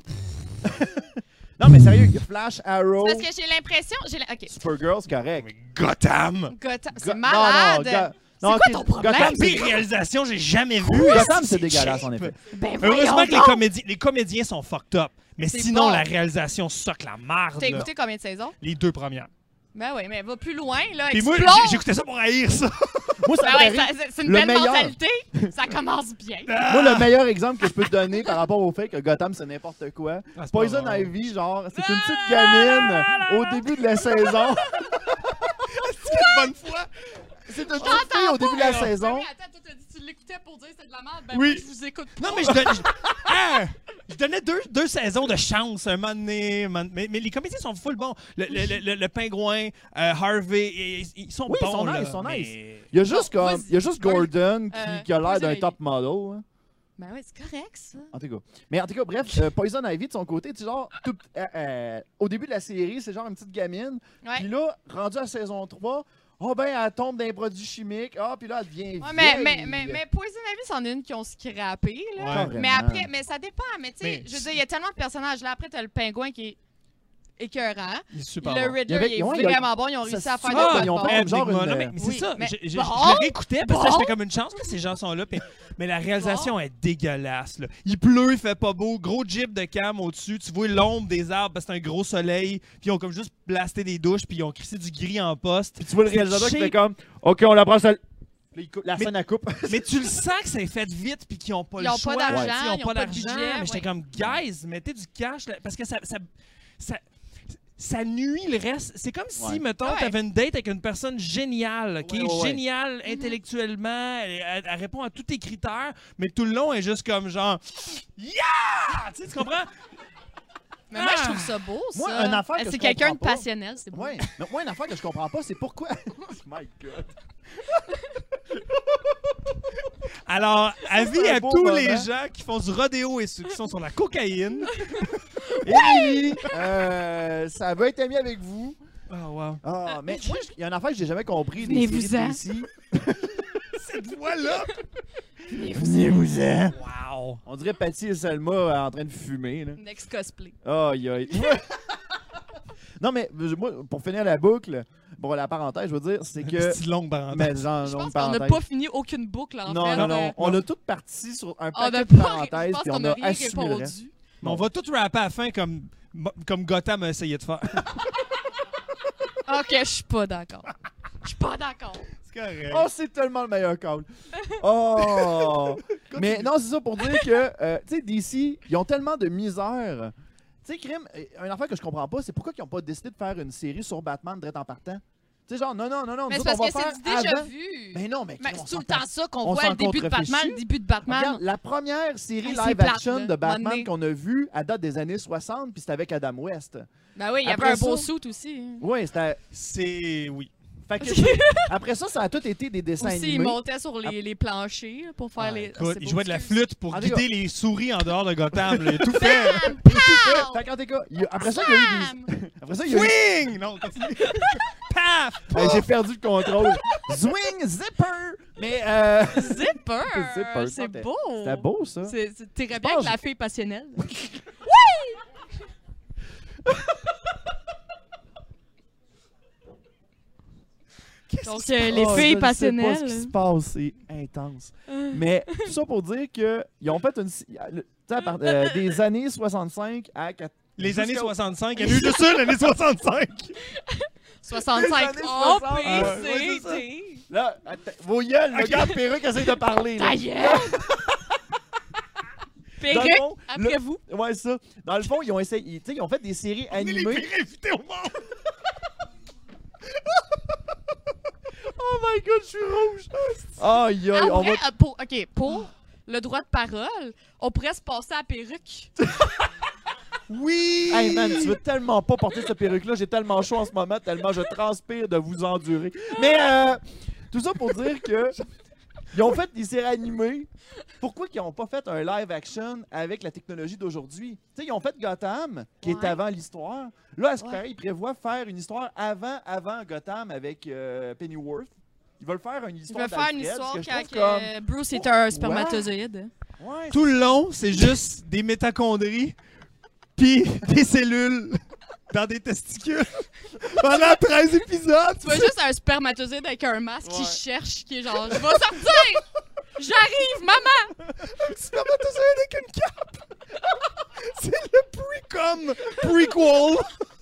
Non, mais sérieux, il y a Flash, Arrow, Parce que j'ai l'impression. OK. Supergirl, c'est correct. Gotham. Gotham, Go- c'est malade. Non, C'est quoi ton problème? Gotham, La pire réalisation, j'ai jamais vu. Gotham, Esti, c'est dégueulasse, cheap. en effet. Ben, Heureusement voyons que donc. les comédiens sont fucked up. Mais C'est sinon, bon. la réalisation soque la marde. T'as là. écouté combien de saisons? Les 2 premières. Ben oui, mais va plus loin, là. Puis moi, Explore. j'écoutais ça pour haïr ça. Moi, ça Ben me fait ouais, rire. c'est une Le belle meilleur. mentalité. Ça commence bien. Moi, le meilleur exemple que je peux te donner par rapport au fait que Gotham, c'est n'importe quoi. Ah, c'est pas Poison vrai. Ivy, genre, c'est une petite gamine au début de la saison. Bonne foi. C'est une petite fille au début de la saison. Oui, attends, toi, t'as dit que tu l'écoutais pour dire que c'est de la merde. Ben Oui. moi, je vous écoute pas. Non, mais je donnais deux saisons de chance un moment donné. Mais les comédiens sont full bons. Le pingouin, Harvey, ils sont Oui, ils bons. sont là, nice, ils sont mais- nice. Il y a juste, Non, comme, vas-y. il y a juste Gordon qui a l'air Poison d'un Ivy. top model. Hein. Ben oui, c'est correct, ça. En tout cas. Mais en tout cas, bref, Poison Ivy, de son côté, tu sais, genre, au début de la série, c'est genre une petite gamine. Ouais. Puis là, rendu à saison 3, oh ben, elle tombe dans les produits chimiques. Ah, puis là, elle devient Ouais, vieille. mais Poison Ivy, c'en est une qui ont scrappé, là. Ouais. Carrément. Mais après, mais ça dépend. Mais tu sais, Mais je veux dire, il y a tellement de personnages. Là, après, t'as le pingouin qui est écœurant. Il est super Le bon. Riddler, Il y avait- il est ouais, il y a- vraiment bon. Ils ont réussi ça à faire se de voit, quoi ils de ont bon. fait Ed genre Digma, une- non, mais c'est Oui, ça. mais Je bon. le réécoutais parce que Bon. j'étais comme une chance que ces gens sont là. Mais la réalisation est dégueulasse. Là. Il pleut, il fait pas beau. Gros jeep de cam au-dessus. Tu vois l'ombre des arbres parce que c'est un gros soleil. Puis ils ont comme juste blasté des douches. Puis ils ont crissé du gris en poste. Puis tu vois le réalisateur qui cheap. fait comme, OK, on la prend celle. Puis il coupe- la Mais- scène à coupe. Mais tu le sens que c'est fait vite puis qu'ils ont pas Ils le ont choix. pas d'argent, Ouais. ils ont pas de budget, Mais j'étais ouais. comme, guys, mettez du cash. Là, parce que ça nuit le reste. C'est comme si, Ouais. mettons, Ouais. t'avais une date avec une personne géniale, qui Ouais, est ouais, ouais. géniale intellectuellement, elle répond à tous tes critères, mais tout le long, elle est juste comme genre, yeah! Tu comprends? Mais moi, je trouve ça beau, ça. Moi, une affaire que C'est je quelqu'un de comprends pas. passionnel, c'est beau. Ouais. Mais moi, une affaire que je comprends pas, c'est pourquoi. My God. Alors, avis c'est un à beau tous moment. les gens qui font du rodéo et ceux qui sont sur la cocaïne. Émilie, ça veut être ami avec vous. Oh, wow. Ah, mais moi, il y a une affaire que j'ai jamais compris des Venez-vous-en. séries ici. Cette voix-là! Venez-vous-en. Wow! On dirait Patty et Selma en train de fumer. Là. Next cosplay. Aïe, aïe. Non, mais moi, pour finir la boucle, bon, la parenthèse, je veux dire, c'est que. C'est longue parenthèse. Mais genre, Je longue pense qu'on n'a parenthèse. pas fini aucune boucle, en Non, fait. non, non. On a toutes parti sur un On paquet n'a de pas. Je parenthèses, pense puis qu'on on n'a a rien assumé le reste. répondu. Mais on va tout rapper à la fin comme Gotham a essayé de faire. Ok, je suis pas d'accord. Je suis pas d'accord. C'est correct. Oh, c'est tellement le meilleur call. Oh! Mais non, c'est ça pour dire que, tu sais, DC, ils ont tellement de misère. Tu sais, Crime, une affaire que je comprends pas, c'est pourquoi ils n'ont pas décidé de faire une série sur Batman direct en partant. Tu sais, genre, non, Mais nous c'est autres, parce on va que faire c'est déjà avant. vu. Ben non, mais Mais Crime, on c'est tout le s'entend. temps ça qu'on on voit s'en le début de Batman. contre-réfléchit. Le début de Batman. Regarde, la première série Hey, c'est live plate, action là. de Batman Moment donné. qu'on a vue, à date des années 60, puis c'était avec Adam West. Ben oui, il y Après avait un beau ça- suit aussi. hein. Oui, c'était. C'est... Oui. Fait que, après ça, ça a tout été des dessins Aussi, il animés. montait sur les planchers pour faire Ah, les. Écoute, c'est il beau, jouait de la excuse. flûte pour En tout guider les souris en dehors de Gotham. Là. Il a tout fait. Bam! Tout fait. Pow! Fait qu'en tout cas, après ça, il y a eu Bam! des. Après ça, il y a eu. Swing! Non, continue. Paf! Hey, j'ai perdu le contrôle. Zwing, zipper! Mais, Zipper! Zipper, C'est c'était- beau! c'était beau, ça. T'irais bien pense avec que- la fille passionnelle. Donc, qui se les passe? filles Je ne sais pas ce passionnelles. qui se passe, c'est intense. Mais tout ça pour dire qu'ils ont fait une... des années 65 à... Les années jusqu'au- 65, il y en a eu juste une, l'année 65. 65 Les A, années B, 60. C, Ouais, c'est D. Là, vos gueules, le gars de perruque essaie de parler. Là. Ta gueule! Dans le Perruque, fond, après vous. Ouais, ça. Dans le fond, ils ont essayé... Tu sais, ils ont fait des séries On est les animées. pires invités au monde. Oh my God, je suis rouge! Aïe, aïe, on va... Pour le droit de parole, on pourrait se passer à la perruque. Oui! Hey man, tu veux tellement pas porter cette perruque-là, j'ai tellement chaud en ce moment, tellement je transpire de vous endurer. Mais tout ça pour dire que ils ont fait des séries animées. Pourquoi ils n'ont pas fait un live action avec la technologie d'aujourd'hui? Tu sais, ils ont fait Gotham, qui est Ouais. avant l'histoire. Là, à ce Ouais. paraît, ils prévoient faire une histoire avant Gotham avec Pennyworth. Ils veulent faire une Je histoire vais faire une d'Alfred, histoire ce que je quand trouve comme... Bruce est un spermatozoïde. Ouais, Tout le long, c'est juste des mitochondries puis des cellules dans des testicules pendant 13 épisodes. Tu vois juste un spermatozoïde avec un masque qui Ouais. cherche, qui est genre, je vais sortir! J'arrive, maman! Un spermatozoïde avec une cape. C'est le prequel.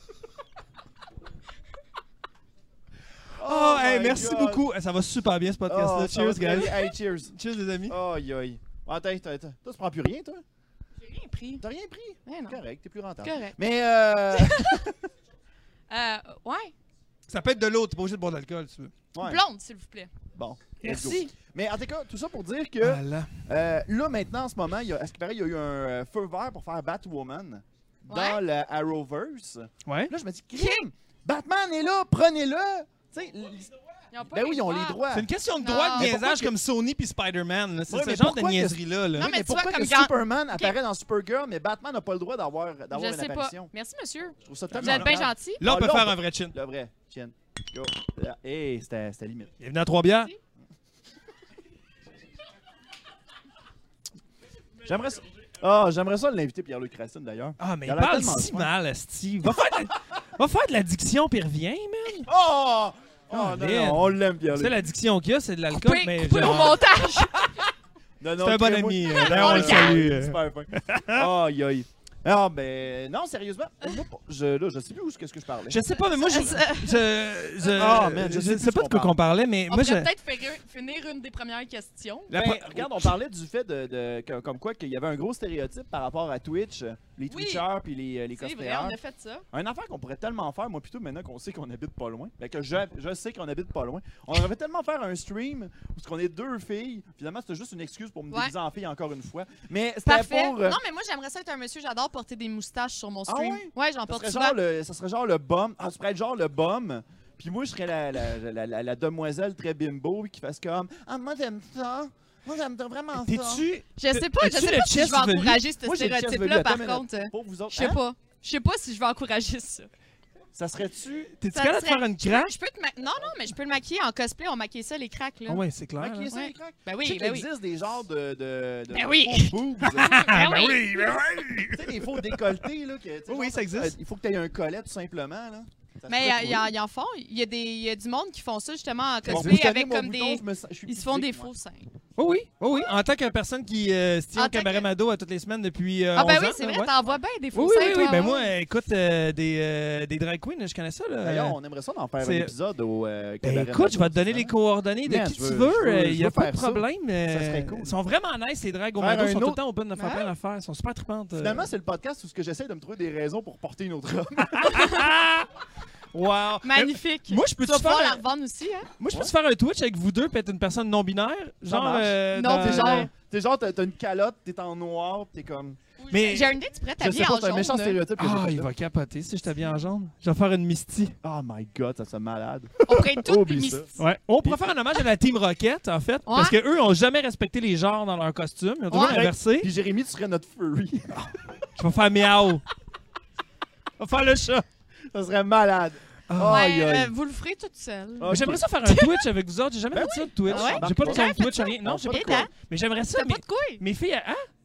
Oh, hey, my merci God. beaucoup. Ça va super bien ce podcast-là. Oh, ça va Cheers, très guys. bien. Hey, cheers. Cheers, les amis. Aïe, aïe. Attends. Toi, tu prends plus rien, toi? J'ai rien pris. T'as rien pris? Ouais, non. Correct, t'es plus rentable. Correct. Mais, Ouais. Ça peut être de l'eau, t'es pas obligé de boire de l'alcool, si tu veux. ouais. Blonde, s'il vous plaît. Bon, let's go. Merci. Mais en tout cas, tout ça pour dire que Voilà. là, maintenant, en ce moment, à ce qui paraît, il y a eu un feu vert pour faire Batwoman dans Ouais. le Arrowverse. Ouais. Là, je me dis, crime! Batman est là, prenez-le! Tu sais, Ils ont pas ben oui, ils ont les droits. droits. C'est une question de Non. droit de Mais pourquoi niaisage que- comme Sony puis Spider-Man. là. C'est Ouais, ce mais genre de pourquoi que- niaiserie-là. là. Non, mais Mais tu vois, pourquoi comme que quand- Superman apparaît dans Supergirl, mais Batman n'a pas le droit d'avoir Je une sais pas. apparition? Merci, monsieur. Je trouve ça Vous tellement êtes bien grave. gentil. Là, on Ah, peut là, faire on un vrai chin. Le vrai, chin. Go. Là. Hey, c'était limite. Bienvenue à 3 bières. J'aimerais ça. J'aimerais ça l'inviter Pierre-Luc Racine d'ailleurs. Ah, mais Il a il l'air parle tellement si fun. mal, Steve. Va faire de l'addiction puis reviens, man. Oh! Oh non, Lynn. non, on l'aime Tu Pierre-Luc. sais, l'addiction qu'il y a, c'est de l'alcool, mais Coupez au genre... montage. Non, non, C'est un bon crée-moi- ami. D'ailleurs, on le salue. Super fin. Aïe, aïe. Ah, ben, non, sérieusement, moi, je sais plus où qu'est-ce que je parlais. Je sais pas, mais moi, Ah, man, je sais sais pas de quoi qu'on parlait, mais On moi, pourrait peut-être finir une des premières questions. La Ben, pro- regarde, on parlait du fait comme quoi qu'il y avait un gros stéréotype par rapport à Twitch, les Oui. Twitchers puis les C'est vrai, cosplayers. on a fait ça. Une affaire qu'on pourrait tellement faire, moi plutôt maintenant qu'on sait qu'on habite pas loin. Ben que je sais qu'on habite pas loin. On aurait tellement faire un stream où on est deux filles. Finalement, c'était juste une excuse pour me Ouais. déguiser en fille encore une fois. Mais c'était Parfait. pour. Non, mais moi, j'aimerais ça être un monsieur. J'adore porter des moustaches sur mon stream. ouais? Ouais, j'en ça, porte serait souvent. ça serait genre le bum. Ah, tu pourrais être genre le bum. Puis moi, je serais la demoiselle très bimbo qui fasse comme Ah, moi, j'aime ça. Moi, j'aime vraiment ça. T'es-tu... Je sais pas As-tu si le je chest vais velu? encourager ce Moi, j'ai le chest velu. stéréotype-là, Attends par une contre. Pour vous autres. Je sais Hein? pas. Je sais pas si je vais encourager ça. Ça serait-tu. T'es-tu Ça capable de serait- faire une craque? Je peux te non, mais je peux le maquiller en cosplay. On maquille ça, les cracks, là. Ah ouais, c'est clair. Ok, là. ça, Ouais. les cracks. Ben Tu sais oui, qu'il ben oui. existe des genres de Ben oui. faux boobs. Ben oui. ben oui! Tu sais, des faux décolletés, là. Que, tu sais, Oui, genre, ça existe. Il faut que tu aies un collet, tout simplement, là. Ça se Mais pourrait ils en font. Il y a du monde qui font ça, justement, en trouver. cosplay Vous tenez avec mon comme bouton, des... je suis Ils se font des physique, faux seins. Oui, oui. En tant que personne qui se tient En au tant cabaret que- Mado à toutes les semaines depuis Ah ben 11 oui, ans, c'est là, vrai, ouais. t'en vois bien des faux Oui, seins, oui, toi. oui. Ben ouais. moi, écoute, des drag queens, je connais ça, là. D'ailleurs, on aimerait ça d'en faire un c'est- épisode au Ben Cabaret écoute, je vais Mado, te donner ça, les hein? coordonnées de Man, qui je tu veux- veux. je Il n'y a veux pas de faire ça. problème. Ça serait cool. Ils sont vraiment nice, les drags au Faire Mado. Ils un sont tout le autre- temps open de faire Ouais. plein d'affaires. Ils sont super tripantes. Finalement, c'est le podcast où j'essaie de me trouver des raisons pour porter une autre robe. Wow! Magnifique. Moi, je peux Tu vas te pouvoir faire la un... revendre aussi, hein? Moi, je peux te faire un Twitch avec vous deux, puis être une personne non binaire, genre marche. Non, T'es binaire. genre, t'as une calotte, t'es en noir, pis t'es comme. Mais- J'ai une idée, tu pourrais Je sais t'habiller pas, en c'est un méchant jaune. stéréotype que Ah, j'ai il fait là. va capoter si je t'habille en jaune. Je vais faire une Misty. Oh my god, ça serait malade. On pourrait être toutes Oublie ça. Ouais. On pourrait faire un hommage à la Team Rocket, en fait, parce que eux ont jamais respecté les genres dans leur costume. Ils ont toujours Ouais. inversé. Puis Jérémy, tu serais notre furry. Je vais faire miaou. Je vais faire le chat. Ça serait malade. Ah. Aïe, aïe. Vous le ferez toute seule. Ah, Mais j'aimerais ça faire un Twitch avec vous autres. J'ai jamais Ben fait ça de Twitch. Ah ouais? J'ai pas de J'avais compte Twitch, rien. Non, j'ai pas de Et compte. hein? Mais j'aimerais ça. T'as pas de couilles? Mes filles, hein?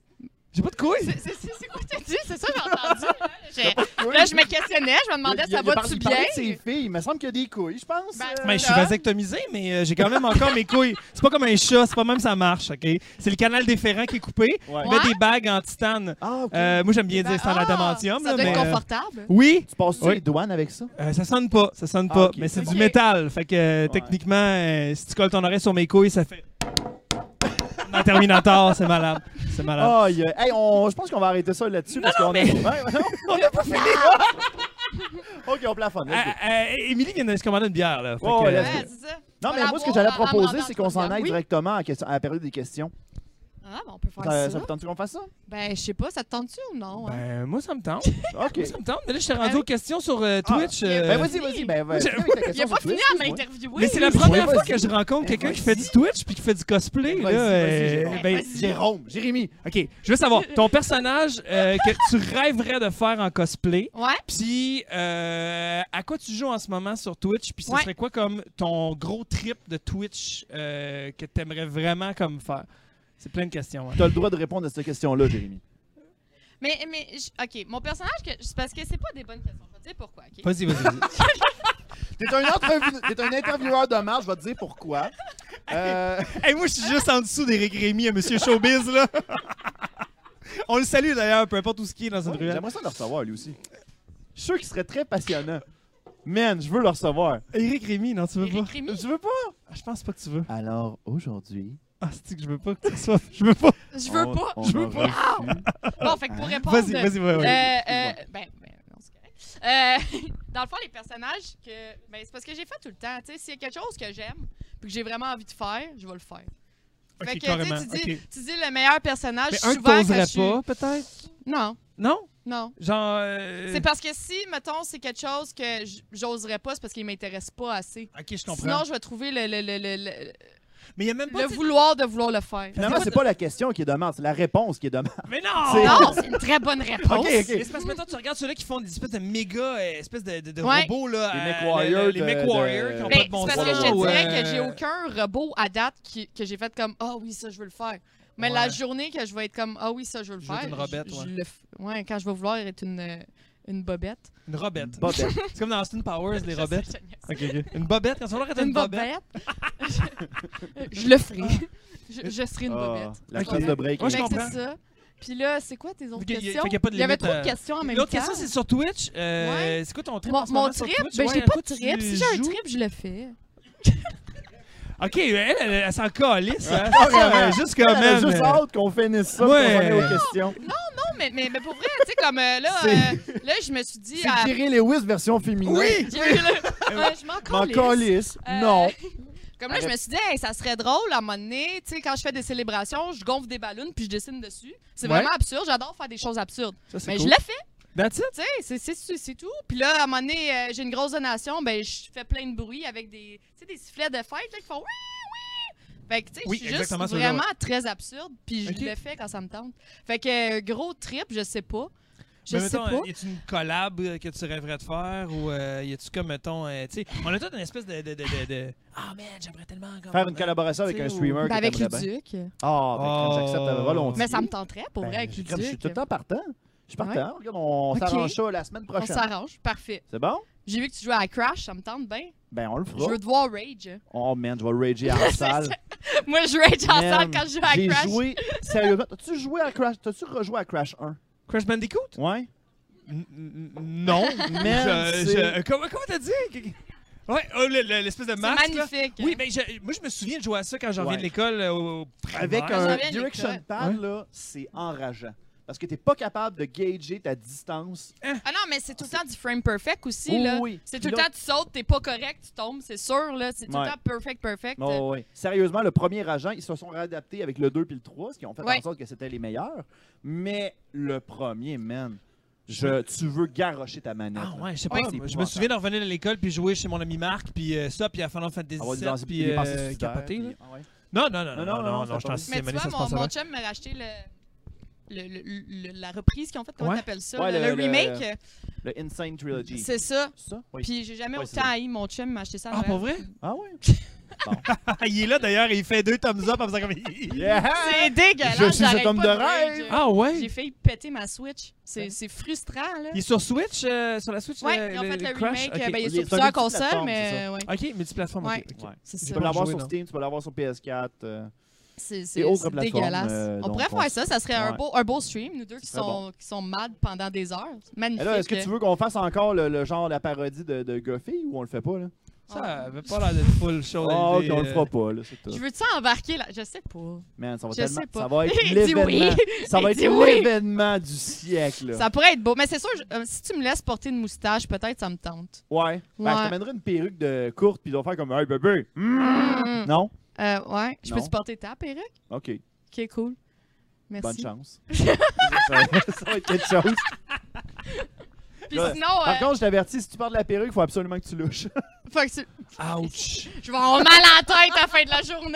J'ai pas de couilles. C'est quoi t'as dit? C'est ça que j'ai entendu. Là, je me questionnais, je me demandais ça va-tu bien? de ses filles, il me semble qu'il y a des couilles, je pense. Mais je suis vasectomisé, mais j'ai quand même encore mes couilles. C'est pas comme un chat, c'est pas même ça marche, OK? C'est le canal déférent qui est coupé. Ouais. Mais des bagues en titane. Ah, OK. Moi, j'aime bien dire c'est en adamantium. Ça là, doit être mais, confortable. oui. Tu passes-tu Oui. les douanes avec ça? Ça sonne pas, OK. mais c'est Ok. du métal. Fait que techniquement, si tu colles ton oreille sur mes couilles, ça fait... Dans Terminator, c'est malade. C'est malade. Oh, hey, je pense qu'on va arrêter ça là-dessus parce qu'on mais- on n'a pas fini. OK, on plafonne. let's go. Émilie vient de se commander une bière, là. Fait Oh, que, let's Ouais, c'est ça. Non, mais On va moi, ce que la j'allais boire en proposer, me c'est qu'on s'en rendant aille oui. directement à la période des questions. Ah, ben on peut faire ça. Ça vous tente qu'on fasse ça? Ben, je sais pas, ça te tente-tu ou non? hein? Ben, moi, ça me tente. OK. Moi, ça me tente. Mais là, je t'ai rendu Ah oui. aux questions sur Twitch. Ben, vas-y. Ben, J'ai- Il a pas fini à m'interviewer. Mais c'est la lui. première Ouais, fois vas-y. que je rencontre quelqu'un Ben, qui fait du Twitch puis qui fait du cosplay. Vas-y, là, vas-y, ben, vas-y. Jérémy. OK, je veux savoir, ton personnage que tu rêverais de faire en cosplay, Ouais. puis à quoi tu joues en ce moment sur Twitch, puis ce Ouais. serait quoi comme ton gros trip de Twitch que tu aimerais vraiment comme faire? C'est plein de questions. Hein. Tu as le droit de répondre à cette question-là, Jérémy. Mais OK, mon personnage, c'est parce que c'est pas des bonnes questions. Je vais te dire pourquoi. OK? Vas-y. T'es un intervieweur de marge, je vais te dire pourquoi. Hey, moi, je suis juste en dessous d'Éric Rémy, à Monsieur Showbiz, là. On le salue d'ailleurs, peu importe où ce qui est dans une ruelle. J'aimerais ça le recevoir, lui aussi. Je suis sûr qu'il serait très passionnant. Man, je veux le recevoir. Éric Rémy, non, tu veux Éric pas? Rémy? Tu veux pas? Ah, je pense pas que tu veux. Alors, aujourd'hui... Ah, c'est que je veux pas que tu reçoives. Je veux pas. Je veux pas. on Je veux a pas. reçu- Bon, fait que pour répondre... Vas-y, ouais. Ben, non, c'est correct. Dans le fond, les personnages que... Ben, c'est parce que j'ai fait tout le temps. Tu sais, s'il y a quelque chose que j'aime puis que j'ai vraiment envie de faire, je vais le faire. Ok, Fait que, carrément. tu dis, ok. tu dis le meilleur personnage, Mais un que souvent quand t'oserais je suis... pas, peut-être? Non, Non? non. Genre. C'est parce que si, mettons, c'est quelque chose que j'oserais pas, c'est parce qu'il m'intéresse pas assez. Ok, je comprends. Sinon, je vais trouver le Mais il y a même pas. vouloir de vouloir le faire. Finalement, c'est pas la question qui est de marde, c'est la réponse qui est de marde. Mais non! C'est- Non, c'est une très bonne réponse. Ok. Mais c'est parce que maintenant, tu regardes ceux-là qui font des espèces de méga espèces de Ouais. robots, là. Les MechWarriors les MechWarriors qui ont Mais pas de bon c'est sens. parce que je te ou, dirais que j'ai aucun robot à date que j'ai fait comme « Ah oui, ça, je veux le faire ». Mais Ouais. la journée que je vais être comme « Ah oui, ça, je veux le Je veux faire être une robette, je ouais. le ouais, quand je vais vouloir être une bobette. Une robette. Bobette. C'est comme dans Austin Powers, les Je robettes. sais, je niaise. Ok. Une bobette, quand tu vas vouloir être Une bobette? Je le ferai. Je serai une Ah, bobette. la Ok. classe de break. Ouais, je Fait que comprends. c'est ça. Puis là, c'est quoi tes autres Fait qu'il y a- questions? fait qu'il y a pas de Il y avait limite trop à- de questions en même L'autre temps. question, c'est sur Twitch. Ouais. C'est quoi ton trip en ce Mon moment sur trip, Twitch? ben Ouais, j'ai à pas quoi de tu trip. Si j'ai un joues? trip, je le fais. Ok, elle s'en calisse. Hein? Carrément. Juste comme Elle a elle. juste hâte qu'on finisse ça pour Ouais. qu'on aille aux questions. Non, mais pour vrai, tu sais, comme là, là, je me suis dit... C'est Jerry Lewis version féminin. Oui! je m'en M'en calisse. calisse. Non. Comme là, je me suis dit, hey, ça serait drôle à un moment donné, tu sais, quand je fais des célébrations, je gonfle des ballons puis je dessine dessus. C'est Ouais. vraiment absurde. J'adore faire des choses absurdes. Ça, c'est Mais cool. je l'ai fait, That's it? tu sais, c'est tout. Puis là, à un moment donné, j'ai une grosse donation, ben je fais plein de bruit avec des sifflets de fête là, qui font oui, oui. Fait que, tu sais, Oui, je suis juste exactement, ceux-là, vraiment très absurde, puis je Ok. le fais quand ça me tente. Fait que, gros trip, je sais pas. Je Mais sais mettons, pas. y a-tu une collab que tu rêverais de faire ou y a-tu comme, mettons, tu sais, on a toute une espèce de. Ah, man, j'aimerais tellement. Comme, Faire une collaboration avec un streamer Ben, que avec t'aimerais bien. Luduc. Ah, ben, j'accepte à volontiers. Mais ça me tenterait, pour vrai, avec je suis Luduc. tout le temps partant. Je suis partant. Ouais. Regarde, on Ok. s'arrange ça la semaine On prochaine. s'arrange, parfait. C'est bon? J'ai vu que tu jouais à Crash, ça me tente bien. Ben, on le Je fera. veux te voir Rage. Oh, man, je vais rager en salle. Moi, je rage en Man, salle quand je joue à J'ai Crash. joué... Sérieusement, t'as-tu joué à Crash? T'as-tu rejoué à Crash 1? Crash Bandicoot? Ouais? Non. Man, c'est- Comment t'as dit? Ouais, l'espèce de C'est masque. là. magnifique. Oui, mais moi, je me souviens de jouer à ça quand j'en reviens de Ouais. l'école au primaire. Avec J'en un viens de Direction l'école. Pad, là, c'est enrageant. Parce que t'es pas capable de gager ta distance. Ah non, mais c'est tout le temps du frame perfect aussi. Oui, là. oui. C'est Puis tout le là- temps, tu sautes, t'es pas correct, tu tombes, c'est sûr. Là. C'est tout Ouais. le temps perfect. Oh, ouais. Sérieusement, le premier agent, ils se sont réadaptés avec le 2 puis le 3, ce qui ont fait Ouais. en sorte que c'était les meilleurs. Mais le premier, man, tu veux garrocher ta manette. Ah là. ouais, je sais pas. Ouais, moi, c'est je me épouvantable. souviens de revenir de l'école puis jouer chez mon ami Marc puis ça puis à Final Fantasy Avoir des 7 puis des pensées suicidaires, capoter. là. puis- ah ouais. Non, ça je t'en passe. suis Mais tu vois, mon chum m'a racheté la reprise qu'ils ont faite, comment Ouais. t'appelles ça? Ouais, le remake. Le Insane Trilogy. C'est ça. Ça? Oui. Puis j'ai jamais Ouais, autant haï mon chum m'a acheté ça. à Ah, Noël. pour vrai? Ah ouais? Bon. Il est là d'ailleurs et il fait 2 thumbs up en faisant comme. Yeah! C'est dégueulasse. Je suis j'arrête cet homme pas de rage. rêve. Ah ouais? J'ai failli péter ma Switch. C'est frustrant, là. Il est sur Switch, sur la Switch? Ouais, ils ont fait le Crash? remake. Ok. Ben, il est Il sur est plusieurs sur consoles, multiplateforme, mais ouais. Ok, multiplateforme. Ouais. ok. Ouais. C'est Tu ça. peux l'avoir joué, sur non. Steam, tu peux l'avoir sur PS4. C'est Et autres plateformes, dégueulasse. On donc pourrait on faire ça serait un beau stream, nous deux qui Ce serait bon. sont mad pendant des heures. Magnifique. Et là, est-ce que tu veux qu'on fasse encore le genre la parodie de Goffy ou on le fait pas là? Ça avait pas l'air d'être full show. Ah, ok, on le fera pas là, c'est tout. Je veux-tu embarquer là? Je sais pas. Man, ça va Je tellement, sais pas. ça va être Il dit l'événement. oui. Ça va Il être dit oui. l'événement du siècle. Là. Ça pourrait être beau. Mais c'est sûr, si tu me laisses porter une moustache, peut-être ça me tente. Ouais. Ben, je Ouais. t'amènerai une perruque de courte puis ils vont faire comme hey bébé. Mm. Non? Ouais. Je Non. peux-tu porter ta perruque? OK. Ok, cool. Merci. Bonne chance. ça va être quelque chose. Puis Là, sinon, Par contre, je t'avertis, si tu portes la perruque, il faut absolument que tu louches. faut que tu... Ouch! je vais avoir mal à la tête à la fin de la journée.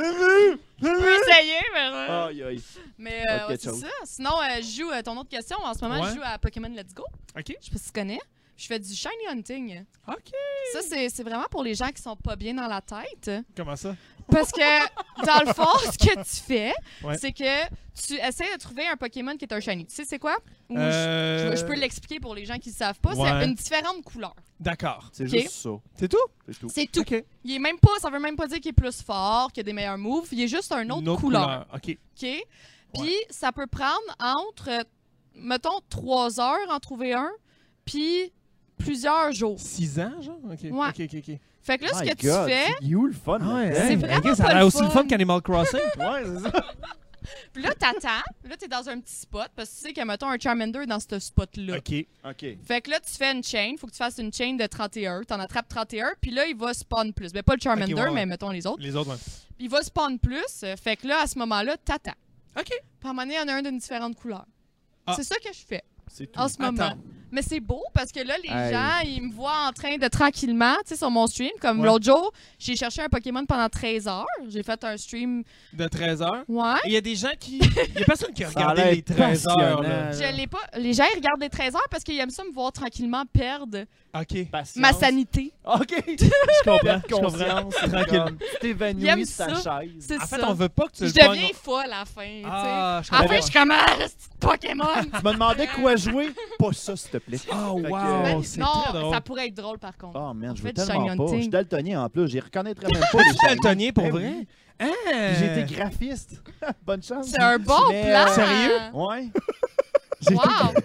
Je peux essayer, mais... Aïe aïe. Mais Autre ouais, quelque c'est chose. ça. Sinon, je joue ton autre question. En ce moment, Ouais. je joue à Pokémon Let's Go. Ok. Je sais pas si tu connais. Je fais du shiny hunting. Ok. Ça, c'est vraiment pour les gens qui sont pas bien dans la tête. Comment ça? Parce que, dans le fond, ce que tu fais, Ouais. c'est que tu essaies de trouver un Pokémon qui est un shiny. Tu sais c'est quoi? Ou je peux l'expliquer pour les gens qui ne savent pas. Ouais. C'est une différente couleur. D'accord. C'est Ok. juste ça. C'est tout? C'est tout. C'est tout. Ok. Il est même pas, ça veut même pas dire qu'il est plus fort, qu'il a des meilleurs moves. Il est juste une autre couleur. Ok. OK? Puis, ça peut prendre entre, mettons, 3 heures en trouver un, puis plusieurs jours. 6 ans, genre? Ok. Ouais. Ok. Fait que là, ce My que tu God, fais, c'est où le fun? Ouais, là-dedans? C'est vraiment ok, ça pas a l'air le aussi le fun. fun qu'Animal Crossing. Ouais, c'est ça. puis là, t'attends. Là, t'es dans un petit spot, parce que tu sais que, mettons, un Charmander est dans ce spot-là. Ok. OK. Fait que là, tu fais une chain. Faut que tu fasses une chain de 31. T'en attrapes 31, puis là, il va spawn plus. Ben, pas le Charmander, Ok, ouais. mais mettons les autres. Les autres, ouais. Il va spawn plus. Fait que là, à ce moment-là, t'attends. Ok. Puis à un moment donné, il y en a un d'une différente couleur. Ah. C'est ça que je fais C'est tout. en ce moment. Attends. Mais c'est beau parce que là, les Hey. gens, ils me voient en train de tranquillement, tu sais, sur mon stream. Comme Ouais. l'autre jour, j'ai cherché un Pokémon pendant 13 heures. J'ai fait un stream. De 13 heures. Ouais. Et il y a des gens qui. Il y a personne qui a Ça a regardé l'air les 13 heures. Là. passionnant. Je l'ai pas. Les gens, ils regardent les 13 heures parce qu'ils aiment ça me voir tranquillement perdre Ok. Patience. ma sanité. OK. Je comprends. Je Conscience. comprends. Tranquille. Comme, tu Ils t'évanouis aiment sur ta ça. chaise. C'est En fait, ça. on veut pas que tu Je le pognes. deviens folle à la fin. tu sais. Ah, je À la comprends. fin, je suis comme ah, le petit Pokémon. Tu me demandais quoi jouer? Pas ça, s'il te plaît. Oh, Fait que, wow. C'est non, très drôle. ça pourrait être drôle par contre. Oh, man, On je fait veux du tellement shiny pas. Je suis hunting. daltonien en plus. J'y reconnaîtrais même pas les Tu es shiny. daltonien pour Ben vrai? oui. Ah! Puis J'ai été graphiste. Bonne chance. C'est un bon Mais, plan. Sérieux? Ouais. Wow.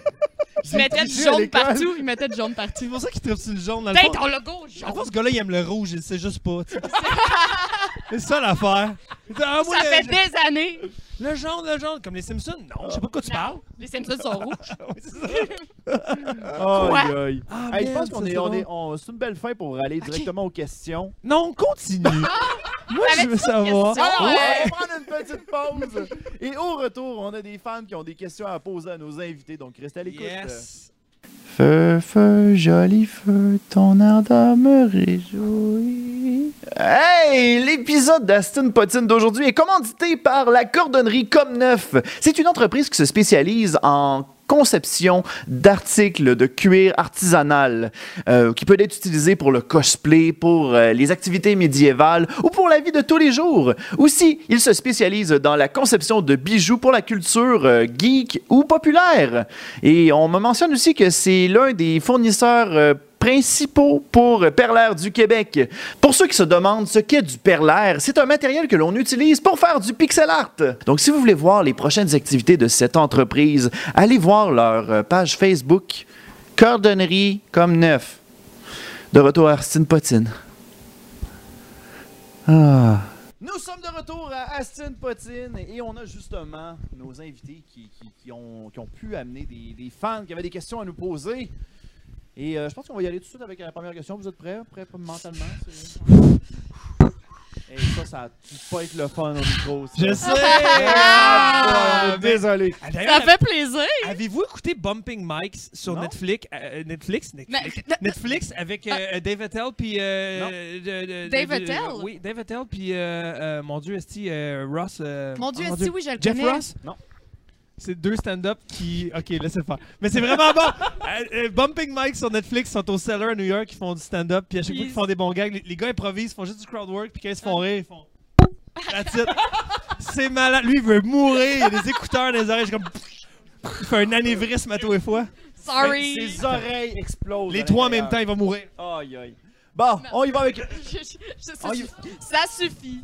Il mettait du triché à jaune l'école. partout. Il mettait du jaune partout. C'est pour ça qu'il tripe sur le jaune dans le T'as fond. ton logo En jaune. fait, ce gars-là, il aime le rouge, il sait juste pas. tu sais. C'est ça l'affaire. Il dit, ah, moi, Ça le- fait des années. le jaune, comme les Simpsons. Non, je sais pas de quoi tu Non. parles. Les Simpsons sont rouges. Oui, c'est ça. Aïe, aïe. Ah, Hey, je man, pense qu'on ça, est, c'est on drôle. est, c'est une belle fin pour aller directement aux questions. Non, on continue. Moi, je T'avais-tu veux une savoir. question? Alors, Ouais. on va prendre une petite pause. Et au retour, on a des fans qui ont des questions à poser à nos invités. Donc, restez à l'écoute. Yes. Feu, feu, joli feu, ton ardeur me réjouit. Hey! L'épisode d'Astin Potine d'aujourd'hui est commandité par la cordonnerie Comme Neuf. C'est une entreprise qui se spécialise en conception d'articles de cuir artisanal qui peut être utilisé pour le cosplay, pour les activités médiévales ou pour la vie de tous les jours. Aussi, il se spécialise dans la conception de bijoux pour la culture geek ou populaire. Et on me mentionne aussi que c'est l'un des fournisseurs principaux pour perlaire du Québec. Pour ceux qui se demandent ce qu'est du perlaire, c'est un matériel que l'on utilise pour faire du pixel art. Donc, si vous voulez voir les prochaines activités de cette entreprise, allez voir leur page Facebook Cordonnerie Comme Neuf. De retour à Astin Potine. Ah. Nous sommes de retour à Astin Potine et on a justement nos invités qui ont pu amener des fans qui avaient des questions à nous poser. Et je pense qu'on va y aller tout de suite avec la première question. Vous êtes prêts? Prêts mentalement? Et ça a dû pas être le fun au micro. Ça. Je sais. Ah, désolé. Ah, d'ailleurs, Ça fait plaisir. avez-vous écouté Bumping Mics sur Non. Netflix, Netflix avec Dave Attell puis Dave Attell? Oui, Dave Attell puis mon Dieu, esti Ross. Mon Dieu, oh, est-ce que oui, je le Jeff connais. Ross? Non. C'est 2 stand-up qui... OK, laissez faire. Mais c'est vraiment bon! Bumping Mike sur Netflix sont au Cellar à New York, ils font du stand-up, puis à chaque fois qu'ils font des bons gags, les gars improvisent, ils font juste du crowd work, puis quand ils se font rire, ils font... That's it. C'est malade. Lui, il veut mourir, il a des écouteurs dans les oreilles, comme... Il fait un anévrisme à tous les fois. Sorry! Ses oreilles explosent. Les 3 en même temps, il va mourir. Aïe, aïe. Bon, on y va avec... Ça suffit.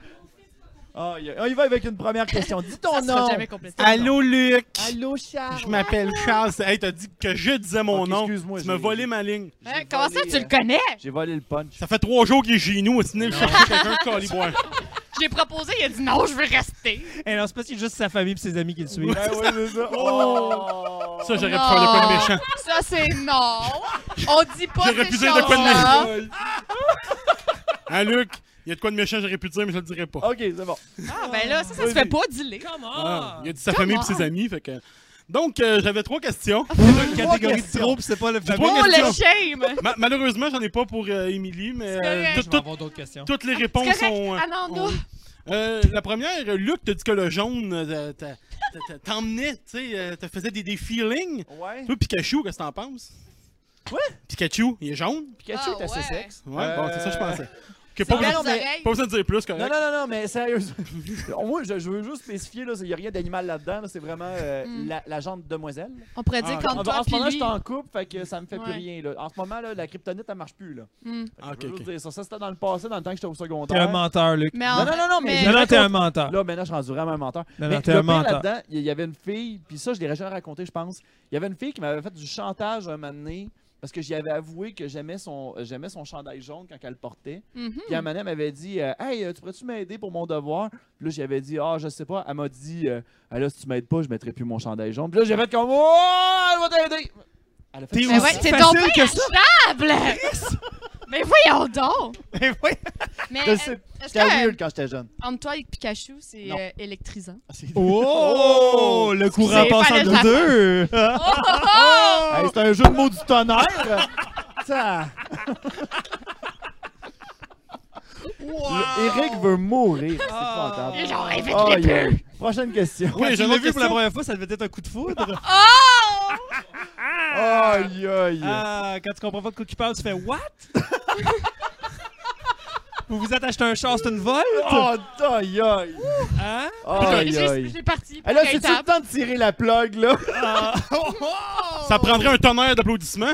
On y va avec une première question. Dis ton Ça sera nom. jamais complété. Allô, Luc. Allô, Charles. Je m'appelle Charles. Hey, t'as dit que je disais mon Ok, nom. excuse-moi, Tu m'as j'ai- volé ma ligne. Hein, comment ça, tu le connais? J'ai volé le punch. Ça fait 3 jours qu'il est chez nous. Est-ce que chercher quelqu'un de caliboire? J'ai proposé, il a dit non, je veux rester. Et non, c'est parce qu'il y a juste sa famille et ses amis qui le suivent. Ouais, c'est ça. Oh! Ça, j'aurais pu faire de quoi de méchant. Ça, c'est non. On dit pas J'aurais ces pu dire de quoi de choses-là. méchant. Hein, Luc? Il y a de quoi de méchant, j'aurais pu dire, mais je le dirais pas. Ok, c'est bon. Ah, ben là, ça se fait pas, dis-le. Comment? Ah, il a dit sa Come famille et on. ses amis. Fait que... Donc, j'avais 3 questions. Une catégorie de questions. trop, puis c'est pas le J'ai fameux. trois Oh, le questions. shame! Malheureusement, j'en ai pas pour Émilie, mais C'est correct. Je vais avoir d'autres questions. toutes les C'est réponses correct. sont... Ah non, non. La première, Luc, t'as dit que le jaune t'emmenait, tu sais, te faisait des feelings. Ouais. Toi, Pikachu, qu'est-ce que t'en penses? Quoi? Pikachu, il est jaune? Pikachu Ah, est assez ouais. sexe. Ouais, bon, c'est ça que je pensais. Que C'est pas, belles besoin, oreilles. pas besoin de dire plus, correct? Non, mais sérieusement. Moi, je veux juste spécifier, il n'y a rien d'animal là-dedans. Là, c'est vraiment la jante demoiselle. On pourrait dire Ah, quand toi En ce puis moment, je lui. suis en couple, fait que ça me fait plus Ouais. rien. Là. En ce moment, là, la kryptonite, elle marche plus. Là. Hmm. Ah, Je veux ok, juste ok. dire ça, c'était dans le passé, dans le temps que j'étais au T'es secondaire. un menteur, Luc. Mais en- Non, mais Non, non, t'es un menteur. Là, maintenant, je suis rendu vraiment un menteur. Non, Mais non, t'es le un pire menteur. là-dedans, il y avait une fille, puis ça, je l'ai jamais raconté, je pense. Il y avait une fille qui m'avait fait du chantage un moment donné, parce que j'y avais avoué que j'aimais son chandail jaune quand elle le portait. Mhm. Puis un moment donné, elle m'avait dit Hey, tu pourrais-tu m'aider pour mon devoir? Puis là, j'y avais dit Ah, je sais pas. Elle m'a dit Ah, là, si tu m'aides pas, je mettrai plus mon chandail jaune. Puis là, j'ai fait comme Oh, elle va t'aider! Elle a fait T'es ça. Mais aussi ouais, c'est facile donc que bien ça. achetable! Mais voyons donc! Mais oui. Mais Je sais, est-ce J'étais que weird quand j'étais jeune. entre toi et Pikachu, c'est Non. électrisant? Oh, le courant Excusez, passe fallait entre que je la deux. Hey, c'est un jeu de mots du tonnerre! Ça. Eric veut mourir. C'est Ah. épouvantable. Et genre, évite Aïe, les plus! aïe. Prochaine question. Oui, Quand j'ai tu une l'as autre vu pour la question. première fois, ça devait être un coup de foudre. Oh! Aïe, aïe. Ah, quand tu comprends pas de quoi tu parles, tu fais What? Vous vous êtes acheté un char, c'est une Volt? Oh, aïe, aïe. Hein? Aïe, aïe. J'ai parti. Et là, c'est-tu le temps de tirer la plug, là? Ah. Ça prendrait un tonnerre d'applaudissements.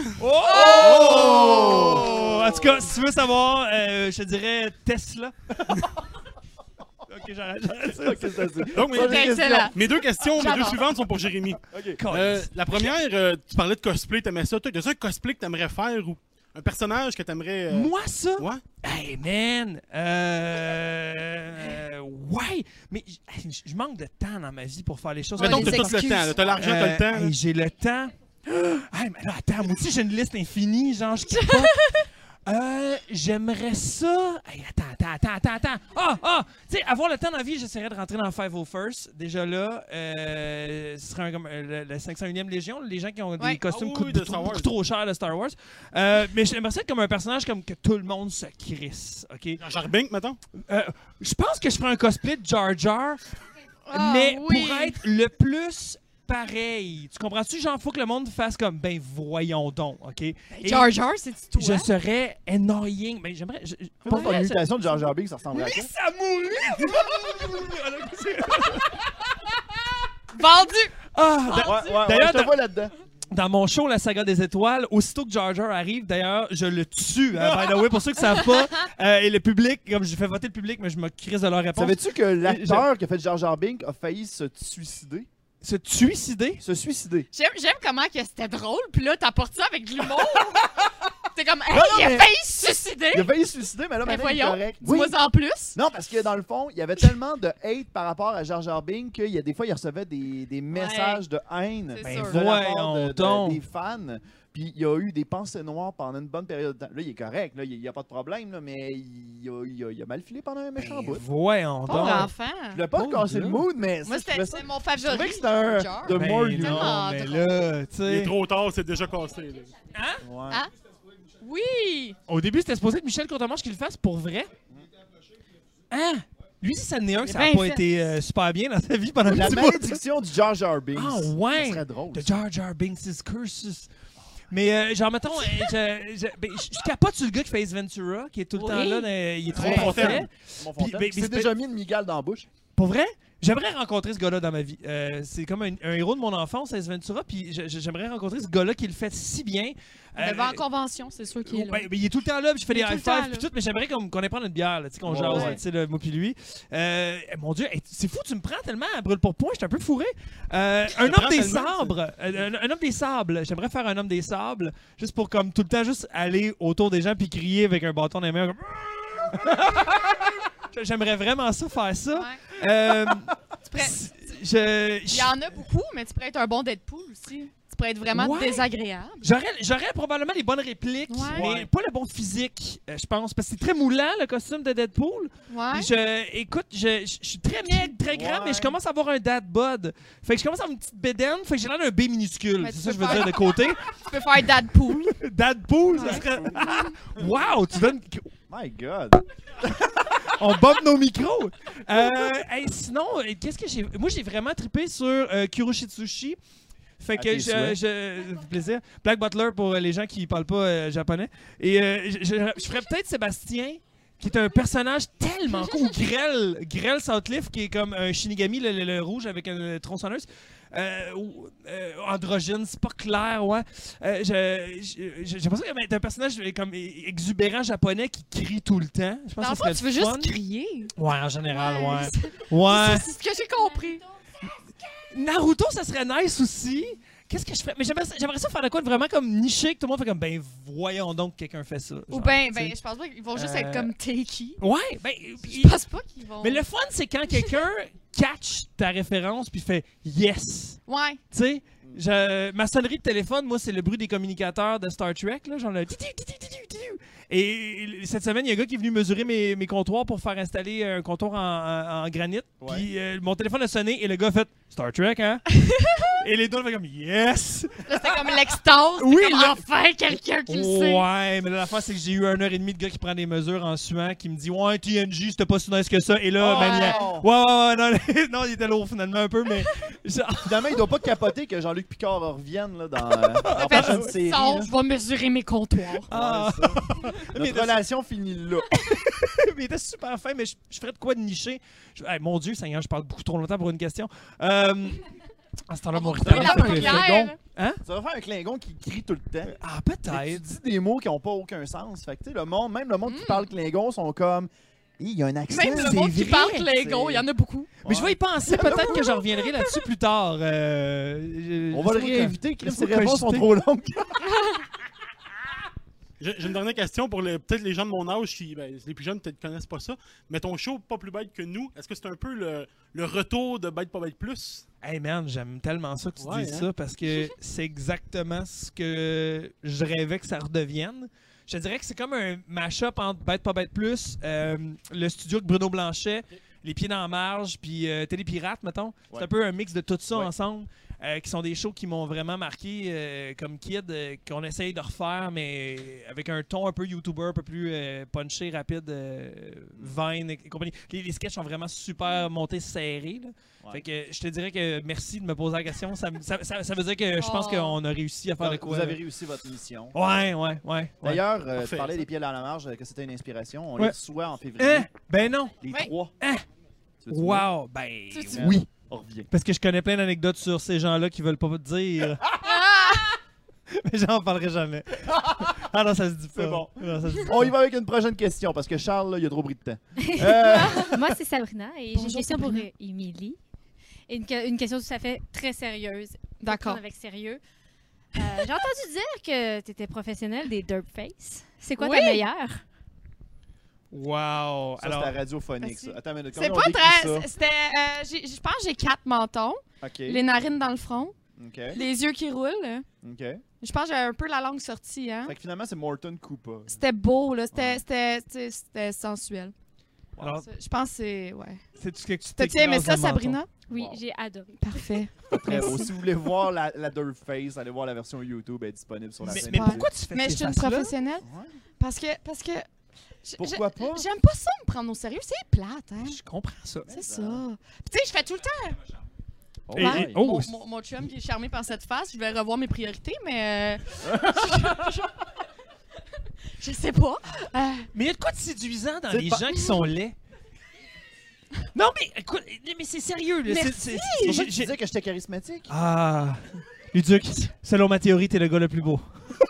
Oh! En tout cas, si tu veux savoir, je te dirais Tesla. Ok, j'arrête. Ok, c'est assez. Donc, mes, C'est excellent. mes 2 questions, mes 2 J'adore. suivantes sont pour Jérémy. Ok. La première, tu parlais de cosplay, t'aimais ça. Toi, y a un cosplay que t'aimerais faire ou un personnage que t'aimerais. Moi, ça? Ouais. Hey, man! Ouais! Mais je manque de temps dans ma vie pour faire les choses. Ouais, Mettons que des t'as tout le excuses. temps. là. T'as l'argent, t'as le temps. là. Hey, j'ai le temps. Hey, mais là, attends, moi aussi, j'ai une liste infinie. Genre, je capote. J'aimerais ça. Hey, attends. Tu sais, avoir le temps dans la vie, j'essaierais de rentrer dans 501st. Déjà là, ce serait comme le 501e Légion, les gens qui ont des Ouais. costumes Ah oui, de Star Wars. beaucoup trop chers de Star Wars. Mais j'aimerais ça être comme un personnage comme que tout le monde se crisse, OK? Jar Binks, mettons. Je pense que je ferais un cosplay de Jar Jar, Ah, mais oui. pour être le plus pareil. Tu comprends-tu? Genre, faut que le monde fasse comme, ben voyons donc, OK? Et Jar Jar, c'est toi? je serais annoying. Mais j'aimerais... Pas pour vrai, ton imitation de Jar Jar Binks, ça ressemble à Laisse ça. ça mourir! Vendu! Ah, Ouais, D'ailleurs, je te vois là-dedans. dans mon show La Saga des Étoiles, aussitôt que Jar Jar arrive, d'ailleurs, je le tue. Hein, by the way, pour ceux qui ne savent pas. Et le public, comme je fais voter le public, mais je me crise de leur réponse. Savais-tu que l'acteur qui a fait Jar Jar Binks a failli se suicider? Se suicider? Se suicider. J'aime comment que c'était drôle, puis là, t'apportes ça avec de l'humour. T'es comme, hey, non, il a mais- failli se suicider! Il a failli se suicider, mais là, Mais maintenant, il est voyons, correct. Oui. dis-moi en plus. Non, parce que dans le fond, il y avait tellement de hate par rapport à Jar Jar Binks qu'il y a des fois, il recevait des messages de haine C'est de sûr. la part Voyons de- donc. des fans. Puis il y a eu des pensées noires pendant une bonne période de temps. Là, il est correct, là, il n'y a pas de problème, là, mais il a mal filé pendant un méchant Ben, bout. voyons Pauvre donc. enfant. Je voulais pas Oh, casser le Dieu. mood, mais Moi, ça, je trouvais ça- c'était mon je trouvais favori. que c'était un Jar. de Ben more non, you. Tellement mais drôle. là, tu Il est sais... trop tard, c'est déjà cassé. là. Ouais. Ah. Oui! Au début, c'était supposé être Michel Courtemanche qui le fasse pour vrai. Hein? Lui, si ça n'est un que Il ça est n'a bien pas fait. été super bien dans sa vie pendant La un petit bout. malédiction du Jar Jar Binks. Ah Ça ouais! serait drôle. The Jar Jar Binks' Curses. Mais genre, mettons, je capote sur le gars qui fait Ace Ventura, qui est tout le temps Oui. là, il est trop Ouais. parfait. Mon Puis, Fontaine. ben, C'est mais- déjà mis une migale dans la bouche. Pour vrai, j'aimerais rencontrer ce gars-là dans ma vie. C'est comme un héros de mon enfance, Ace Ventura, puis j'aimerais rencontrer ce gars-là qui le fait si bien. Devant en convention, c'est sûr qu'il est là. Ben, il est tout le temps là, puis je fais Il des est tout high le temps five puis là. tout, mais j'aimerais qu'on ait prendre une bière, là, tu sais, qu'on Ouais, jase, ouais. tu sais, là, moi puis lui. Mon Dieu, hey, c'est fou, tu me prends tellement à brûle pour point, je suis un peu fourré. Un homme prends des tellement, sabres, un homme des sables. J'aimerais faire un homme des sables, juste pour comme tout le temps juste aller autour des gens puis crier avec un bâton dans les mains. Comme... J'aimerais vraiment ça, faire ça. Ouais. Tu pourrais- Il y en a beaucoup, mais tu pourrais être un bon Deadpool aussi. Tu pourrais être vraiment Ouais. désagréable. J'aurais probablement les bonnes répliques, Ouais. mais pas le bon physique, je pense. Parce que c'est très moulant, le costume de Deadpool. Ouais. Puis écoute, je suis très maigre, très grand, Ouais. mais je commence à avoir un dad bod. Fait que je commence à avoir une petite bédaine, fait que j'ai l'air d'un B minuscule. Mais C'est tu ça que je peux veux dire faire- de côté. Tu peux faire Deadpool. Dadpool, ça Ouais. serait... Wow, tu donnes... My God. On bump nos micros. Hey, sinon, qu'est-ce que j'ai... Moi, j'ai vraiment trippé sur Kuroshitsushi. Fait À que tes souhaits. plaisir. Black Butler pour les gens qui parlent pas japonais. Et je ferais peut-être Sébastien, qui est un personnage tellement cool. Grell Southcliff, qui est comme un Shinigami, le rouge avec une tronçonneuse. Androgyne, c'est pas clair, ouais. J'ai l'impression que c'est un personnage comme exubérant japonais qui crie tout le temps. Je pense Dans que le ce fond, serait tu veux le fun. juste crier. Ouais, en général, ouais. C'est Ouais. c'est ce que j'ai compris. Naruto, ça serait nice aussi. Qu'est-ce que je ferais? Mais j'aimerais ça faire de quoi de vraiment comme niché, que tout le monde fait comme, ben voyons donc que quelqu'un fait ça. Ou genre, ben, tu sais. je pense pas qu'ils vont juste être comme Takey. Ouais, ben. Je pense pas qu'ils vont. Mais le fun, c'est quand quelqu'un catch ta référence puis fait yes. Ouais. Tu sais, ma sonnerie de téléphone, moi, c'est le bruit des communicateurs de Star Trek, là, genre le titou. Et cette semaine, il y a un gars qui est venu mesurer mes comptoirs pour faire installer un comptoir en granit. Ouais. Puis mon téléphone a sonné et le gars a fait Star Trek, hein? Et les deux, on fait comme yes! Là, c'était comme l'extase. Oui, Oui, comme, là- enfin, quelqu'un qui le sait. Ouais, mais là, la fois, c'est que j'ai eu 1h30 de gars qui prend des mesures en suant, qui me dit ouais, TNG, c'était pas si nice que ça. Et là, Oh! même ouais, non, non, il était lourd finalement un peu, mais. Finalement, il doit pas capoter que Jean-Luc Picard revienne là, dans la Fait, prochaine série. Sors, là. je vais mesurer mes comptoirs. Ah. Ouais, ça. Mais Notre relation finit là. Mais il était super fin, mais je ferais de quoi de nicher? Hey, mon Dieu, Seigneur, je parle beaucoup trop longtemps pour une question. À ce temps-là, mon C'est rythme la est un peu première. frégon. Hein? Ça va faire un Klingon qui crie tout le temps. Ah, Mais tu peut-être. dis des mots qui n'ont pas aucun sens. Fait que, tu sais, le monde, même le monde qui parle Klingon sont comme. Il y a un accent. Même le c'est monde qui vrai, parle Lego, il y en a beaucoup. Mais je vais y penser, peut-être que je reviendrai là-dessus plus tard. On va le laisse-moi réinviter, Chris. Ses laisse-moi réponses sont cogiter. trop longues. J'ai une dernière question pour peut-être les gens de mon âge qui, ben, les plus jeunes peut-être connaissent pas ça. Mais ton show Pas plus bête que nous, est-ce que c'est un peu le retour de Bête pas bête plus? Hey man, j'aime tellement ça que tu Ouais, dises hein? ça parce que c'est exactement ce que je rêvais que ça redevienne. Je te dirais que c'est comme un mash-up entre Bête pas bête plus, le studio de Bruno Blanchet, Les Pieds dans la marge, puis Télépirate, mettons. C'est Ouais. un peu un mix de tout ça Ouais. ensemble, qui sont des shows qui m'ont vraiment marqué comme kid, qu'on essaye de refaire, mais avec un ton un peu YouTuber, un peu plus punché, rapide, Vine et compagnie. Les sketchs sont vraiment super montés serrés, là. Ouais. Fait que je te dirais que merci de me poser la question. Ça veut dire que je pense Oh. qu'on a réussi à faire de quoi. Vous avez réussi votre mission. Ouais. D'ailleurs, tu Parfait. parlais des pieds dans la marge, que c'était une inspiration. On Ouais. les reçoit en février. Ben non. Les Ouais. 3. Hein? Tu veux-tu venir? Wow. Ben Tu- tu- oui. On revient. Parce que je connais plein d'anecdotes sur ces gens-là qui veulent pas te dire. Mais j'en parlerai jamais. Ah non, ça se dit pas. C'est bon. Non, ça se dit On y pas. va avec une prochaine question parce que Charles, là, il a trop pris de temps. Moi, c'est Sabrina et j'ai une Bonjour, question pour Sabrina. Émilie. Et une question tout à fait très sérieuse. D'accord. Prendre avec sérieux. J'ai entendu dire que tu étais professionnelle des Derpface. C'est quoi Oui. ta meilleure? Wow. Ça, Alors, c'est la radiophonique, Merci. ça. Attends, une minute. C'est Comment pas on décrit très. ça? C'était. Je pense que j'ai 4 mentons, OK. les narines dans le front, OK. les yeux qui roulent. OK. Je pense que j'avais un peu la langue sortie, hein. Fait que finalement, c'est Morton Koopa. C'était beau, là. Ouais. C'était sensuel. alors Je pense que c'est. Ouais. c'est ce que tu T'as-tu aimé t'écrases ça, le menton. Sabrina? Oui, Wow. j'ai adoré. Parfait. Très beau. Si vous voulez voir la Derp Face, allez voir la version YouTube, elle est disponible sur la Mais, chaîne. mais Ouais. pourquoi tu fais Mais je ces suis une faces-là? professionnelle Ouais. parce que Pourquoi pas? J'aime pas ça me prendre au sérieux. C'est plate, hein? Je comprends ça. C'est ça. Puis tu sais, je fais tout le temps. Oh, Et- ouais. oh, Mon chum qui est charmé par cette face, je vais revoir mes priorités, mais... je sais pas. Mais il y a de quoi de séduisant dans C'est les pas- gens qui sont laids. Non, mais écoute, mais c'est sérieux. Là. Merci. C'est pour ça que tu j'ai- disais que j'étais charismatique? Ah, Luduc, selon ma théorie, t'es le gars le plus beau.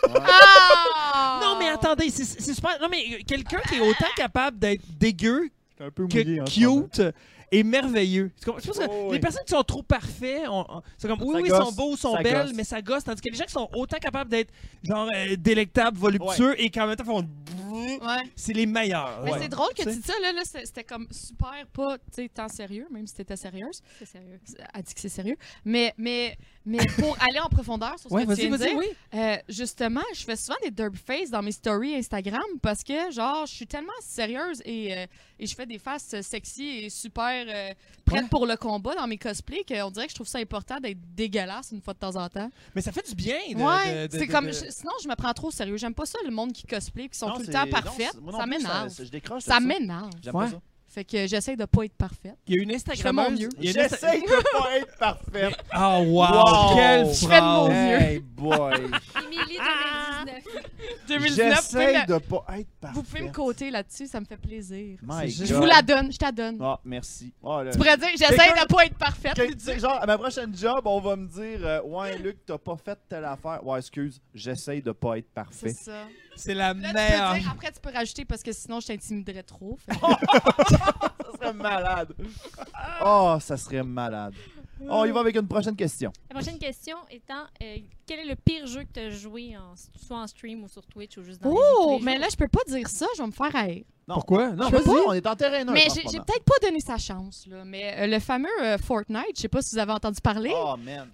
Ah! Non, mais attendez, c'est super. Non, mais quelqu'un qui est autant capable d'être dégueu J'étais un peu que mouillé en ce moment. cute est merveilleux. Je pense que Oh, les oui. personnes qui sont trop parfaits, c'est comme, oui, Ça oui, gosse, sont beaux, sont ça belles, gosse. mais ça gosse. Tandis que les gens qui sont autant capables d'être, genre, délectables, voluptueux et qu'en même temps font. Ouais. C'est les meilleurs. Mais Ouais. c'est drôle que Tu sais? tu dis ça, là c'était comme super pas, tu sais, tant sérieux, même si t'étais sérieuse. C'est sérieux. Elle dit que c'est sérieux. Mais pour aller en profondeur sur ce Ouais, que tu vas-y, viens de vas-y, dire, oui. justement, je fais souvent des derp faces dans mes stories Instagram parce que, genre, je suis tellement sérieuse et je fais des faces sexy et super prêtes Ouais. pour le combat dans mes cosplays qu'on dirait que je trouve ça important d'être dégueulasse une fois de temps en temps. Mais ça fait du bien. Ouais, c'est comme. de- Sinon, je me prends trop au sérieux. J'aime pas ça, le monde qui cosplay, qui sont Non, tout le c'est- temps non, parfaites. moi non Ça plus, m'énerve. Je décroche de Ça m'énerve. J'aime Ouais. pas ça. Fait que j'essaie de pas être parfaite. Il y a une fais Instagrammeuse. mon mieux. il y a une J'essaie de pas être parfait. Ah, wow! Wow. Quelle Je fais de mon phrase. mieux. Hey boy. Émilie 2019. 2019, J'essaie de pas être parfait. vous pouvez me coter là-dessus, ça me fait plaisir. My C'est juste- Je God. vous la donne, je t'la donne. Ah, merci. Ah, là. Tu pourrais dire, j'essaie Quelqu'un- de pas être parfaite. Tu sais, genre, à ma prochaine job, on va me dire ouais, Luc, t'as pas fait telle affaire. Ouais, excuse, j'essaie de pas être C'est parfait. ça. C'est la Là, tu meilleure. peux dire, après, tu peux rajouter parce que sinon, je t'intimiderais trop. Fait que- Ça serait malade. Oh, ça serait malade. On y va avec une prochaine question. La prochaine question étant quel est le pire jeu que tu as joué, soit en stream ou sur Twitch ou juste dans les jeux Oh, tous les mais jours? là, je peux pas dire ça, je vais me faire haïr. Non. Pourquoi? Non, Je vas-y. peux pas, on est en terrain neutre Mais en ce j'ai moment. peut-être pas donné sa chance, là. Mais le fameux Fortnite, je sais pas si vous avez entendu parler. Oh, man.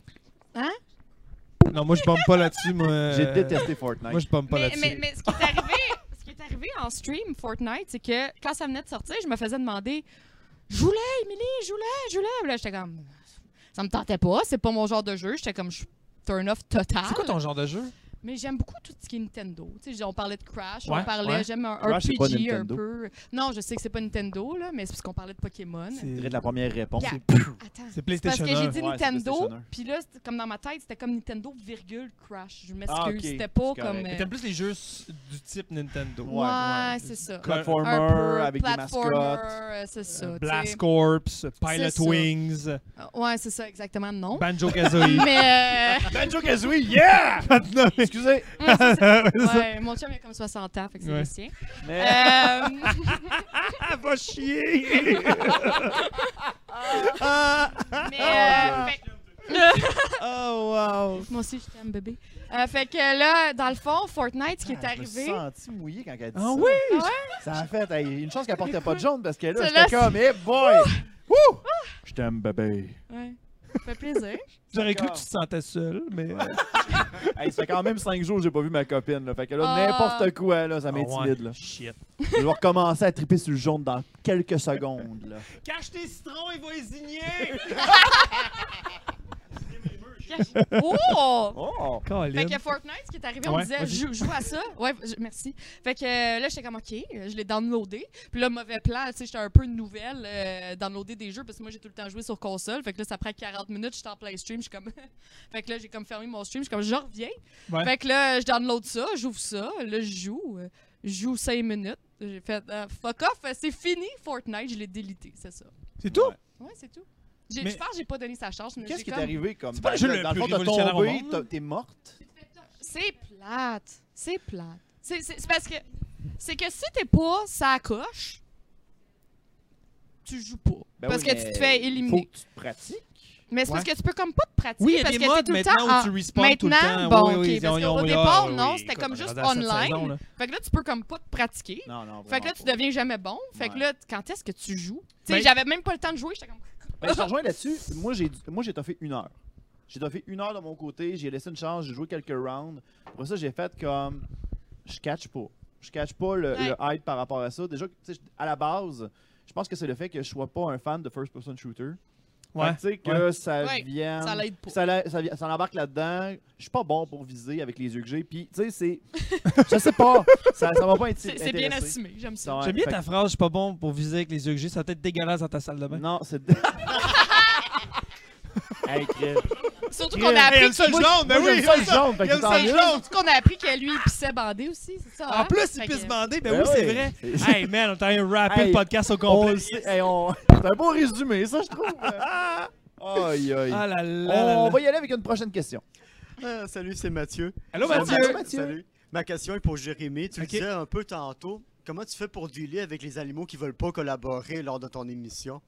Non, moi, je bombe pas là-dessus. Moi, J'ai détesté Fortnite. Moi, je bombe pas Mais, là-dessus. mais ce qui est arrivé en stream Fortnite, c'est que quand ça venait de sortir, je me faisais demander joue-le, Emily, joue-le. Là, j'étais comme ça me tentait pas, c'est pas mon genre de jeu. J'étais comme turn off total. C'est quoi ton genre de jeu? Mais j'aime beaucoup tout ce qui est Nintendo. Tu sais, on parlait de Crash, Ouais, on parlait, ouais. j'aime un Crash, c'est pas RPG un Nintendo. peu. Non, je sais que c'est pas Nintendo, là, mais c'est parce qu'on parlait de Pokémon. Je dirais de la première réponse. Yeah. c'est- Attends. C'est Parce PlayStation que j'ai 1. dit Ouais, c'est Nintendo, PlayStation 1. puis là, comme dans ma tête, c'était comme Nintendo, virgule, Crash. Je m'excuse, Ah, ok, c'était pas c'est comme... correct. Mais t'aimes plus les jeux du type Nintendo. Ouais, Ouais. c'est ça. Platformer Un peu, avec des platformer, mascottes. c'est ça. tu Blast sais. Corps, Pilot ça. Wings, Ouais, c'est ça, exactement, non. Banjo-Kazooie. Mais, Banjo-Kazooie, yeah! Excusez. ouais, mon chum il a comme 60 ans, fait que c'est Ouais. le sien. Mais... Ah, va chier! Fait que- Oh, wow! moi aussi, je t'aime, bébé. Fait que là, dans le fond, Fortnite, ce qui est Ah, je me suis arrivé... senti mouillé quand elle a dit Ah ça. oui! Ça a fait hey, une chance qu'elle portait pas de jaune parce que là, Ça, j'étais là, comme, hey boy! Wouh! Je t'aime, bébé. Ouais, ça fait plaisir. J'aurais cru que tu te sentais seul, mais... Hey, ça fait quand même 5 jours que j'ai pas vu ma copine. Là. Fait que là, Ah. n'importe quoi, là, ça Ah m'intimide. ouais. Là. Shit. Je vais recommencer à triper sur le jaune dans quelques secondes. Là. Cache tes citrons, il va désigner! Oh! Oh! Fait que Fortnite, ce qui est arrivé, on Ouais, disait, vas-y. joue à ça. Ouais, merci. Fait que là, j'étais comme, OK, je l'ai downloadé. Puis là, mauvais plan, tu sais, j'étais un peu une nouvelle, downloader des jeux, parce que moi, j'ai tout le temps joué sur console. Fait que là, ça prend 40 minutes, j'étais en play stream, je suis comme... fait que là, j'ai comme fermé mon stream, je suis comme, je reviens. Ouais. Fait que là, je download ça, j'ouvre ça, là, je joue 5 minutes. J'ai fait, fuck off, c'est fini, Fortnite, je l'ai délité, c'est ça. C'est tout? Ouais, c'est tout. Mais- Je pense que j'ai pas donné sa chance. Mais Qu'est-ce j'ai qui est comme- arrivé comme C'est pas le jeu le dans plus fond, t'as révolutionnaire au tombé, monde, t'es morte. C'est plate. C'est plate. C'est parce que c'est que si t'es pas ça coche, tu joues pas. Ben parce oui, que tu mais te fais Faut éliminer. que tu te pratiques. Mais c'est parce Ouais. que tu peux comme pas te pratiquer Oui, il y a parce des que t'es modes tout le maintenant temps où tu respawns tout le maintenant, temps. bon, Oui, oui, ok, parce ils qu'au ont- départ, oui, non, oui, c'était écoute, comme on est juste rendu à cette online. saison, là. Fait que là, tu peux comme pas te pratiquer. Non, non. Fait que là, tu deviens jamais bon. Fait que Ouais. là, quand est-ce que tu joues? Tu sais, Mais- j'avais même pas le temps de jouer, j'étais comme... Ben, je te rejoins là-dessus. Moi, j'ai toffé 1 heure. J'ai toffé 1 heure de mon côté. J'ai laissé une chance. J'ai joué quelques rounds. Après ça, j'ai fait comme... Je catch pas. Je catch pas le hype par rapport à ça. Déjà, tu sais, à la base, je pense que c'est le fait que je sois pas un fan de first-person shooter. Fait que, tu sais, que ça Ouais, vienne. ça l'aide pas. Ça embarque là-dedans. Je suis pas bon pour viser avec les yeux que j'ai. Puis, tu sais, c'est. Je sais pas. Ça va pas être. C'est bien assumé, j'aime ça. Ouais, J'aime bien fait ta phrase, je suis pas bon pour viser avec les yeux que j'ai. Ça va être dégueulasse dans ta salle de bain. Non, c'est. Hey, Chris. Surtout qu'on a appris ça le jaune, ben Moi, oui! j'aime ça le jaune. Fait Il que aime tant ça le mieux. jaune. Surtout qu'on a appris que lui, il pissait bandé aussi, c'est ça? En hein? plus, il Fait peut que- se demander. Ben Ben oui, c'est oui. vrai. C'est- Hey man, on t'a un rapper Hey, le podcast au On complet. le sait. Hey, c'est un beau résumé, ça, je trouve. Aïe, aïe. Ah là là là On là. va y aller avec une prochaine question. Salut, c'est Mathieu. Allô Salut, Mathieu. Mathieu. Salut. Ma question est pour Jérémy. Tu Ok. le disais un peu tantôt. Comment tu fais pour dealer avec les animaux qui veulent pas collaborer lors de ton émission?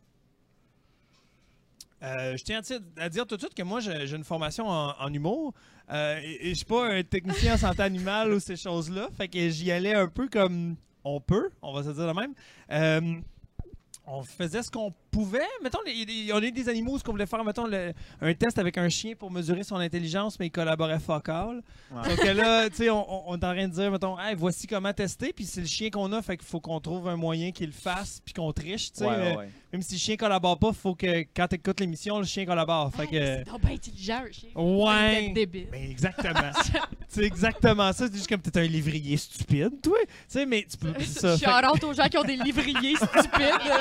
Je tiens à dire tout de suite que moi, j'ai une formation en humour et je suis pas un technicien en santé animale ou ces choses-là. Fait que j'y allais un peu comme on peut, on va se dire de même. On faisait ce qu'on pouvait. Mettons, on a eu des animaux où ce qu'on voulait faire, mettons, un test avec un chien pour mesurer son intelligence, mais il collaborait fuck all. Ouais. Donc là, tu sais, on est en train de dire, mettons, hey, voici comment tester, puis c'est le chien qu'on a, fait qu'il faut qu'on trouve un moyen qu'il le fasse, puis qu'on triche, tu sais. Ouais. Même si le chien collabore pas, faut que quand tu écoutes l'émission, le chien collabore. Fait que. C'est donc bien intelligent, un chien. Ouais. C'est débile. Ben exactement. C'est exactement ça. C'est juste comme t'es un livrier stupide, toi. Tu sais, mais tu peux. c'est ça. Fait que- Shout-out aux gens qui ont des livriers stupides.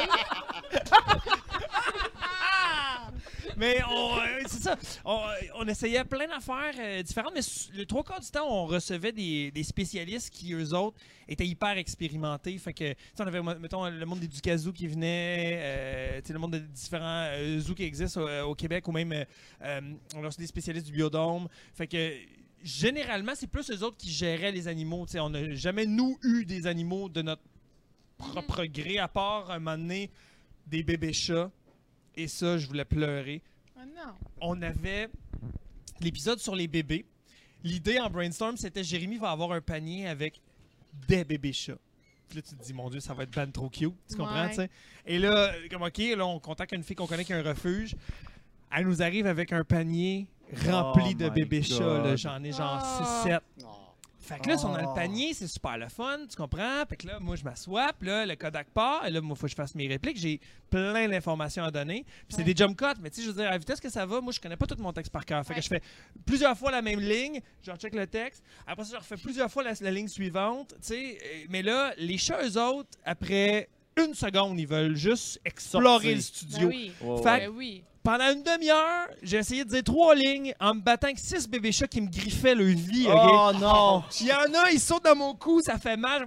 Mais c'est ça. On essayait plein d'affaires différentes, mais le 3/4 du temps, on recevait des spécialistes qui, eux autres, étaient hyper expérimentés. Fait que, tu sais, on avait, mettons, le monde des Ducazou qui venait, tu sais, le monde des différents zoos qui existent au Québec, ou même, on a reçu des spécialistes du Biodôme. Fait que, généralement, c'est plus eux autres qui géraient les animaux. Tu sais, on n'a jamais, nous, eu des animaux de notre propre gré, à part, un moment donné, des bébés chats. Et ça, je voulais pleurer. Oh non. On avait l'épisode sur les bébés. L'idée en brainstorm, c'était Jérémy va avoir un panier avec des bébés chats. Puis là, tu te dis, mon Dieu, ça va être ben trop cute. Tu comprends, Ouais. tu sais? Et là, comme OK, là, on contacte une fille qu'on connaît qui a un refuge. Elle nous arrive avec un panier rempli Oh de my bébés chats. Là. God. J'en ai genre Oh. 6-7. Oh. Fait que là, si on a le panier, c'est super le fun, tu comprends? Fait que là, moi, je m'assois, puis là, le Kodak part, et là, moi, il faut que je fasse mes répliques. J'ai plein d'informations à donner. Puis c'est des jump cuts, mais tu sais, je veux dire, à la vitesse que ça va, moi, je connais pas tout mon texte par cœur. Fait que Ouais. je fais plusieurs fois la même ligne, je recheck le texte. Après ça, je refais plusieurs fois la ligne suivante, tu sais. Mais là, les chats, eux autres, après une seconde, ils veulent juste explorer Sortir. le studio. Ben oui. Ouais, Fait- ouais. Ben oui. Pendant une demi-heure, j'ai essayé de dire 3 lignes en me battant avec 6 bébés chats qui me griffaient le vie, OK? Oh non! Il y en a, ils sautent dans mon cou, ça fait mal.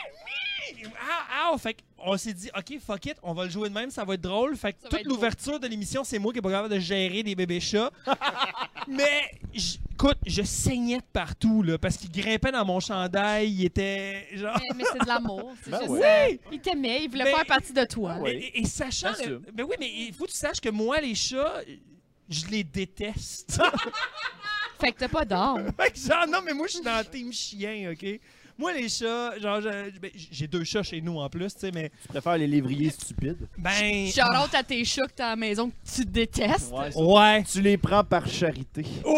Ah, fait qu'on s'est dit, OK, fuck it, on va le jouer de même, ça va être drôle. Fait que Ça va toute être beau. l'ouverture de l'émission, c'est moi qui est pas capable de gérer des bébés chats. Mais, écoute, je saignais de partout, là, parce qu'il grimpait dans mon chandail, il était genre... Mais c'est de l'amour. C'est Ben juste oui. ça. Il t'aimait, il voulait Ben, faire partie de toi. oui. Et sachant... J'assume. Ben oui, mais il faut que tu saches que moi, les chats, je les déteste. Fait que t'as pas d'âme. Fait que genre, non, mais moi, je suis dans la team chien, OK? Moi, les chats, genre, j'ai 2 chats chez nous en plus, tu sais, mais Tu préfères les lévriers stupides? ben... Shout-out à tes chats que t'as à la maison que tu détestes. Ouais. Ouais. Tu les prends par charité. Oh!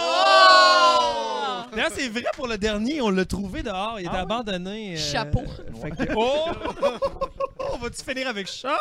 Oh! Là, c'est vrai pour le dernier, on l'a trouvé dehors, il était Ah ouais? abandonné. Chapeau. Fait que, oh! On va-tu finir avec chat?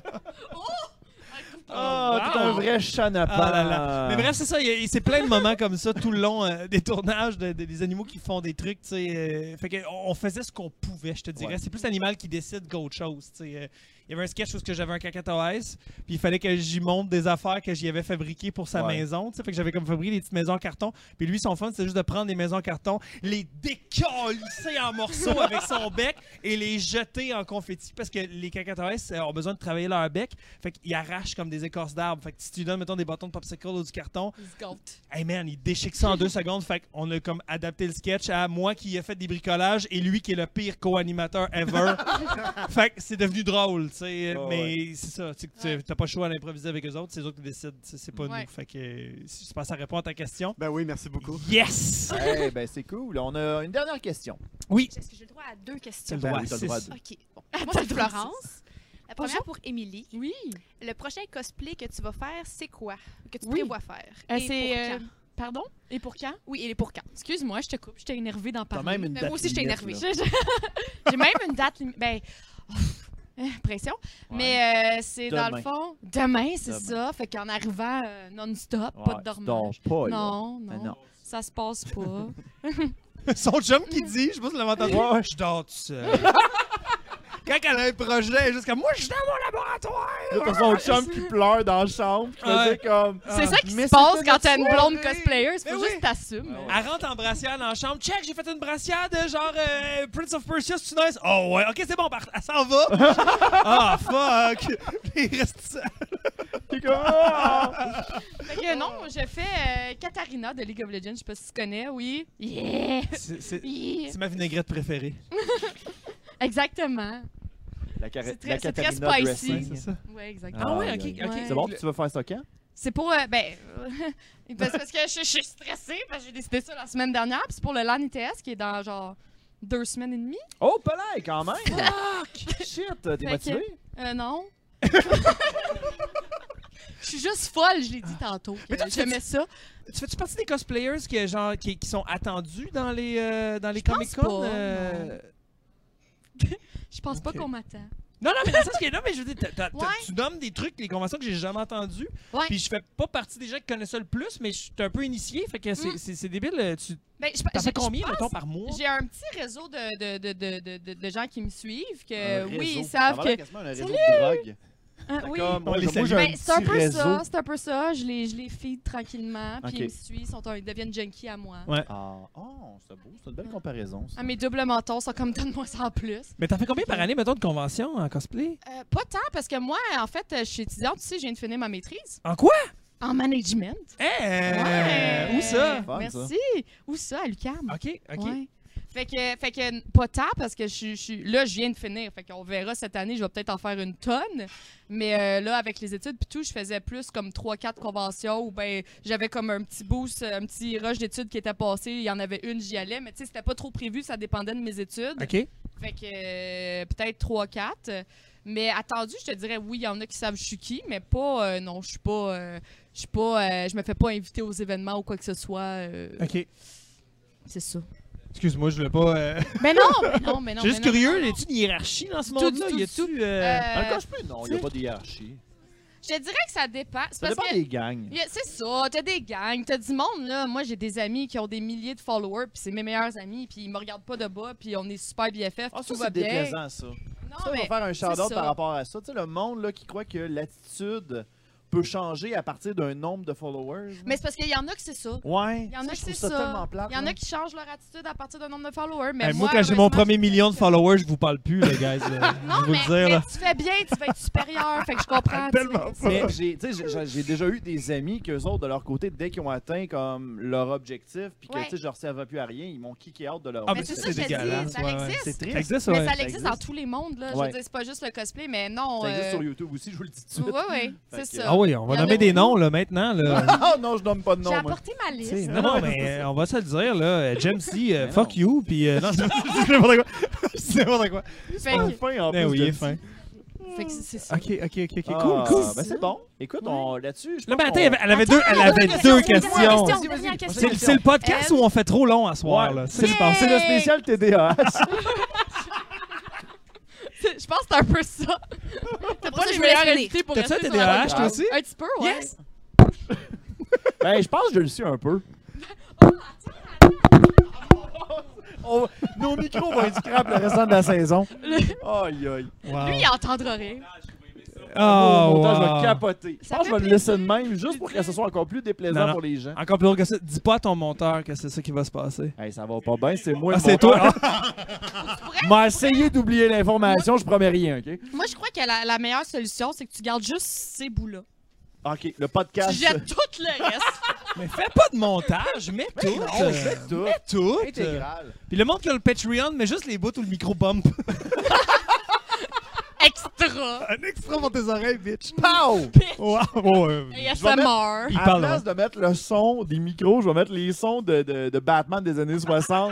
Ah, t'es un vrai chat nappant. Ah là là. Mais bref, c'est ça, c'est plein de moments comme ça tout le long des tournages des animaux qui font des trucs, tu sais. Fait que on faisait ce qu'on pouvait, je te dirais. Ouais. C'est plus l'animal qui décide qu'autre chose, tu sais. Il y avait un sketch où j'avais un cacatoès, puis il fallait que j'y monte des affaires que j'y avais fabriquées pour sa Ouais. maison, tu sais. Fait que j'avais comme fabriqué des petites maisons en carton. Puis lui, son fun, c'était juste de prendre des maisons en carton, les décalisser en morceaux avec son bec et les jeter en confetti parce que les cacatoès ont besoin de travailler leur bec. Fait qu'ils arrachent comme des écorces d'arbres. Fait que si tu lui donnes, mettons, des bâtons de popsicle ou du carton, Il se gâte. hey man, il déchique ça en 2 secondes. Fait qu'on a comme adapté le sketch à moi qui ai fait des bricolages et lui qui est le pire co-animateur ever. Fait que c'est devenu drôle, tu sais. Oh, mais c'est ça, tu sais, t'as pas le choix d'improviser avec eux autres, c'est eux autres qui décident, c'est pas Ouais. nous. Fait que je pense que ça répond à ta question. Ben oui, merci beaucoup. Yes! Eh ben, c'est cool. On a une dernière question. Oui, Est-ce que j'ai le droit à 2 c'est questions? le droit. oui, t'as le droit à Six. deux. OK. Bon. Moi, c'est Florence. La première Bonjour. pour Émilie. Oui. Le prochain cosplay que tu vas faire, c'est quoi? Que tu Oui. prévois faire? Et C'est. pour quand? Pardon? Et pour quand? Oui, et pour quand? Excuse-moi, je te coupe. J'étais énervée d'en T'as parler. même une Mais date moi aussi, j'étais limite, énervée. là. J'ai même une date limite. Ben. pression. Ouais. Mais c'est dans Demain. le fond... Demain, c'est Demain. ça. Fait qu'en arrivant non-stop, Ouais, pas de tu dormage. dors pas, là. Non, Mais non, non. ça se passe pas. Son chum qui dit, je sais pas si vous l'avez entendu, Ouais. je dors tout seul. Quand elle a un projet, elle est juste comme moi, je suis dans mon laboratoire. Là, t'as son chum qui pleure dans la chambre. Je faisais Ouais. comme... C'est ça qui mais se passe c'était quand t'as une notre blonde soirée. cosplayer. Mais Faut oui. juste t'assumer. Elle rentre en brassière dans la chambre. Check, j'ai fait une brassière de genre Prince of Persia, c'est nice. Oh ouais, ok, c'est bon, elle s'en va. Ah, fuck. Il reste ça. T'es comme... Ah! Fait que non, j'ai fait Katarina de League of Legends. Je sais pas si tu connais, oui. Yeah! C'est Yeah! ma vinaigrette préférée. Exactement. La C'est très Katarina spicy. dressing. C'est ça. Ouais, exactement. Ah ouais, Aïe, ok, aïe. ok. Ouais. C'est bon, tu vas faire ça quand? C'est pour. Parce que je suis stressée, parce que j'ai décidé ça la semaine dernière. Puis c'est pour le LAN ITS qui est dans genre 2 semaines et demie. Oh, palais, quand même! Fuck! Shit, t'es Fait motivé? Non. Je suis juste folle, je l'ai dit tantôt. Mais toi, tu J'aimais ça. Tu fais-tu partie des cosplayers qui sont attendus dans les pense Comic-Con? pas, Je pense pas Ok. qu'on m'attend. Non, mais dans le sens que non, mais je veux dire, Ouais. tu nommes des trucs, les conventions que j'ai jamais entendues. Ouais. Puis je fais pas partie des gens qui connaissent ça le plus, mais je suis un peu initié, fait que c'est débile. Tu Ben, t'en fais je combien, pense- mettons, par mois? J'ai un petit réseau de gens qui me suivent, que Un oui, réseau. ils savent Ça va que. quasiment un réseau de drogue. Oui. Comme, moi, On les moi, salue. j'ai un Ben, c'est un petit peu réseau. ça, c'est un peu ça. Je les feed tranquillement, puis Ok. ils me suivent, ils deviennent junkies à moi. Ouais. Ah, oh, c'est beau, c'est une belle comparaison. Ça. Ah, mes doubles mentons sont comme donne-moi ça en plus. Mais t'en fais combien par année, mettons, de conventions en cosplay? Pas tant, parce que moi, en fait, je suis étudiante, tu sais, je viens de finir ma maîtrise En quoi? en management. Ouais! Où ça? Fun, Merci. Où ça, à l'UQAM? Ok, ok. Ouais. Fait que pas tant parce que là, je viens de finir. Fait qu'on verra cette année, je vais peut-être en faire une tonne. Mais là, avec les études puis tout, je faisais plus comme 3-4 conventions où ben j'avais comme un petit boost, un petit rush d'études qui était passé. Il y en avait une, j'y allais. Mais tu sais, c'était pas trop prévu, ça dépendait de mes études. Ok. Fait que peut-être 3-4. Mais attendu, je te dirais oui, il y en a qui savent je suis qui, mais pas non, je suis pas je me fais pas inviter aux événements ou quoi que ce soit. Ok. C'est ça. Excuse-moi, je voulais pas. Mais non, mais non, mais non. Je suis juste mais non, curieux, non, non. y a-tu une hiérarchie dans ce Tout, monde-là? tout, Y a-tu. tout. Dans le cosplay, non, il n'y a pas de hiérarchie. Je te dirais que ça dépend. C'est Ça parce dépend que des gangs. c'est ça, t'as des gangs, t'as du monde là. Moi j'ai des amis qui ont des milliers de followers, puis c'est mes meilleurs amis, puis ils me regardent pas de bas, puis on est super BFF, Ah, puis ça, tout va c'est bien. déplaisant, ça. Non, Ça, on va mais faire un c'est shout-out ça. par rapport à ça. Tu sais, le monde là, qui croit que l'attitude peut changer à partir d'un nombre de followers. Mais c'est parce qu'il y en a que c'est ça. Ouais. Il y en a Ça, que je c'est trouve ça. tellement plate. Il y en là. a qui changent leur attitude à partir d'un nombre de followers. Mais Hey, moi, quand j'ai mon heureusement, premier je- million de followers, je vous parle plus, les gars. Non, je vous mais, le dire, là. tu fais bien, tu vas être supérieur, fait que je comprends. tu sais. Tellement Mais j'ai déjà eu des amis qu'eux autres, de leur côté, dès qu'ils ont atteint comme leur objectif, puis que Ouais. tu sais, je leur servais plus à rien, ils m'ont kické out de leur Ah, Mais mais c'est ça, ça, c'est je te dis, dégueulasse. ça Ouais, ouais. existe. C'est Ça triste. existe, Mais ouais. ça ça existe dans existe. tous les mondes, là. Je Ouais. veux dire, c'est pas juste le cosplay, mais non. Ça existe sur YouTube aussi, je vous le dis tout de Oui, suite. oui, Fait c'est que- ça. Ah oui, on va Il y en nommer a des beaucoup. noms, là, maintenant. Là. Ah non, je nomme pas de nom. J'ai moi. apporté ma liste. T'sais, non, mais on va se le dire, là. Jamesy, Mais fuck non. you, puis non, c'est n'importe quoi. C'est n'importe quoi. Fait Fin, que- fin, en Ben plus oui, de il est ça. fin. fait que c'est ça. Ok, Ah, cool, cool. Ben c'est bon. Écoute, là-dessus, je Non, pense mais attends, qu'on- elle avait deux questions. Dernière question. C'est le podcast où on fait trop long à soir, là. C'est ce qui se passe. C'est le spécial TDAH. Je pense que c'est un peu ça. T'as Pour pas ça, les je me meilleurs laisse finir. invités pour T'as-tu rester un sur la TDAH, bonne toi base. aussi? Un petit peu, ouais. Yes! Ben, je pense que je le suis un peu. Nos micros vont être scrap le restant de la saison. Aïe, aïe. Wow. Lui, il entendra rien. Au Oh, montage, je wow. vais capoter. Je Ça pense que je fait vais le laisser de même, juste pour que ce soit encore plus déplaisant Non, non. pour les gens. Encore plus drôle que ça. Dis pas à ton monteur que c'est ça qui va se passer. Hey, ça va pas bien, c'est moi Ah, le c'est monteur. toi? M'a essayé d'oublier l'information, je promets rien, OK? Moi, je crois que la meilleure solution, c'est que tu gardes juste ces bouts-là. OK, le podcast. Tu jettes tout le reste. Mais fais pas de montage, mets tout. Non, c'est tout. Mets tout. Intégral. Puis le monde qui a le Patreon, met juste les bouts où le micro bump. Extra. Un extra pour tes oreilles, bitch. Pow! Wow. Et Je vais ASMR. Il À la parle, place de mettre le son des micros, je vais mettre les sons de Batman des années 60.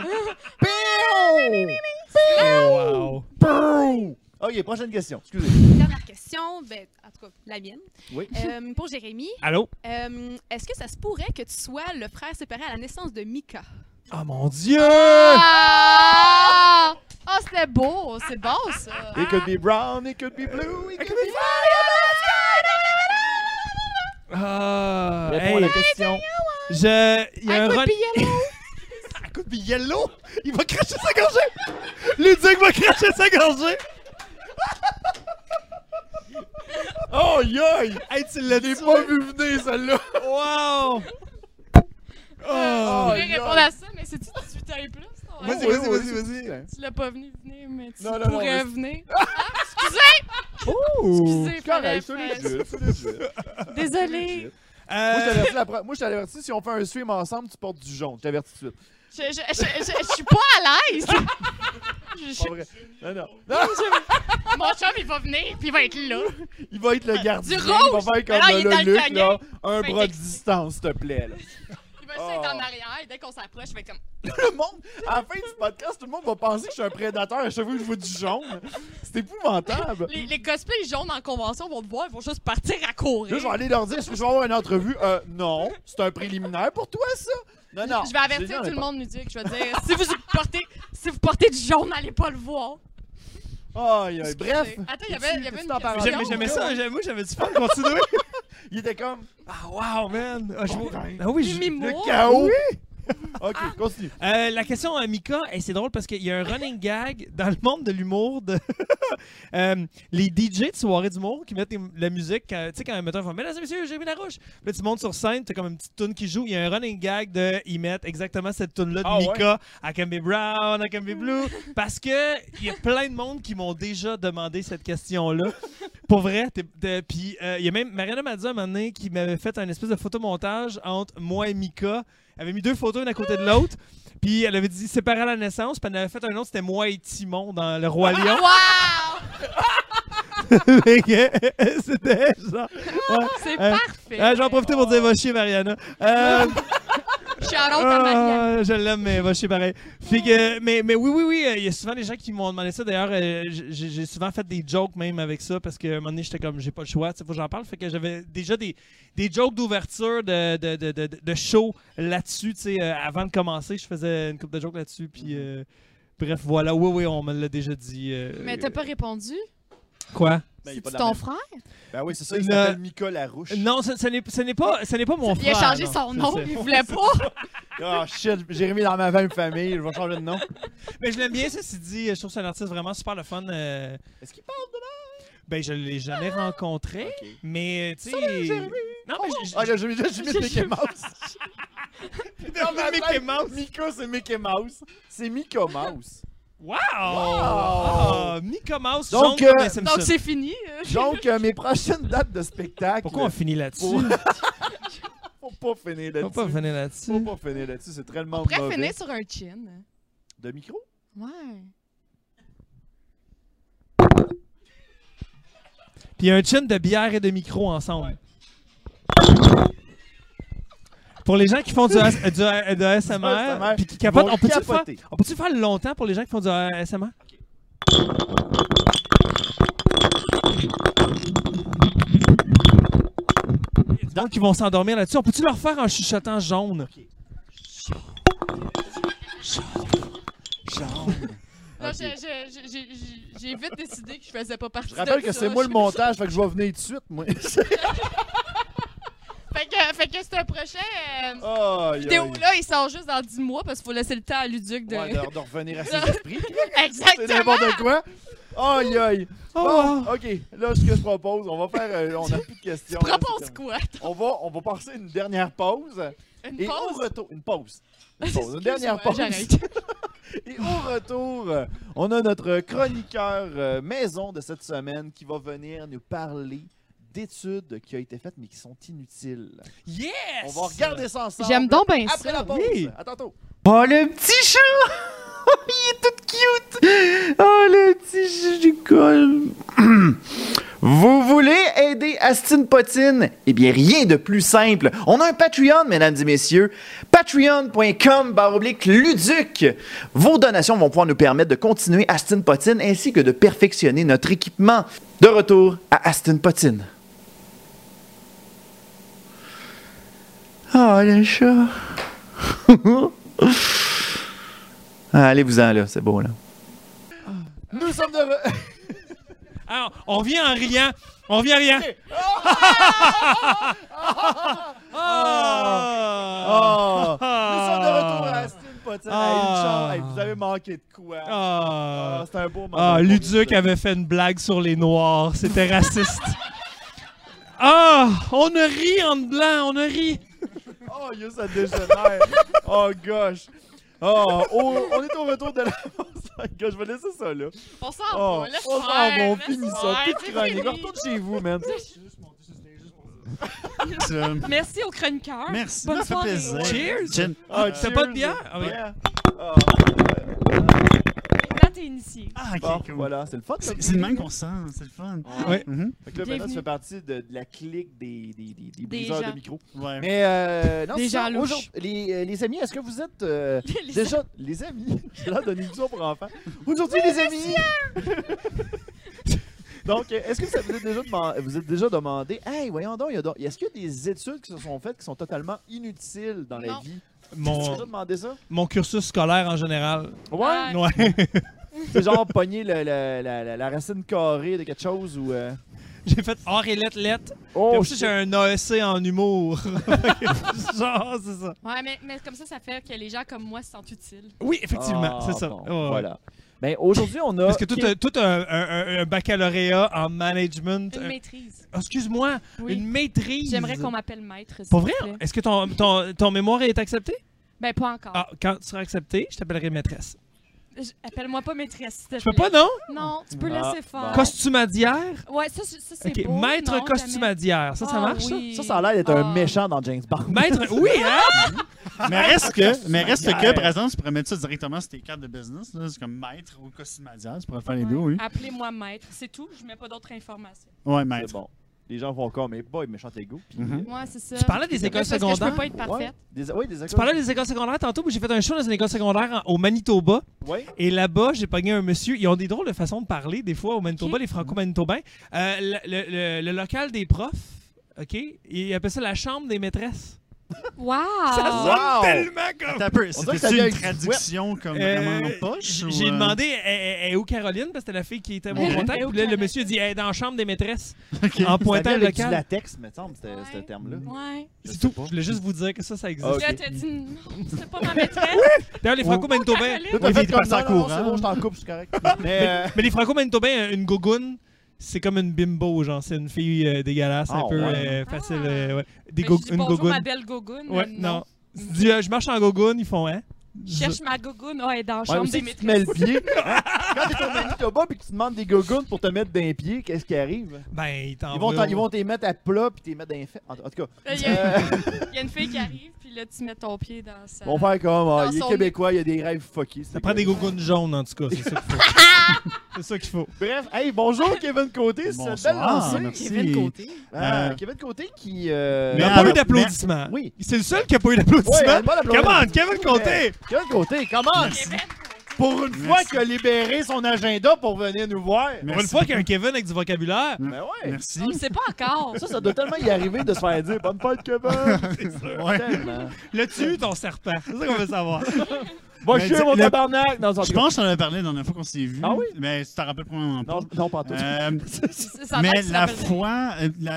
Wow. Pow! OK, prochaine question. Excusez. Dernière question, ben, en tout cas, la mienne. Oui. Pour Jérémy, Allô? est-ce que ça se pourrait que tu sois le frère séparé à la naissance de Mika? Oh mon Dieu! Ah! Oh, c'était beau. C'est bon, ça. It could be brown, it could be blue, it could be Ah, Réponds à la question. il y a un I could run... be yellow. I could be yellow. Il va cracher sa gorgée. Luduc va cracher sa gorgée. Oh, yoï! Hey, tu l'as J'ai pas vu venir, celle-là. Wow! Je pourrais aïe, répondre aïe. à ça, mais c'est-tu 18 ans et plus? non? Vas-y, Oui, vas-y, oui, vas-y, oui. vas-y. Tu l'as pas venir, mais tu Non, non, non, pourrais mais- venir. Ah, excusez! Ouh! Excusez, Correct, fallait c'est faire legit, c'est legit. ça. Désolée. Moi, je t'avertis, si on fait un stream ensemble, tu portes du jaune. Je t'avertis tout de suite. Je suis pas à l'aise. Pas vrai. Non, non. Non, Mon chum, il va venir, puis il va être là. il va être le gardien. Du Il va rouge. faire Mais là, il est comme dans le le Luc, cognac. là. Un Il va bras être de distance, s'il te plaît. Là. Il va essayer d'être en arrière, et dès qu'on s'approche, je vais comme... Le monde, à la fin du podcast, tout le monde va penser que je suis un prédateur à chaque fois que je vois du jaune. C'est épouvantable. Les cosplays jaunes en convention vont te voir, ils vont juste partir à courir. Là, je vais aller leur dire, est-ce que je vais avoir une entrevue? Non, c'est un préliminaire pour toi, ça? Non, non. Je vais avertir tout le monde, Luduc. Je vais dire, si vous portez du jaune, n'allez pas le voir. Aïe, aïe. Bref. Attends, il y avait une Qu'est-ce que t'en question. parles? J'aimais ça, moi j'avais du fun, continuer. Il était comme Ah, wow, man! Ah, ben, ah oui, Des je... mimos. le chaos. Ok, continue. La question à Mika, c'est drôle parce qu'il y a un running gag dans le monde de l'humour de les DJ de soirée d'humour qui mettent la musique, tu sais, quand mettons, ils font mesdames et messieurs, j'ai mis la rouge. Puis là, tu montes sur scène, t'as comme une petite tune qui joue. Il y a un running gag de ils mettent exactement cette tune-là de Ah ouais? Mika, I can be brown, I can be blue. Parce que il y a plein de monde qui m'ont déjà demandé cette question-là. Pour vrai, puis il y a même Mariana Mazza, un moment donné, qui m'avait fait un espèce de photomontage entre moi et Mika. Elle avait mis deux photos une à côté de l'autre. Puis elle avait dit séparé à la naissance. Puis elle en avait fait un autre, c'était moi et Timon dans Le Roi Lion. Wow! C'était genre. Ouais. C'est parfait. J'en profite pour dire va chier, Mariana. Shout out à Marianne. Je l'aime, mais va chier pareil. Fait que, mais oui, il y a souvent des gens qui m'ont demandé ça. D'ailleurs, j'ai souvent fait des jokes même avec ça parce qu'à un moment donné, j'étais comme, j'ai pas le choix, il faut que j'en parle. Fait que j'avais déjà des jokes d'ouverture de show là-dessus. Avant de commencer, je faisais une couple de jokes là-dessus. Puis, bref, voilà. Oui, on me l'a déjà dit. Mais t'as pas répondu? Quoi? Ben, il est pas C'est dans ton la- frère? Ben oui, c'est ça, il Le- s'appelle Mika Larouche. Non, ce n'est pas mon frère. Il a changé non. son C'est nom, ça. il voulait pas. Ah, shit, j'ai remis dans ma même famille, je vais changer de nom. Mais je l'aime bien, ceci dit. Je trouve que c'est un artiste vraiment super le fun. Est-ce qu'il parle de Ben, je l'ai jamais rencontré, Ok. mais tu sais. Salut, Jérémy. Non, mais Ah, j'ai mis Mickey Mouse. Non, mais Mickey arrête, Mouse. Mika, c'est Mickey Mouse. C'est Mika Mouse. Wow! Ah, Mika Mouse, Donc, jaune comme les Simpsons. Donc c'est fini. Donc, mes prochaines dates de spectacle. Pourquoi on finit là-dessus? Faut pas finir là-dessus. Faut pas finir là-dessus. Faut pas finir là-dessus, c'est tellement On pourrait mauvais. finir sur un chin. De micro? Ouais. Puis il y a un chin de bière et de micro ensemble. Pour les gens qui font du ASMR, puis qui capotent, Vont on peut-tu capoter. le faire longtemps pour les gens qui font du ASMR? Il y a du monde qui vont s'endormir là-dessus. On peut-tu leur faire en chuchotant jaune? Là, Ok. j'ai vite décidé que je faisais pas partie Je rappelle de que ça. c'est moi le montage, fait que je vais venir tout de suite, moi. Fait que c'est un prochain. Oh, Vidéo-là, il sort juste dans 10 mois parce qu'il faut laisser le temps à Luduc de. Ouais, de revenir à ses esprits. C'est Exactement! n'importe quoi. Aïe, aïe. Oh, Bon, OK. Là, ce que je propose, on va faire... on n'a plus de questions. Tu là, proposes c'est quoi? on va passer une dernière pause. Une Et pause? au retour... Une pause. Une dernière pause. J'arrête. Et au retour, on a notre chroniqueur maison de cette semaine qui va venir nous parler d'études qui ont été faites mais qui sont inutiles. Yes! On va regarder ça ensemble. J'aime donc bien après ça. la pause. Oui. À tantôt. Oh, le petit chat! Il est tout cute! Oh, le petit chat du col! Vous voulez aider Astine Potine? Eh bien, rien de plus simple. On a un Patreon, mesdames et messieurs. Patreon.com/Luduc. Vos donations vont pouvoir nous permettre de continuer Astine Potine ainsi que de perfectionner notre équipement. De retour à Astine Potine. Oh, le chat! Ah, allez-vous-en, là. C'est beau, là. sommes de... Alors, on revient en riant. On revient en riant. Nous sommes de retour à Astin Potine. Une chance. Hey, vous avez manqué de quoi? C'était un beau moment. Luduc avait fait une blague sur les Noirs. C'était raciste. On a ri en blanc, on a ri. Oh, yo, ça dégénère. Oh, gosh. On est au retour de la... Gosh, je vais laisser ça, là. On s'en Oh, va, laisse on s'en faire, va, on laisse finit ça. faire, Plus de c'est chronique. fini. Retourne chez vous, man. Merci aux chroniqueurs. Merci, Bonne ça fait soirée. plaisir. Cheers. Gin. T'as pas de bière? Ah oui. Yeah. Là, t'es initié. Ah, ok, Bon, cool. voilà, c'est le fun. ça. C'est le même qu'on se sent, c'est le fun. Ouais. Mhm. Fait que là, maintenant, Bienvenue. tu fais partie de la clique des briseurs gens. de micro. Ouais. Mais, non, Des c'est ça. gens louches. Aujourd'hui, les amis, est-ce que vous êtes Les- déjà... Les amis? C'est là d'une émission pour enfants. Aujourd'hui, les amis! Donc, est-ce que ça vous êtes déjà demandé, hey, voyons donc, est-ce qu'il y a des études qui se sont faites qui sont totalement inutiles dans la Non. vie? Tu t'es déjà Mon, demandé ça? mon cursus scolaire en général. Ouais. Ouais. C'est genre pogner la racine carrée de quelque chose ou... J'ai fait or et lettre. Oh, Puis aussi, j'ai un AEC en humour. Genre, c'est ça. Ouais, mais comme ça fait que les gens comme moi se sentent utiles. Oui, effectivement, c'est ça. bon, Ouais. Voilà. Ben, aujourd'hui, on a... Parce que tout un baccalauréat en management. Une maîtrise. Excuse-moi, Oui. une maîtrise. J'aimerais qu'on m'appelle maître. s'il Pour vous vrai? plaît. Est-ce que ton mémoire est accepté? Ben, pas encore. Ah, quand tu seras accepté, je t'appellerai maîtresse. Appelle-moi pas maîtresse, s'il te Je peux plaît. pas, non? Non, tu peux Ah, laisser faire. bon. Costumadière? Ouais, ça c'est Ok, beau. maître non, costumadière. Ça jamais. marche, oui. Ça a l'air d'être un Ah. méchant dans James Bond. Maître, oui, hein? Mais reste que, par exemple, tu pourrais mettre ça directement sur tes cartes de business. là. C'est comme maître ou costumadière. Tu pourrais faire les deux, oui. Appelez-moi maître, c'est tout. Je mets pas d'autres informations. Ouais, C'est maître. bon. Les gens vont comme, mais boy, méchant égo. Puis, Mhm. Ouais, c'est ça. Tu parlais des Mais écoles parce que je secondaires? peux pas être parfaite. Oui, des Tu parlais des écoles secondaires tantôt, mais j'ai fait un show dans une école secondaire au Manitoba. Ouais. Et là-bas, j'ai pogné un monsieur. Ils ont des drôles de façons de parler, des fois, au Manitoba, Ok. les franco-manitobains. Le local des profs, OK? Ils appellent ça la chambre des maîtresses. Wow! Ça Wow! sonne tellement comme... Attends un peu, On dirait que ça c'était vient une avec du traduction comme vraiment poche? ou, J'ai demandé, elle est où Caroline? Parce que c'était la fille qui était mon Ok. contact. Elle est où Puis là, le Caroline? monsieur dit, elle est dans la chambre des maîtresses. Ok. En pointant le avec du local. latex, me semble, Ouais. ce terme-là. Ouais. C'est tout. Je voulais juste vous dire que ça existe. Ok. Là, t'as dit non, c'est pas ma maîtresse. D'ailleurs, les franco-manitobains... Caroline. Là, t'as Oui, fait il comme passe en non, non, courant. c'est bon, je t'en coupe, c'est correct. Mais, Mais les franco-manitobains, une gogoune, c'est comme une bimbo, genre. C'est une fille dégueulasse, un Ah, peu ouais. facile. Ah. Ouais. Ben, je dis Une bonjour, gogoune. ma belle gogoune. Ouais, mais non. Tu dis, je marche en gogoune, ils font, hein? Cherche ma gogoune. Ah, elle est dans la ouais, chambre aussi, des tu te mets maîtresses. le pied. Hein? Quand t'es au Manitoba et que tu demandes des gogoons pour te mettre d'un pied, qu'est-ce qui arrive? Ben, ils Ils t'envoient. vont te mettre à plat puis te mettre d'un fait. En tout cas, Il y, euh, a une fille qui arrive, puis là, tu mets ton pied dans sa... ils vont faire comme, Dans il est son- québécois, il y a des rêves fuckés. Ça prend des gougounes jaunes, en tout cas. C'est ça qu'il faut. C'est ça qu'il faut. Bref, hey, bonjour Kevin Côté, c'est une belle Bonsoir, lancée. merci. Kevin Côté. Kevin Côté qui... Il Mais n'y a pas alors- eu d'applaudissements. Oui. C'est le seul qui n'a pas eu Ouais, d'applaudissements. bon applaudissement. Come on, Kevin Côté! Kevin Côté, comment? Kevin. Pour une fois qu'il a libéré son agenda pour venir nous voir. Pour une fois qu'il y a un Kevin avec du vocabulaire. Ben ouais. Merci. On ne sait pas encore. Ça doit tellement y arriver de se faire dire bonne fête, Kevin. Ouais. Tellement. L'as-tu eu ton serpent? C'est ça qu'on veut savoir. Va Mais chier, mon le- tabarnak! Non, Je pense que t'en avais parlé la dernière fois qu'on s'est vu. Ah oui? Mais tu t'en rappelles probablement pas. non, pas tout. Ça a Mais l'air que tu la rappelles rien. fois,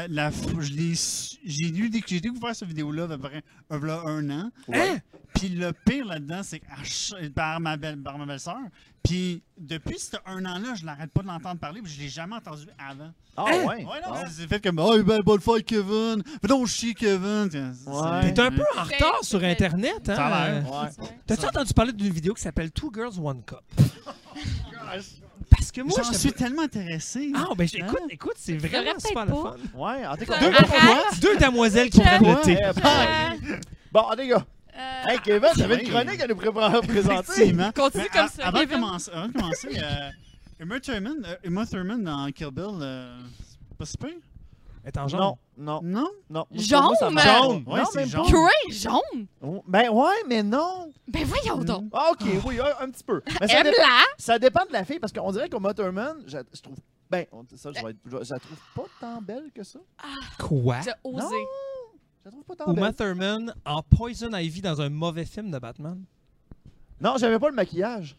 j'ai découvert cette vidéo-là à peu près v'là un an. Hein? Puis le pire là-dedans, c'est que par ma belle-sœur. Puis depuis ce un an-là, je n'arrête pas de l'entendre parler, puis je l'ai jamais entendu avant. Ah ouais? Ouais, non, Ah. c'est fait comme oh, ben, bonne fête, Kevin. Fais donc chier, Kevin. Ouais. T'es un peu en retard sur Internet, hein? Ça a l'air. Ouais. T'as-tu entendu parler d'une vidéo qui s'appelle Two Girls, One Cup? Parce que moi, J'en suis tellement intéressé. Ah, ben écoute, c'est devrais vraiment super le peut-être fun. Ouais, en tout cas. Arrête. Deux damoiselles qui prennent le thé. Bon, en tout cas. Hey, Kevin, t'avais une chronique à nous présenter. Effectivement. Continue Mais comme ça, Avant de Kevin. commencer, Uma Thurman dans Kill Bill, c'est pas si pire? Elle est en jaune. Non, non, Non? non. Jaune? Moi, ça marche. Jaune. Ouais, Non, c'est même jaune. pas. Cray jaune? Oh, ben ouais, mais non. Ben voyons donc. Ah, ok, oui, un petit peu. Mais ça, Aime-la. ça dépend de la fille, parce qu'on dirait qu'Uma Thurman, je trouve. Ben, ça, je la trouve pas tant belle que ça. Quoi? T'as osé. Non. Je la trouve pas tant Uma belle. Thurman en Poison Ivy dans un mauvais film de Batman. Non, j'avais pas le maquillage.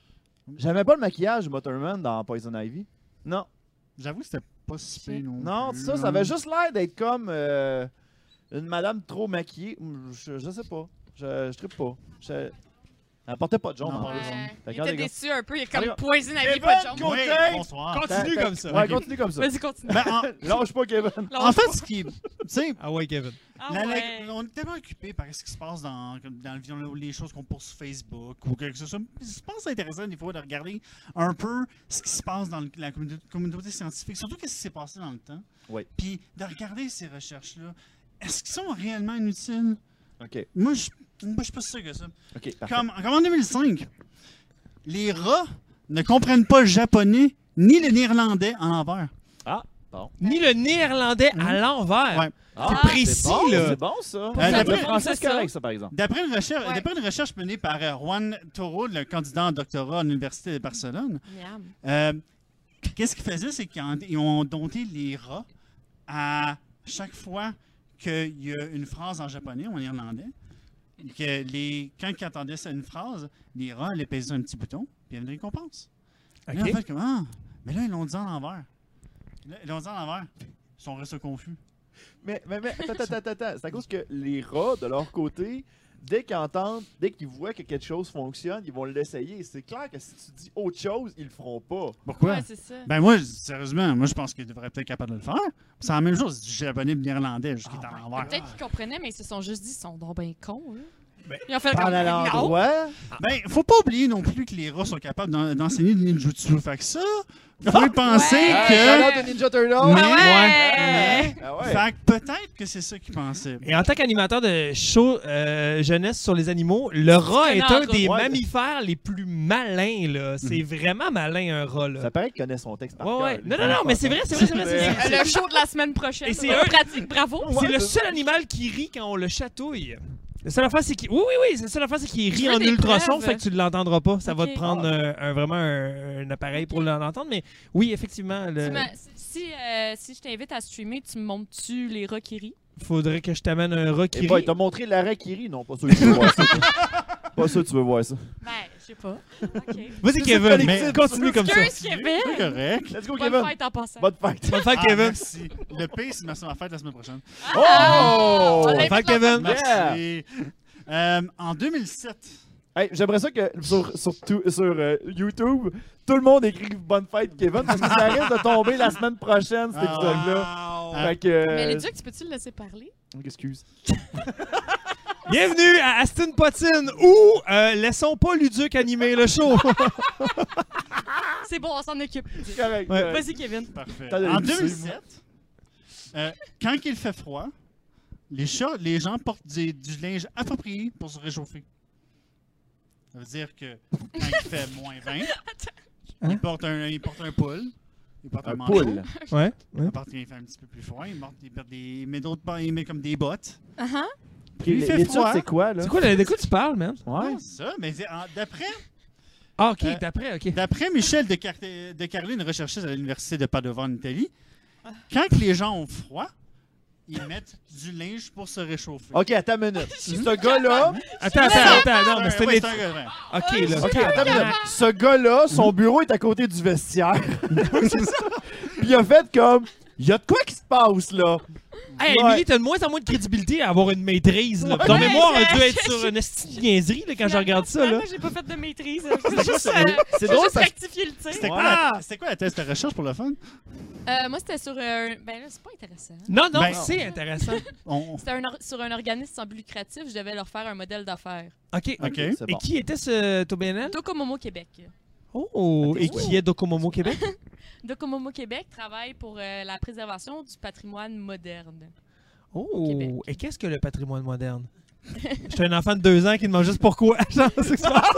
J'aimais pas le maquillage de Motorman dans Poison Ivy. Non. J'avoue que c'était pas si pire non Non, plus. ça avait juste l'air d'être comme une madame trop maquillée. Je sais pas. Je trippe pas. Elle portait pas de jaune Non, en pas plus. de jaune. Fait Il que, était les gars. déçu un peu. Il est comme Allez, Poison Ivy, Kevin, pas de jaune. go- Oui, Côté! bonsoir. Continue comme ça. Ouais, ok. continue comme ça. Vas-y, continue. Ben, Lâche pas, Kevin. en fait, ce qui est... Tu sais, Ah ouais, Kevin. Ah La- ouais. on est tellement occupé par ce qui se passe dans les choses qu'on poste sur Facebook ou quelque chose. Je pense que c'est intéressant des fois de regarder un peu ce qui se passe dans la communauté scientifique, surtout ce qui s'est passé dans le temps. Oui. Puis de regarder ces recherches-là, est-ce qu'ils sont réellement inutiles? OK. Moi, je suis pas sûr que ça. OK, parfait. Comme en 2005, les rats ne comprennent pas le japonais ni le néerlandais en l'envers. Ah, bon. Ni le néerlandais à l'envers. Ouais. Ah, précis, bon, là. C'est bon, ça. d'après- Le français, c'est ça. correct, ça, par exemple. D'après Ouais. une recherche menée par Juan Toro, le candidat en doctorat à l'Université de Barcelone, Miam. qu'est-ce qu'ils faisaient, c'est qu'ils ont dompté les rats à chaque fois qu'il y a une phrase en japonais ou en irlandais. Quand ils entendaient ça, une phrase, les rats allaient peser un petit bouton, puis il y avait une récompense. OK. Là, en fait, mais là, ils l'ont dit en l'envers. Ils l'ont dit en l'envers. Ils sont restés confus. Mais, attends. C'est à cause que les rats, de leur côté, dès qu'ils voient que quelque chose fonctionne, ils vont l'essayer. C'est clair que si tu dis autre chose, ils le feront pas. Pourquoi? Ouais, c'est ça. Ben moi, sérieusement, je pense qu'ils devraient peut-être être capables de le faire. C'est la même chose du japonais et du néerlandais, juste qu'il est en l'envers. Peut-être qu'ils comprenaient, mais ils se sont juste dit, ils sont donc bien cons. Là. Ben, Ils ont fait Parle comme, à non. l'endroit. Ben, faut pas oublier non plus que les rats sont capables d'enseigner le ninjutsu. Fait que ça, faut y penser Ouais. que... Shout-out de Ninja Turtle. Mais- Ouais. Ah ouais. Fait que peut-être que c'est ça qu'ils pensaient. Et en tant qu'animateur de show jeunesse sur les animaux, le rat est un des Ouais. mammifères les plus malins. Là. C'est vraiment malin, un rat. Là. Ça paraît qu'il connaît son texte par Ouais, cœur. ouais. Non, mais c'est vrai. Le show de la semaine prochaine. Et c'est c'est eux- pratique, bravo. C'est Ouais, le c'est seul animal qui rit quand on le chatouille. La seule affaire, c'est qu'il... Oui, c'est la seule affaire, c'est qu'il rit veux en des ultrason, preuves. fait que tu ne l'entendras pas. Ça va Ok. te prendre vraiment un appareil pour l'entendre. Mais oui, effectivement, Si je t'invite à streamer, tu me montres-tu les rats qui rient? il faudrait que je t'amène un rat qui Et boy, rit. t'as montré l'arrêt qui rit? Non, pas sûr que tu veux voir ça. Pas sûr que tu veux voir ça. Ben, je sais pas. OK. Vas-y, C'est Kevin, collectif, mais continue comme ça. Excuse, Kevin! C'est correct. Let's go, Bonne Kevin. fête en passant. Bonne fête. Bonne fête, Ah, Kevin. merci. Le pire, c'est merci ma fête la semaine prochaine. Oh! On l'invite Bonne fête, Kevin. Merci. En 2007, Hey, j'aimerais ça que sur YouTube, tout le monde écrive Bonne fête, Kevin, parce que ça risque de tomber la semaine prochaine, cet épisode-là. Fait que. Mais les Ducs, peux-tu le laisser parler? Excuse. Bienvenue à Astin Potine, où laissons pas Luduc animer le show. C'est bon, on s'en occupe. Correct. Ouais. correct. Vas-y, Kevin. parfait. T'as En le 2007, quand il fait froid, les gens portent du linge approprié pour se réchauffer. Ça veut dire que quand il fait moins 20, ils portent un pull, ils portent un Un manteau. poule. Ouais. À part quand il fait un petit peu plus froid, ils mettent d'autres ils mettent comme des bottes. Uh-huh. Puis il fait Les froid. Turcs, c'est quoi, là? C'est quoi, de quoi tu parles, man? Ouais. Non, c'est ça, mais d'après Ah, OK, Euh, d'après, OK. D'après Michel de Caroline, recherchiste à l'Université de Padova en Italie, quand les gens ont froid, ils mettent du linge pour se réchauffer. Ok, attends une minute. Ce gars-là. Attends, non, mais c'est Ouais, une... c'est un gars, ouais. OK, là. Ok, attends une minute. Ce gars-là, son bureau est à côté du vestiaire. C'est ça. Puis il a fait comme. Il y a de quoi qui se passe, là? Hey, Ouais. Émilie, t'as de moins en moins de crédibilité à avoir une maîtrise. Là. Ton Ouais, mémoire a c'est- dû être sur une esti de niaiserie là, quand je regarde ça. Là. Moi, j'ai pas fait de maîtrise. C'est J'ai drôle juste parce rectifié le tir. C'était quoi, Ah! c'était quoi la thèse de recherche pour le fun? Moi, c'était sur un... Ben là, c'est pas intéressant. Non, Ben- c'est intéressant. On- Sur un organisme sans but lucratif, je devais leur faire un modèle d'affaires. OK. OK. C'est Et bon. qui était ce Tobenel? Docomomo Québec. Oh, et qui est Docomomo Québec? Docomomo Québec travaille pour la préservation du patrimoine moderne. Oh, Québec. et qu'est-ce que le patrimoine moderne? J'étais un enfant de 2 ans qui demande juste pourquoi. Genre, c'est que ça.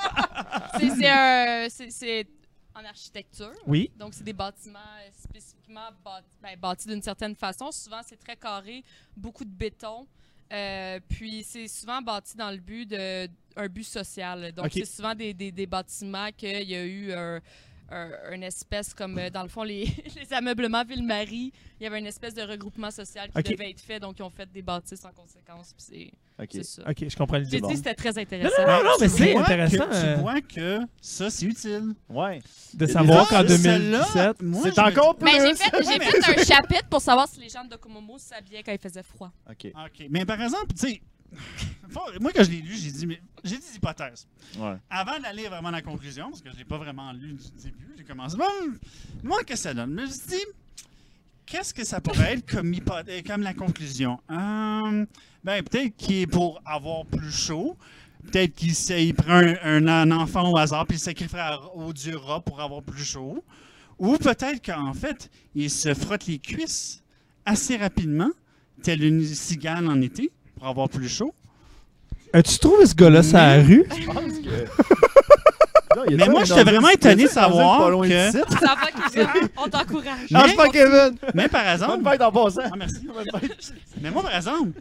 C'est en architecture. Oui. Donc, c'est des bâtiments spécifiquement bâtis d'une certaine façon. Souvent, c'est très carré, beaucoup de béton. Puis, c'est souvent bâti dans le but un but social. Donc, Ok. c'est souvent des bâtiments qu'il y a eu une espèce comme, dans le fond, les ameublements Ville-Marie, il y avait une espèce de regroupement social qui Ok. devait être fait, donc ils ont fait des bâtisses en conséquence, puis c'est ça. OK, je comprends J'ai l'idée. dit que c'était très Non, intéressant. non, mais Tu c'est vois intéressant Tu vois que ça, c'est utile. Ouais. de savoir qu'en Celle-là, 2017... moi, C'est je me encore plus. Mais j'ai fait un chapitre pour savoir si les gens de Docomomo s'habillaient quand il faisait froid. OK. OK. Mais par exemple, tu sais, moi, quand je l'ai lu, j'ai des hypothèses. Ouais. Avant d'aller vraiment à la conclusion, parce que je l'ai pas vraiment lu du début, j'ai commencé, bon, moi, qu'est-ce que ça donne? Mais je me suis dit, qu'est-ce que ça pourrait être comme la conclusion? Ben, peut-être qu'il est pour avoir plus chaud. Peut-être qu'il prend un enfant au hasard puis il sacrifiera au dieu rat pour avoir plus chaud. Ou peut-être qu'en fait, il se frotte les cuisses assez rapidement, tel une cigale en été, pour avoir plus chaud. As-tu trouvé ce gars-là sur la rue? Je pense que. Non, il y a Mais ça, moi, une j'étais vraiment usine- étonné de il y a ça, une usine savoir pas loin que- d'ici. Ça va, Kevin? On t'encourage. Lâche pas, Kevin! Mais par Bonne exemple... fête en passant! Ah, merci. Bonne fête. Mais moi, par exemple,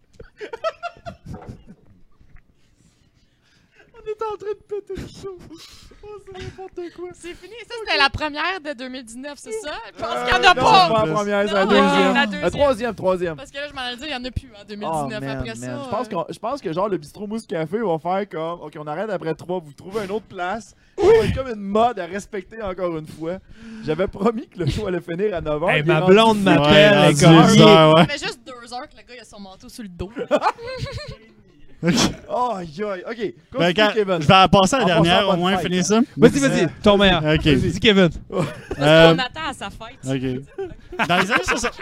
On est en train de péter le show! Oh, c'est n'importe quoi! C'est fini. Ça, c'était la première de 2019, c'est ça? Je pense qu'il n'y en Non, a c'est pas! pas la première, c'est la Non, deuxième. la deuxième. Troisième. Parce que là, je m'en allais dire, il n'y en a plus en 2019. Oh, man, Après man. ça. Je pense que genre le bistrot Mousse Café va faire comme OK, on arrête après 3, vous trouvez une autre place. Ça va être comme une mode à respecter encore une fois. J'avais promis que le show allait finir à 9h. Hey, ma blonde m'appelle, elle est rendu comme... heures, ouais. Mais juste 2 heures que le gars il a son manteau sur le dos. Oh, aïe, aïe. OK, Ben, continue, quand- Kevin. je vais passer à la En dernière, passant, au moins, bonne fête, finir ça. Vas-y, ton meilleur. OK. Vas-y, Kevin. Parce Euh, qu'on attend à sa fête. OK. Dans les années 60...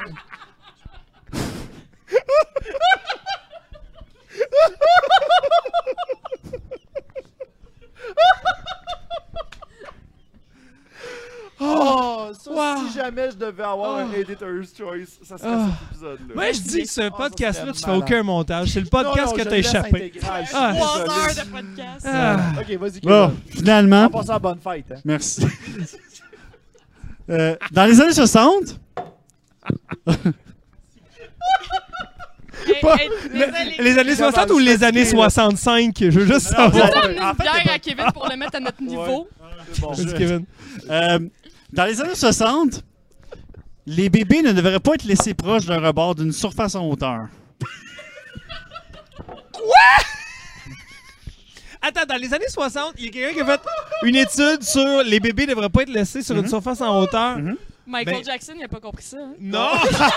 Oh, ça, Wow. si jamais je devais avoir un Editor's Choice, ça serait cet épisode-là. Moi, je dis que ce ça podcast-là, serait tu fais malade. aucun montage. C'est le podcast que t'as échappé. Ah. 3 heures de podcast. Ah. OK, vas-y, Bon, Kevin. finalement... En passant à bonne fête. Hein. Merci. Dans les années 60, Pas- Désolé. Les années 60 ou les années 65? Je veux juste Non, savoir. non, Donne en une fait, bière à Kevin pour le mettre à notre niveau. C'est bon. Vas-y, Kevin. dans les années 60, les bébés ne devraient pas être laissés proches d'un rebord d'une surface en hauteur. Attends, dans les années 60, il y a quelqu'un qui a fait une étude sur les bébés ne devraient pas être laissés sur une surface en hauteur. Michael Ben- Jackson, il a pas compris ça. Hein? Non!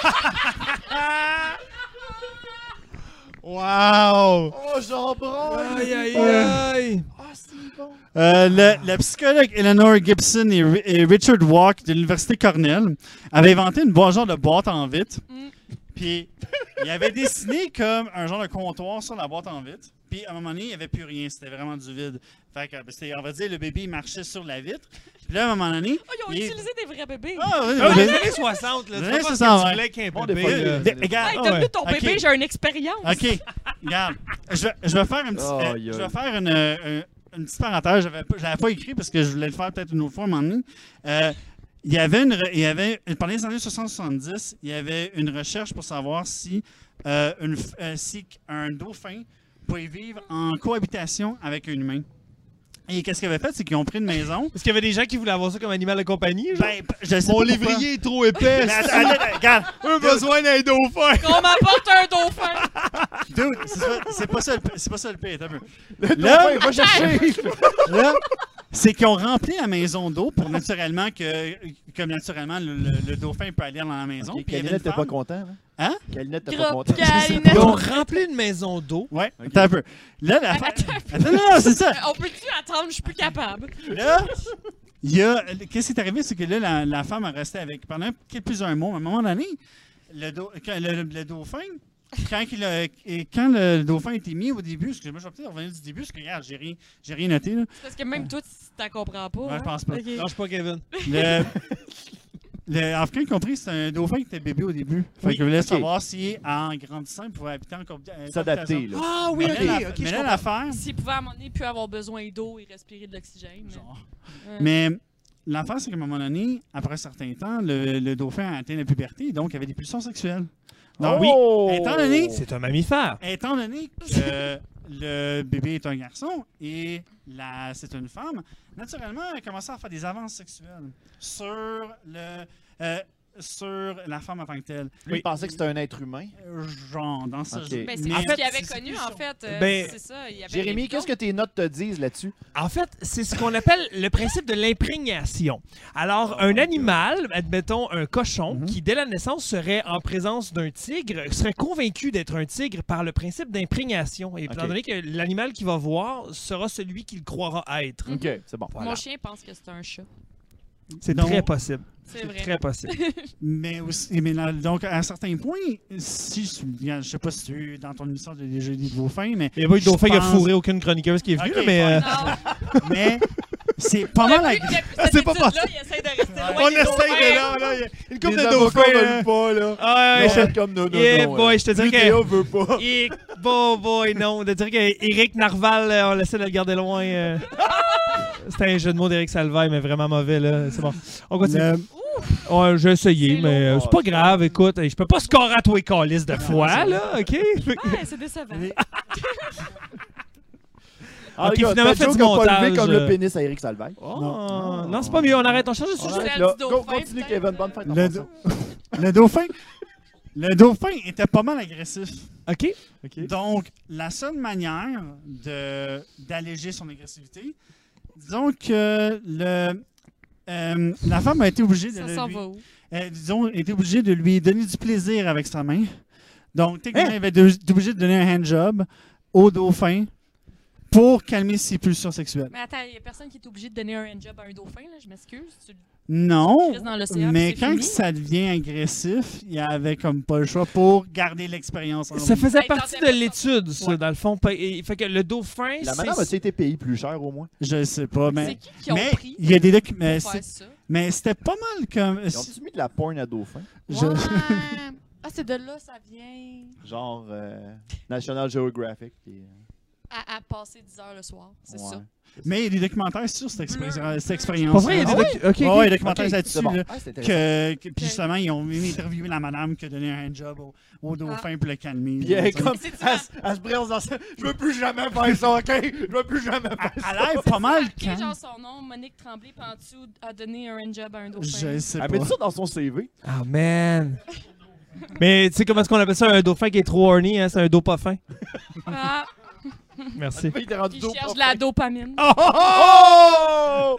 Wow! Oh, jambon! Aïe, aïe, aïe! Ah, c'est bon. La psychologue Eleanor Gibson et Richard Walk de l'Université Cornell avaient inventé une genre de boîte en vitre. Mm. Puis, ils avaient dessiné comme un genre de comptoir sur la boîte en vitre. Puis, à un moment donné, il n'y avait plus rien. C'était vraiment du vide. Fait que, on va dire, le bébé, il marchait sur la vitre. Puis là, à un moment donné... Oh, ils ont il- utilisé des vrais bébés. Ah, oui, Ah, oui. les années 60, là. Les Tu années vois pas 60, ce que tu ouais. voulais qu'un Bon, des bébé, fois, là. Regarde, Hey, Ah, t'as ouais. vu ton Ok. bébé, j'ai une expérience. OK, regarde. Je vais faire un petit, Aïe, aïe. je vais faire une petite parenthèse. Je l'avais pas écrit parce que je voulais le faire peut-être une autre fois à un moment donné. Il y avait pendant les années 60-70, il y avait une recherche pour savoir si si un dauphin pouvait vivre en cohabitation avec un humain. Et qu'est-ce qu'ils avaient fait, c'est qu'ils ont pris une maison. Est-ce qu'il y avait des gens qui voulaient avoir ça comme animal de compagnie? Genre? Ben, je sais Mon pas lévrier est trop épais. pourquoi. Mais attends, regarde. On a besoin d'un dauphin. Qu'on m'apporte un dauphin. Dude, c'est pas ça le pire. Attends un peu. Le Là- dauphin, va chercher! Là, c'est qu'ils ont rempli la maison d'eau pour naturellement comme naturellement le dauphin peut aller dans la maison. Ok, Puis il y avait Calinette, une t'es pas femme. content, là? Hein? Calinette, t'es pas Gros content? Calinette. Ils ont rempli une maison d'eau. Ouais, Ok. attends un peu. Là, la femme. Attends, non, c'est ça. On peut-tu attendre? Je suis plus capable. Là, il y a. Qu'est-ce qui est arrivé, c'est que là, la femme a resté avec pendant plusieurs mois. À un moment donné, le dauphin. Quand le dauphin a été mis au début, excusez-moi, je vais peut-être revenir du début, parce que regarde, j'ai rien noté. Là. C'est parce que même toi, tu t'en comprends pas. Ouais, hein? je pense pas. Ok. Lâche pas, Kevin. En tout cas, compris, c'est un dauphin qui était bébé au début. Fait Oui, qu'il voulait ok. savoir si, en grandissant, il pouvait habiter en S'adapter, là. Ah oui, Mais ok, là, ok, mais je là, comprends. l'affaire. S'il pouvait à un moment donné plus avoir besoin d'eau et respirer de l'oxygène. Genre. Ouais. Mais l'affaire, c'est qu'à un moment donné, après un certain temps, le dauphin a atteint la puberté, donc il avait des pulsions sexuelles. Donc, Oh! étant donné C'est un mammifère. que le bébé est un garçon et c'est une femme, naturellement, elle a commencé à faire des avances sexuelles sur la femme en tant que telle. Lui, il pensait que c'était un être humain. Genre, dans ce Ok. jeu. Ben, c'est Mais- ce qu'il avait c'est connu, plus en sur- fait. Ben, C'est ça. Il y avait Jérémy, les qu'est-ce que tes notes te disent là-dessus? En fait, c'est ce qu'on appelle le principe de l'imprégnation. Alors, un animal, admettons un cochon, qui dès la naissance serait en présence d'un tigre, serait convaincu d'être un tigre par le principe d'imprégnation. Et étant donné que l'animal qu'il va voir sera celui qu'il croira être. OK, c'est bon. Mon chien pense que c'est un chat. C'est Donc- très possible. C'est vrai. Très possible. Mais aussi, donc à un certain point, si je sais pas si tu es dans ton émission de déjà dit de vos fins, mais Il n'y a pas eu de dauphin qui a pense- fourré aucune chroniqueuse qui est venue, Ok, là, mais... Non. mais c'est pas mal agressif. c'est pas Là, il essaie de rester loin On des essaye dauphins. de là, il y a une couple Les de avocats dauphins. veulent pas, là. Ah, Ils ouais, vont être comme non, Yeah, boy, je te dirais que- L'UDA veut pas. boy, non. De dire qu'Éric Narval, on essaie de le garder loin. C'était un jeu de mots d'Éric Salvaille, mais vraiment mauvais, là. C'est bon. On continue. Ouais, j'ai essayé, C'est mais lourd. c'est pas grave. Écoute, je peux pas scorer à tous les calices de fois, là, OK? Ouais, c'est décevant. Ah, Ok, regarde, finalement, ta faites joke du a pas levé montage. comme le pénis à Éric Salvaille. Oh, non, c'est pas mieux. On arrête, on change de On sujet. arrête celle là. du dauphin, Continue, peut-être, Kevin. là. Bonne fête. en Le, passant. le dauphin était pas mal agressif. OK? Donc, la seule manière d'alléger son agressivité, disons que la femme a été obligée de Ça le s'en lui- va où? disons, a été obligée de lui donner du plaisir avec sa main. Donc, techniquement, elle avait été obligée de donner un handjob au dauphin pour calmer ses pulsions sexuelles. Mais attends, il n'y a personne qui est obligé de donner un handjob à un dauphin, là, je m'excuse. Tu Non, restes dans l'océan, mais puis c'est quand fini. ça devient agressif, il y avait comme pas le choix pour garder l'expérience en Ça vie. faisait Hey, partie tentait de pas l'étude, ça, Ouais. dans le fond. Fait que le dauphin, La madame a-tu été payée plus cher au moins? Je sais pas, C'est mais, qui ont pris il y a des documents. pour faire ça? Mais c'était pas mal comme. Ils ont-tu mis de la porn à dauphin? Je- Ouais. Ah, c'est de là, ça vient Genre National Geographic. Puis, à passer 10 heures le soir. C'est ouais. ça. Mais il y a des documentaires sur cette expérience. Pas vrai, il y a des OK. Ouais, il y a des documentaires Ok, là-dessus. c'est bon. là, Ah, c'est intéressant. puis justement, ils ont même interviewé la madame qui a donné un handjob au dauphin pour le calmer. Puis elle est comme, C'est elle se brise dans ça. Je veux plus jamais faire ça, OK? Je veux plus jamais faire ça. Elle a l'air pas mal marqué, calme. genre son nom, Monique Tremblay, puis en dessous a donné un handjob à un dauphin. Je sais Elle pas. met ça dans son CV. Ah, man. Mais tu sais comment est-ce qu'on appelle ça, un dauphin qui est trop horny, hein? C'est un dauphin. Ah, Merci. Il était rendu il dos cherche de la dopamine. Oh! Oh!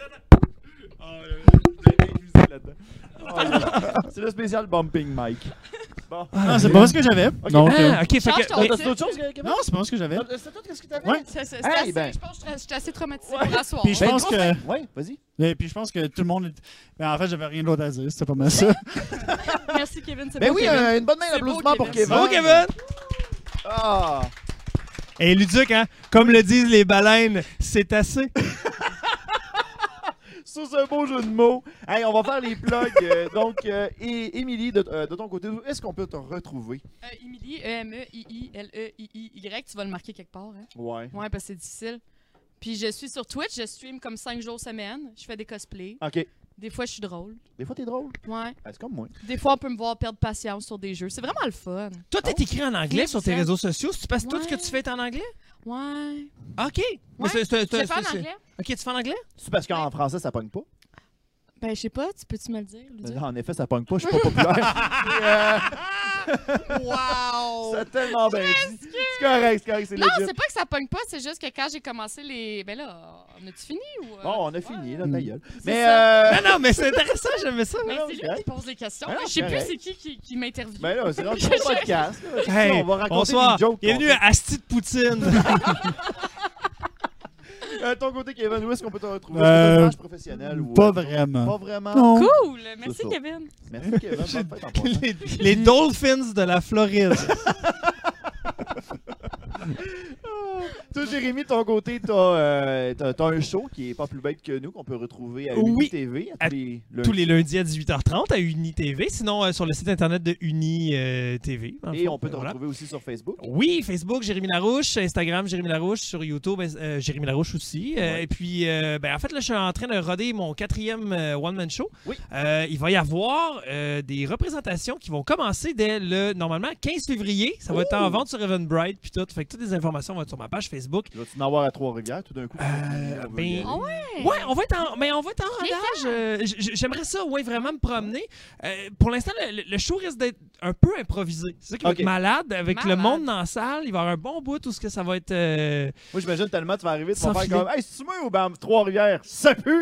C'est le spécial bumping, Mike. Bon. Non, c'est pas ce que j'avais. Donc, Ah, OK, fait Change que... ton T'as d'autres choses, Kevin? non, c'est pas ce que j'avais. C'est toi, qu'est-ce que t'avais? Ouais. C'est Hey, assez, ben. je pense que je suis assez traumatisée pour asseoir. Puis je pense que. Ouais, vas-y. Et puis je pense que tout le monde. Ben, en fait, j'avais rien d'autre à dire. C'était pas mal ça. Merci, Kevin. C'est Ben beau, oui, Kevin. une bonne main C'est beau, d'applaudissement pour Kevin. Kevin. Bravo, Kevin! Ah! Et Luduc, hein? Comme le disent les baleines, c'est assez. Ça, c'est un beau jeu de mots. Hey, on va faire les plugs. Donc, Émilie, de ton côté, où est-ce qu'on peut te retrouver? Émilie, E-M-E-I-I-L-E-I-I-Y, tu vas le marquer quelque part. Hein? Ouais. Ouais, parce que c'est difficile. Puis je suis sur Twitch, je stream comme 5 jours semaine. Je fais des cosplays. OK. Des fois, je suis drôle. Des fois, t'es drôle. Ouais. Ah, c'est comme moi. Des fois, on peut me voir perdre patience sur des jeux. C'est vraiment le fun. Toi, t'es écrit en anglais Oui, sur tes ça. réseaux sociaux. Tu passes tout ce que Ouais. tu fais est en anglais? Ouais. OK. Mais Ouais, c'est- Je le fais en anglais? OK, tu fais en anglais? C'est parce qu'en français, ça pogne pas. Ben, je sais pas, peux-tu me le dire, Luduc? En effet, ça pogne pas. Je suis pas populaire. Wow! C'est tellement bien dit. C'est correct, c'est Non, legit. c'est pas que ça pogne pas, c'est juste que quand j'ai commencé les. Ben là, on a-tu fini ou. Bon, on a fini, là, ta gueule. C'est Mais, ça. Non, mais c'est intéressant, j'aimais ça. Mais non, c'est lui correct. qui pose les questions. Ah non, Je sais plus correct. c'est qui m'interviewe. ben là, c'est rendu un podcast. là. Hey, on va raconter bonsoir. des jokes. Bienvenue à Asti de Poutine. Ton côté, Kevin, où est-ce qu'on peut te retrouver? Est-ce que t'as une page professionnelle ou, Pas Pas vraiment. vraiment. Non. Cool! Merci, C'est ça. Kevin. Merci, Kevin. Bonne fête en passant. les Dolphins de la Floride. Toi, Jérémy, de ton côté, t'as un show qui est pas plus bête que nous, qu'on peut retrouver à Uni TV tous les lundis à 18h30 à Uni TV. Sinon, sur le site internet de Uni TV. Et on peut te retrouver aussi sur Facebook. Oui, Facebook, Jérémy Larouche. Instagram, Jérémy Larouche. Sur YouTube, Jérémy Larouche aussi. Et puis, en fait, là, je suis en train de roder mon 4e one-man show. Oui. Il va y avoir des représentations qui vont commencer dès normalement, 15 février. Ça va être en vente sur Eventbrite puis tout. Fait que toutes les informations vont être sur ma page Facebook. Vas-tu en avoir à Trois-Rivières tout d'un coup? Ouais, on va être en rodage. J'aimerais ça, vraiment me promener. Pour l'instant, le show risque d'être un peu improvisé. C'est ça qui va être malade. Avec le monde dans la salle, il va y avoir un bon bout, tout ce que ça va être... Moi, j'imagine tellement tu vas arriver, tu vas faire comme « Hey, c'est-tu moi ou ben Trois-Rivières? Ça pue! »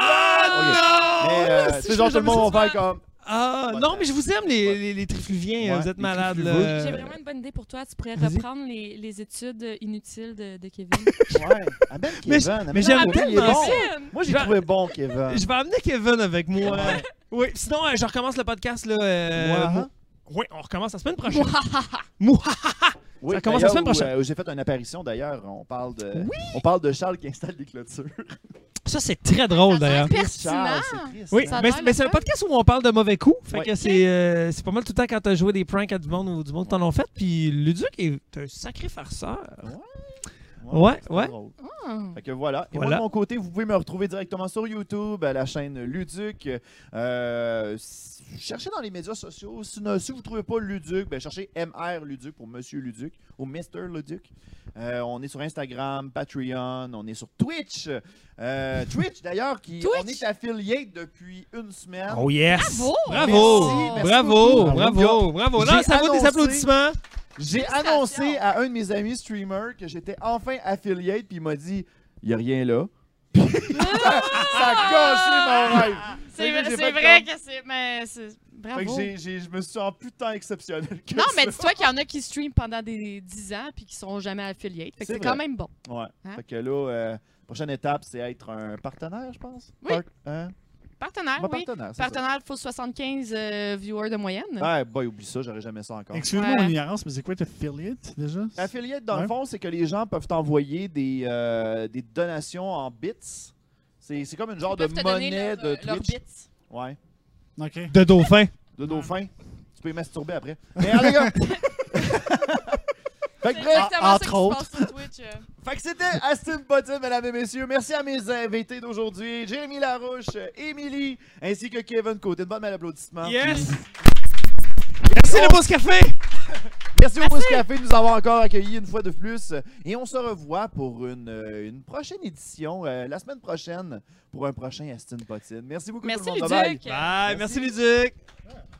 Ah! C'est genre tout le monde va faire comme... Ah, non, mais je vous aime, les trifluviens. Vous êtes malades. Là. J'ai vraiment une bonne idée pour toi. Tu pourrais reprendre les études inutiles de Kevin. Ouais, amène Kevin. Mais j'aime tellement ça. Moi, j'ai trouvé bon, Kevin. Je vais amener Kevin avec moi. Oui, sinon, je recommence le podcast. Là, oui, on recommence la semaine prochaine. Oui, ça commence la semaine prochaine. J'ai fait une apparition d'ailleurs. On parle de Charles qui installe des clôtures. Ça, c'est très drôle d'ailleurs. Pertinent. Oui, mais c'est un podcast où on parle de mauvais coups. Fait que c'est pas mal tout le temps quand t'as joué des pranks à du monde ou du monde t'en ont fait. Puis Luduc est un sacré farceur. Ouais. Fait que voilà. Et moi, de mon côté, vous pouvez me retrouver directement sur YouTube, à la chaîne Luduc. Cherchez dans les médias sociaux. Si vous ne trouvez pas Luduc, cherchez MR Luduc pour Monsieur Luduc ou Mr. Luduc. On est sur Instagram, Patreon, on est sur Twitch. Twitch, d'ailleurs, on est affilié depuis une semaine. Oh yes! Bravo! Bravo! Là, ça vaut des applaudissements. J'ai annoncé à un de mes amis streamers que j'étais enfin affiliate, puis il m'a dit « Il n'y a rien là. » Ça a gâché mon rêve. C'est vrai que c'est... Mais bravo. Fait que je me suis en plus de temps exceptionnel que non, mais ça. dis-toi qu'il y en a qui streament pendant des 10 ans puis qui sont jamais affiliés. Fait que c'est quand même bon. Ouais. Hein? Fait que là, prochaine étape, c'est être un partenaire, je pense. Oui. Partenaire, oui. Partenaire, il faut 75 viewers de moyenne. Ouais, oublie ça, j'aurais jamais ça encore. Excuse-moi mon ignorance, mais c'est quoi affiliate déjà? Affiliate, dans le fond, c'est que les gens peuvent t'envoyer des donations en bits. C'est comme une genre de monnaie de Twitch. Bits. Ouais. OK. De dauphin. De dauphin. Tu peux y masturber après. Mais les gars! Fait que bref, entre autres. Fait que c'était Astin Potine, mesdames et messieurs. Merci à mes invités d'aujourd'hui, Jérémy Larouche, Émilie, ainsi que Kevin Côté. Une bonne main d'applaudissements. Yes! Merci le Boost Café! Merci au Boost Café de nous avoir encore accueillis une fois de plus. Et on se revoit pour une prochaine édition, la semaine prochaine, pour un prochain Astin Potine. Merci beaucoup tout le monde. Luduc. Bye. Bye, merci Luduc!